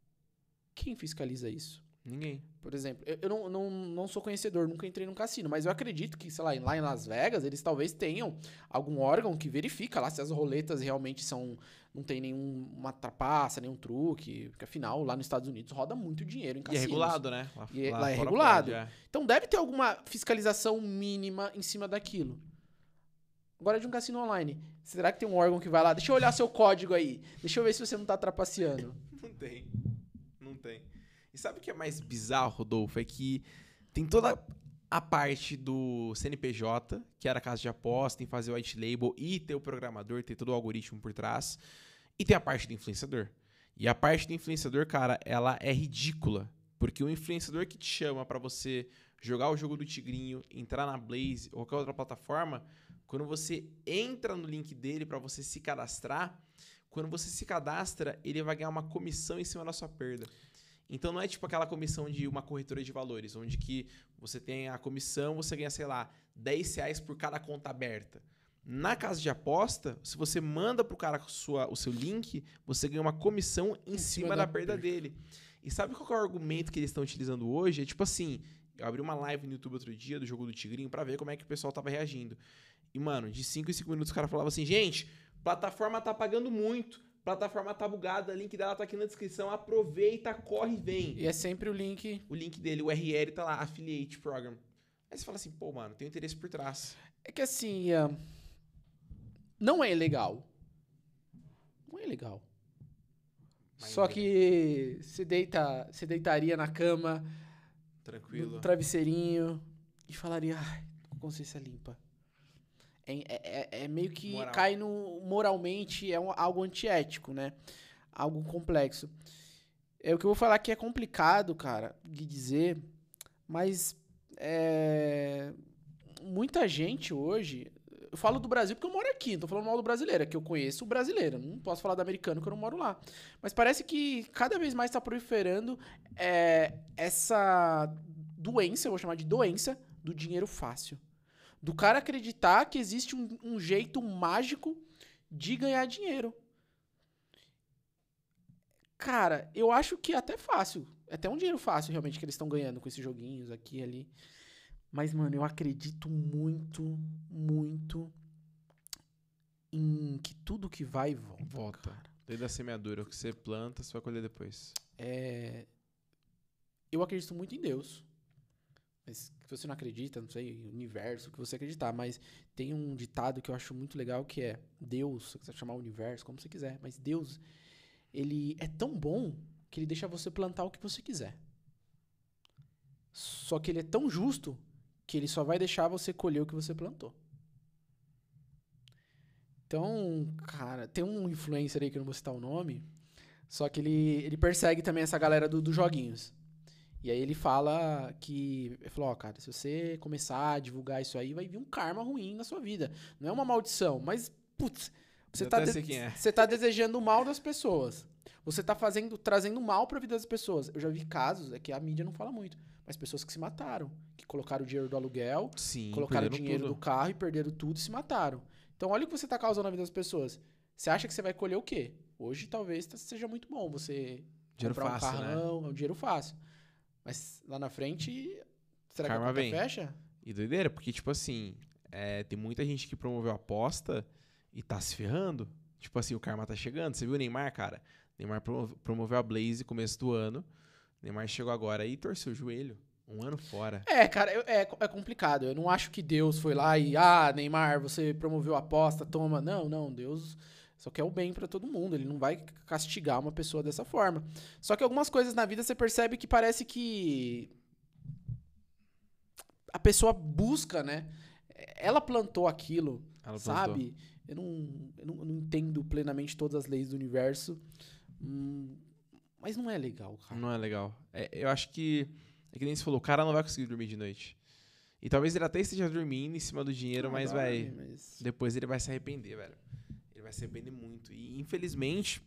quem fiscaliza isso? Ninguém. Por exemplo, eu, eu não, não, não sou conhecedor, nunca entrei num cassino, mas eu acredito que, sei lá, lá em Las Vegas, eles talvez tenham algum órgão que verifica lá se as roletas realmente são... Não tem nenhuma trapaça, nenhum truque, porque afinal, lá nos Estados Unidos roda muito dinheiro em cassinos. E é regulado, né? Lá, e lá, lá é regulado. Pode, é. Então deve ter alguma fiscalização mínima em cima daquilo. Agora de um cassino online, será que tem um órgão que vai lá? Deixa eu olhar seu código aí. Deixa eu ver se você não tá trapaceando. Não tem. Não tem. E sabe o que é mais bizarro, Rodolfo? É que tem toda a parte do C N P J, que era a casa de aposta, tem que fazer o white label e ter o programador, ter todo o algoritmo por trás. E tem a parte do influenciador. E a parte do influenciador, cara, ela é ridícula. Porque o influenciador que te chama pra você jogar o jogo do Tigrinho, entrar na Blaze ou qualquer outra plataforma, quando você entra no link dele pra você se cadastrar, quando você se cadastra, ele vai ganhar uma comissão em cima da sua perda. Então não é tipo aquela comissão de uma corretora de valores, onde que você tem a comissão, você ganha, sei lá, dez reais por cada conta aberta. Na casa de aposta, se você manda pro cara sua, o seu link, você ganha uma comissão em, em cima, cima da, da perda dele. E sabe qual é o argumento que eles estão utilizando hoje? É tipo assim, eu abri uma live no YouTube outro dia do jogo do Tigrinho pra ver como é que o pessoal tava reagindo. E, mano, de cinco em cinco minutos o cara falava assim, gente, plataforma tá pagando muito, plataforma tá bugada, link dela tá aqui na descrição, aproveita, corre e vem. E é sempre o link... O link dele, o U R L tá lá, Affiliate Program. Aí você fala assim, pô, mano, tem um interesse por trás. É que assim, uh, não é ilegal. Não é ilegal. Mas Só é. que você deita, você deitaria na cama, tranquilo, no travesseirinho e falaria, ai, com consciência limpa. É, é, é meio que Moral. cai no... Moralmente, é um, algo antiético, né? Algo complexo. É o que eu vou falar aqui é complicado, cara, de dizer, mas é, muita gente hoje... Eu falo do Brasil porque eu moro aqui, não tô falando mal do brasileiro, é que eu conheço o brasileiro, não posso falar do americano que eu não moro lá. Mas parece que cada vez mais tá proliferando é, essa doença, eu vou chamar de doença, do dinheiro fácil. Do cara acreditar que existe um, um jeito mágico de ganhar dinheiro. Cara, eu acho que é até fácil. É até um dinheiro fácil, realmente, que eles estão ganhando com esses joguinhos aqui e ali. Mas, mano, eu acredito muito, muito em que tudo que vai volta. Volta. Desde a semeadura, o que você planta, você vai colher depois. É... Eu acredito muito em Deus. Mas se você não acredita, não sei, universo, o que você acreditar, mas tem um ditado que eu acho muito legal que é Deus, se você chamar universo, como você quiser, mas Deus, ele é tão bom que ele deixa você plantar o que você quiser. Só que ele é tão justo que ele só vai deixar você colher o que você plantou. Então, cara, tem um influencer aí que eu não vou citar o nome, só que ele, ele persegue também essa galera do, dos joguinhos. E aí ele fala que... Ele falou, ó, cara, se você começar a divulgar isso aí, vai vir um karma ruim na sua vida. Não é uma maldição, mas, putz, você tá, de- é. você tá desejando o mal das pessoas. Você tá fazendo, trazendo mal pra vida das pessoas. Eu já vi casos, é que a mídia não fala muito, mas pessoas que se mataram. Que colocaram o dinheiro do aluguel, Sim, colocaram o dinheiro tudo. do carro e perderam tudo e se mataram. Então olha o que você tá causando na vida das pessoas. Você acha que você vai colher o quê? Hoje talvez seja muito bom você dinheiro comprar fácil, um carrão, né? é um dinheiro fácil. Mas lá na frente, será Karma que a conta vem. fecha? E doideira, porque, tipo assim, é, tem muita gente que promoveu aposta e tá se ferrando. Tipo assim, o karma tá chegando. Você viu o Neymar, cara? Neymar promoveu a Blaze começo do ano. Neymar chegou agora e torceu o joelho. Um ano fora. É, cara, é, é complicado. Eu não acho que Deus foi lá e, ah, Neymar, você promoveu a aposta, toma. Não, não, Deus só quer o bem pra todo mundo. Ele não vai castigar uma pessoa dessa forma. Só que algumas coisas na vida você percebe que parece que a pessoa busca, né? Ela plantou aquilo, Ela sabe? Eu não, eu não, eu não entendo plenamente todas as leis do universo, Hum, mas não é legal, cara. Não é legal. É, eu acho que, é que nem você falou, o cara não vai conseguir dormir de noite. E talvez ele até esteja dormindo em cima do dinheiro, Ah, mas dorme, vai... mas- Depois ele vai se arrepender, velho. Ele vai se arrepender muito. E, infelizmente,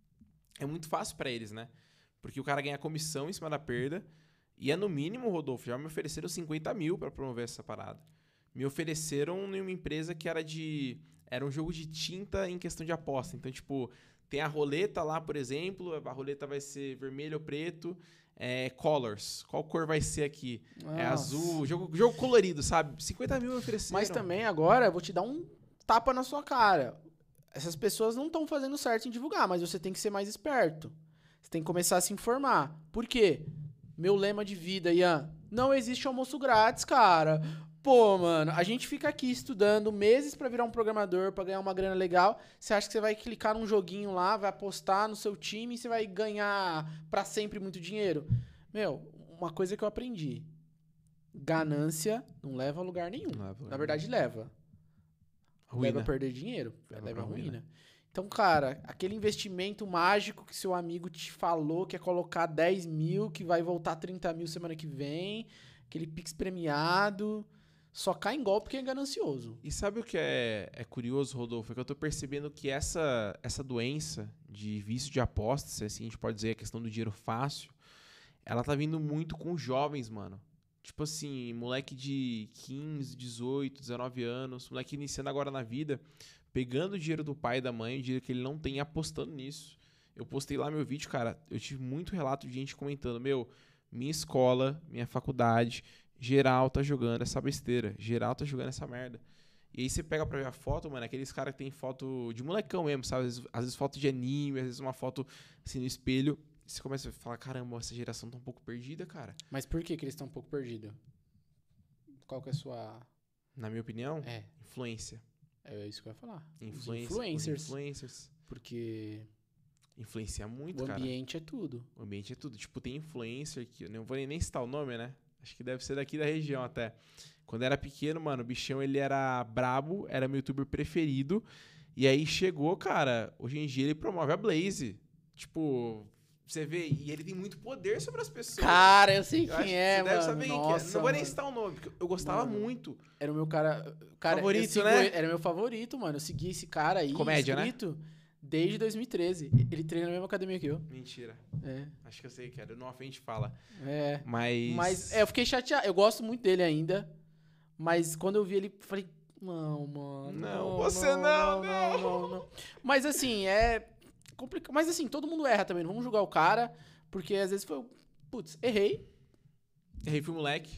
é muito fácil pra eles, né? Porque o cara ganha comissão em cima da perda. E é no mínimo, Rodolfo, já me ofereceram cinquenta mil pra promover essa parada. Me ofereceram em uma empresa que era de... Era um jogo de tinta em questão de aposta. Então, tipo, tem a roleta lá, por exemplo. A roleta vai ser vermelho ou preto. É, colors. Qual cor vai ser aqui? É Nossa. azul. Jogo, jogo colorido, sabe? cinquenta mil me ofereceram. Mas também agora eu vou te dar um tapa na sua cara. Essas pessoas não estão fazendo certo em divulgar, mas você tem que ser mais esperto. Você tem que começar a se informar. Por quê? Meu lema de vida, Ian. Não existe almoço grátis, cara. Pô, mano, a gente fica aqui estudando meses pra virar um programador, pra ganhar uma grana legal. Você acha que você vai clicar num joguinho lá, vai apostar no seu time e você vai ganhar pra sempre muito dinheiro? Meu, uma coisa que eu aprendi. Ganância não leva a lugar nenhum. Não leva a lugar Na verdade, leva. Ruína. Leva a perder dinheiro. Leva Leva a pra ruína. ruína. Então, cara, aquele investimento mágico que seu amigo te falou que é colocar dez mil, que vai voltar trinta mil semana que vem, aquele Pix premiado, só cai em golpe porque é ganancioso. E sabe o que é, é curioso, Rodolfo? É que eu tô percebendo que essa, essa doença de vício de apostas, se assim a gente pode dizer, a questão do dinheiro fácil, ela tá vindo muito com jovens, mano. Tipo assim, moleque de quinze, dezoito, dezenove anos, moleque iniciando agora na vida, pegando o dinheiro do pai e da mãe, o dinheiro que ele não tem, e apostando nisso. Eu postei lá meu vídeo, cara, eu tive muito relato de gente comentando, meu, minha escola, minha faculdade, geral tá jogando essa besteira, geral tá jogando essa merda. E aí você pega pra ver a foto, mano, aqueles caras que tem foto de molecão mesmo, sabe? Às vezes, às vezes foto de anime, às vezes uma foto assim no espelho. Você começa a falar, caramba, essa geração tá um pouco perdida, cara. Mas por que, que eles estão um pouco perdidos? Qual que é a sua... Na minha opinião, É, influência. é isso que eu ia falar. Os Influência. influencers. Os influencers. Porque Influencia muito, o cara. ambiente é tudo. O ambiente é tudo. Tipo, tem influencer que eu não vou nem, nem citar o nome, né? Acho que deve ser daqui da região até. Quando eu era pequeno, mano, o bichão ele era brabo, era meu youtuber preferido. E aí chegou, cara, hoje em dia ele promove a Blaze. Tipo, você vê, e ele tem muito poder sobre as pessoas. Cara, eu sei Eu acho quem que é, você mano. deve saber quem que é. Nossa, Não vou nem mano. citar o nome, porque eu gostava Mano. muito. Era o meu cara... cara Favorito, eu sigo né? ele- Era meu favorito, mano. Eu segui esse cara aí, Comédia, né? inscrito, desde dois mil e treze. Ele treina na mesma academia que eu. Mentira. É. Acho que eu sei que era. No frente fala. É. Mas. Mas é, eu fiquei chateado. Eu gosto muito dele ainda. Mas quando eu vi ele, falei, não, mano. Não, você não, não, não, não. Mas assim, é complicado. Mas assim, todo mundo erra também. Não vamos julgar o cara, porque às vezes foi, putz, errei. Errei, fui moleque.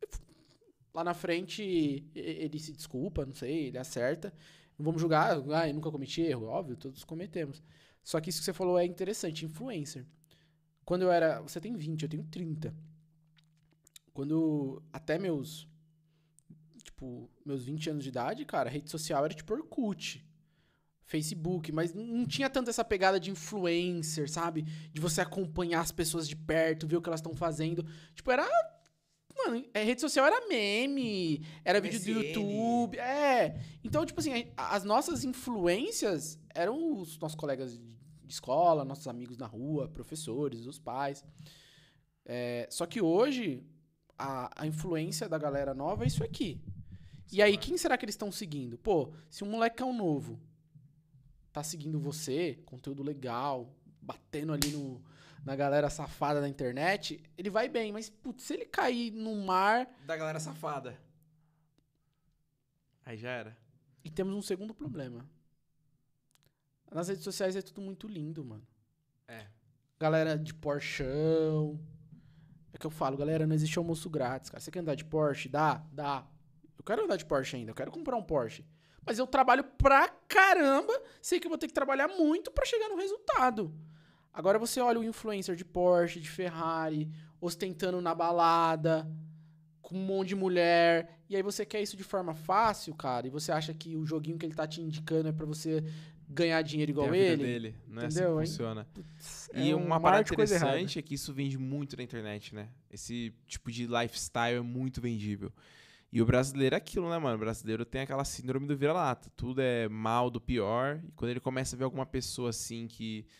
Lá na frente e- ele se desculpa, não sei, ele acerta. Não vamos julgar, ah, eu nunca cometi erro, óbvio, todos cometemos. Só que isso que você falou é interessante, influencer. Quando eu era, você tem vinte, eu tenho trinta. Quando até meus tipo, meus vinte anos de idade, cara, rede social era tipo Orkut, Facebook, mas não tinha tanto essa pegada de influencer, sabe? De você acompanhar as pessoas de perto, ver o que elas estão fazendo. Tipo, era mano, é, rede social era meme, era vídeo do M S N. YouTube, é. Então, tipo assim, a- as nossas influências eram os nossos colegas de de escola, nossos amigos na rua, professores, os pais. É, só que hoje, a, a influência da galera nova é isso aqui. E aí, quem será que eles estão seguindo? Pô, se um molecão novo tá seguindo você, conteúdo legal, batendo ali no, na galera safada da internet, ele vai bem. Mas, putz, se ele cair no mar... Da galera safada. Aí já era. E temos um segundo problema. Nas redes sociais é tudo muito lindo, mano. É. Galera de Porschão. É que eu falo, galera, não existe almoço grátis, cara. Você quer andar de Porsche? Dá? Dá. Eu quero andar de Porsche ainda, eu quero comprar um Porsche. Mas eu trabalho pra caramba, sei que eu vou ter que trabalhar muito pra chegar no resultado. Agora você olha o influencer de Porsche, de Ferrari, ostentando na balada, com um monte de mulher, e aí você quer isso de forma fácil, cara, e você acha que o joguinho que ele tá te indicando é pra você ganhar dinheiro igual Tem a vida ele. dele. Não é Entendeu, assim hein? que funciona. Putz, E é uma um mar parada de coisa errada. interessante é que isso vende muito na internet, né? Esse tipo de lifestyle é muito vendível. E o brasileiro é aquilo, né, mano? O brasileiro tem aquela síndrome do vira-lata. Tudo é mal do pior. E quando ele começa a ver alguma pessoa assim que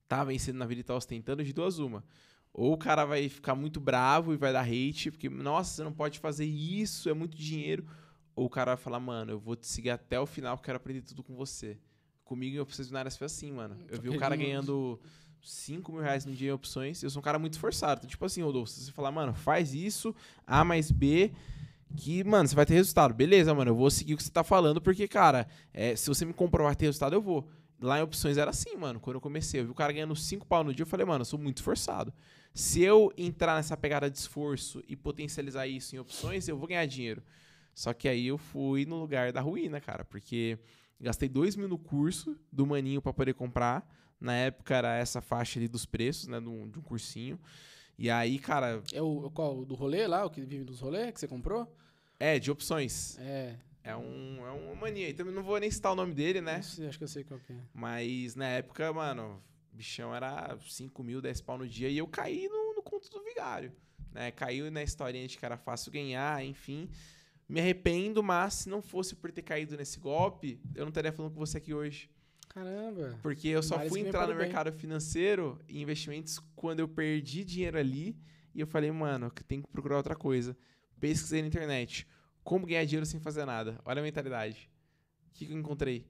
tá vencendo na vida e tá ostentando, de duas uma. Ou o cara vai ficar muito bravo e vai dar hate, porque, nossa, você não pode fazer isso, é muito dinheiro. Ou o cara vai falar, mano, eu vou te seguir até o final, eu quero aprender tudo com você. Comigo em opções binárias foi assim, mano. Eu vi o cara ganhando cinco mil reais no dia em opções, eu sou um cara muito esforçado. Então, tipo assim, Rodolfo, se você falar, mano, faz isso, A mais B, que, mano, você vai ter resultado. Beleza, mano, eu vou seguir o que você tá falando, porque, cara, é, se você me comprovar ter resultado, eu vou. Lá em opções era assim, mano, quando eu comecei. Eu vi o cara ganhando cinco pau no dia, eu falei, mano, eu sou muito esforçado. Se eu entrar nessa pegada de esforço e potencializar isso em opções, eu vou ganhar dinheiro. Só que aí eu fui no lugar da ruína, cara, porque gastei dois mil no curso do maninho pra poder comprar. Na época era essa faixa ali dos preços, né, de um, de um cursinho. E aí, cara... É o qual? Do rolê lá, o que vive dos rolês que você comprou? É, de opções. É. É um, é uma mania. Então eu não vou nem citar o nome dele, né? Sei, acho que eu sei qual que é. Mas na época, mano, o bichão era cinco mil, dez pau no dia. E eu caí no, no conto do vigário, né? Caiu na historinha de que era fácil ganhar, enfim... Me arrependo, mas se não fosse por ter caído nesse golpe, eu não estaria falando com você aqui hoje. Caramba. Porque eu só Mas fui me entrar no parou bem. mercado financeiro e investimentos quando eu perdi dinheiro ali. E eu falei, mano, que tem que procurar outra coisa. Pesquisei na internet. Como ganhar dinheiro sem fazer nada? Olha a mentalidade. O que, que eu encontrei?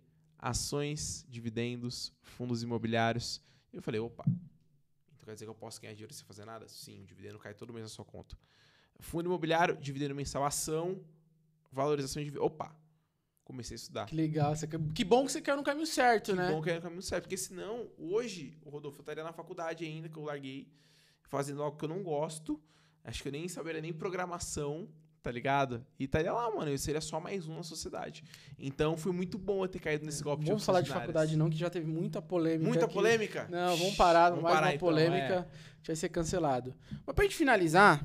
Ações, dividendos, fundos imobiliários. Eu falei, opa. Então quer dizer que eu posso ganhar dinheiro sem fazer nada? Sim, o dividendo cai todo mês na sua conta. Fundo imobiliário, dividendo mensal, ação... Valorização de... Opa! Comecei a estudar. Que legal. Você... Que bom que você caiu no caminho certo, que né? Que bom que caiu no caminho certo. Porque senão, hoje, o Rodolfo, eu estaria na faculdade ainda, que eu larguei, fazendo algo que eu não gosto. Acho que eu nem saberia nem programação, tá ligado? E estaria lá, mano. Eu seria só mais um na sociedade. Então, foi muito bom eu ter caído nesse golpe de Vamos falar de opções faculdade não, que já teve muita polêmica. Muita aqui. polêmica? Não, vamos parar. Vamos mais parar uma então, polêmica. é. Já vai ser cancelado. Mas pra gente finalizar...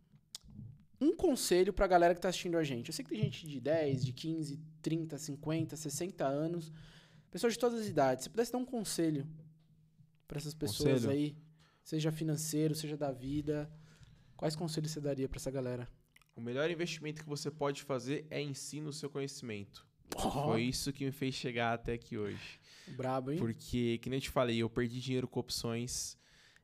Um conselho pra galera que tá assistindo a gente. Eu sei que tem gente de dez, de quinze, trinta, cinquenta, sessenta anos. Pessoas de todas as idades. Se você pudesse dar um conselho pra essas pessoas Conselho? aí, seja financeiro, seja da vida, quais conselhos você daria pra essa galera? O melhor investimento que você pode fazer é ensino o seu conhecimento. Oh. Foi isso que me fez chegar até aqui hoje. Brabo, hein? Porque, que nem eu te falei, eu perdi dinheiro com opções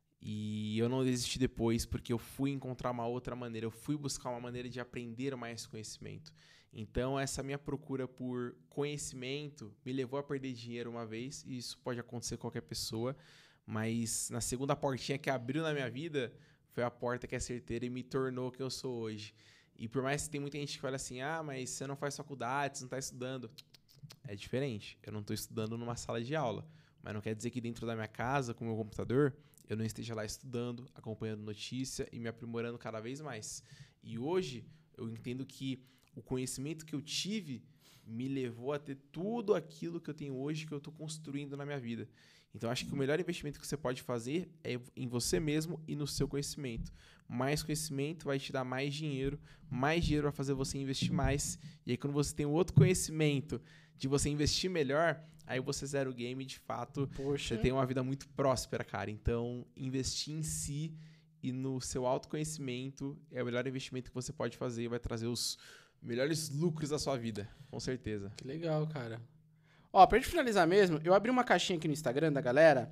e eu não desisti depois porque eu fui encontrar uma outra maneira. Eu fui buscar uma maneira de aprender mais conhecimento. Então, essa minha procura por conhecimento me levou a perder dinheiro uma vez, e isso pode acontecer com qualquer pessoa, mas na segunda portinha que abriu na minha vida, foi a porta que é certeira e me tornou quem eu sou hoje. E por mais que tem muita gente que fala assim, ah, mas você não faz faculdade, você não está estudando. É diferente. Eu não estou estudando numa sala de aula, mas não quer dizer que dentro da minha casa, com o meu computador, eu não esteja lá estudando, acompanhando notícia e me aprimorando cada vez mais. E hoje, eu entendo que o conhecimento que eu tive me levou a ter tudo aquilo que eu tenho hoje, que eu estou construindo na minha vida. Então, acho que o melhor investimento que você pode fazer é em você mesmo e no seu conhecimento. Mais conhecimento vai te dar mais dinheiro, mais dinheiro vai fazer você investir mais. E aí, quando você tem outro conhecimento de você investir melhor, aí você zera o game e, de fato, Poxa. você tem uma vida muito próspera, cara. Então, investir em si e no seu autoconhecimento é o melhor investimento que você pode fazer e vai trazer os melhores lucros da sua vida, com certeza. Que legal, cara. Ó, pra gente finalizar mesmo, eu abri uma caixinha aqui no Instagram da galera.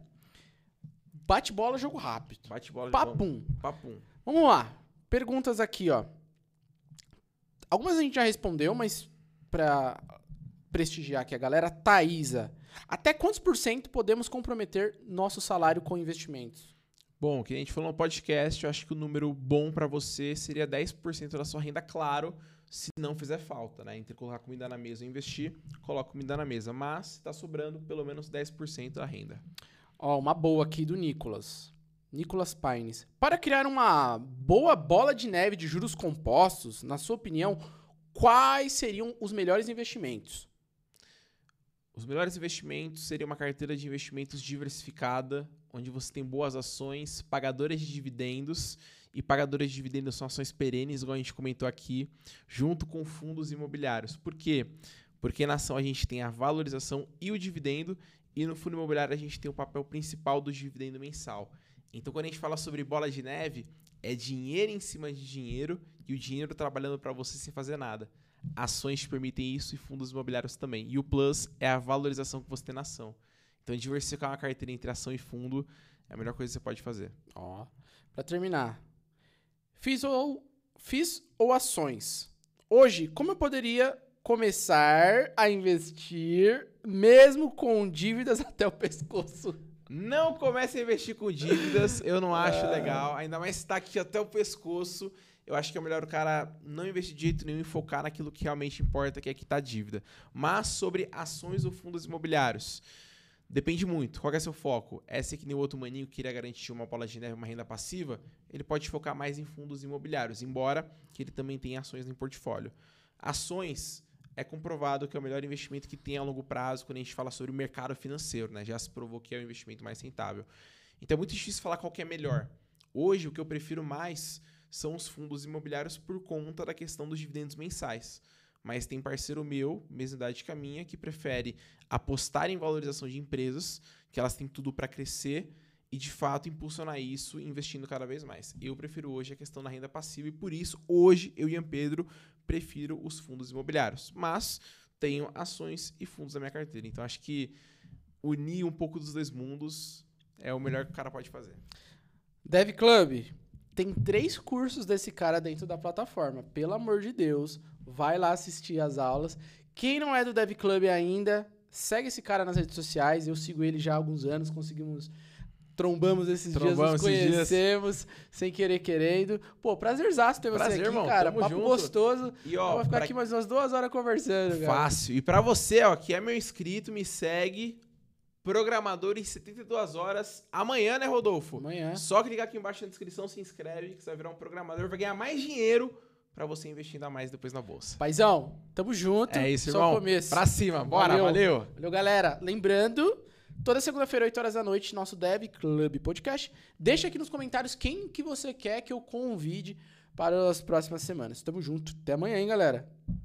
Bate bola, jogo rápido. Bate bola. Papum. Papum. Vamos lá. Perguntas aqui, ó. Algumas a gente já respondeu, mas pra prestigiar aqui a galera, Thaísa. Até quantos por cento podemos comprometer nosso salário com investimentos? Bom, o que a gente falou no podcast, eu acho que o número bom pra você seria dez por cento da sua renda, claro, se não fizer falta, né? Entre colocar comida na mesa e investir, coloca comida na mesa. Mas tá sobrando pelo menos dez por cento da renda. Ó, uma boa aqui do Nicolas. Nicolas Paines. Para criar uma boa bola de neve de juros compostos, na sua opinião, quais seriam os melhores investimentos? Os melhores investimentos seria uma carteira de investimentos diversificada, onde você tem boas ações, pagadoras de dividendos, e pagadoras de dividendos são ações perenes, igual a gente comentou aqui, junto com fundos imobiliários. Por quê? Porque na ação a gente tem a valorização e o dividendo, e no fundo imobiliário a gente tem o papel principal do dividendo mensal. Então, quando a gente fala sobre bola de neve, é dinheiro em cima de dinheiro e o dinheiro trabalhando para você sem fazer nada. Ações te permitem isso e fundos imobiliários também. E o plus é a valorização que você tem na ação. Então, diversificar uma carteira entre ação e fundo é a melhor coisa que você pode fazer. Ó, pra terminar. Fiz ou, fiz ou ações? Hoje, como eu poderia começar a investir mesmo com dívidas até o pescoço? Não comece a investir com dívidas, eu não acho legal. Ainda mais se tá aqui até o pescoço. Eu acho que é melhor o cara não investir de jeito nenhum e focar naquilo que realmente importa, que é quitar a dívida. Mas sobre ações ou fundos imobiliários, depende muito. Qual que é seu foco? É ser que nem o outro maninho que queria garantir uma bola de neve, uma renda passiva? Ele pode focar mais em fundos imobiliários, embora que ele também tenha ações no portfólio. Ações é comprovado que é o melhor investimento que tem a longo prazo quando a gente fala sobre o mercado financeiro, né? Já se provou que é o investimento mais rentável. Então é muito difícil falar qual que é melhor. Hoje, o que eu prefiro mais são os fundos imobiliários por conta da questão dos dividendos mensais. Mas tem parceiro meu, mesma idade que a minha, que prefere apostar em valorização de empresas, que elas têm tudo para crescer e, de fato, impulsionar isso investindo cada vez mais. Eu prefiro hoje a questão da renda passiva e, por isso, hoje, eu e Ian Pedro prefiro os fundos imobiliários. Mas tenho ações e fundos na minha carteira. Então, acho que unir um pouco dos dois mundos é o melhor que o cara pode fazer. Dev Club, tem três cursos desse cara dentro da plataforma. Pelo amor de Deus, vai lá assistir as aulas. Quem não é do Dev Club ainda, segue esse cara nas redes sociais. Eu sigo ele já há alguns anos, conseguimos... Trombamos esses Trombamos dias, nos conhecemos, dias. Sem querer querendo. Pô, prazerzaço ter Prazer, você aqui, irmão, cara. tamo Papo junto. gostoso. E, ó, vai ficar pra... aqui mais umas duas horas conversando, cara. Fácil. E pra você, ó, que é meu inscrito, me segue. Programador em setenta e duas horas. Amanhã, né, Rodolfo? Amanhã. Só clicar aqui embaixo na descrição, se inscreve, que você vai virar um programador, vai ganhar mais dinheiro pra você investir ainda mais depois na bolsa. Paizão, tamo junto. É isso, Só irmão. o começo. Pra cima, bora, valeu. valeu. Valeu, galera. Lembrando, toda segunda-feira, oito horas da noite, nosso Dev Club Podcast. Deixa aqui nos comentários quem que você quer que eu convide para as próximas semanas. Tamo junto. Até amanhã, hein, galera.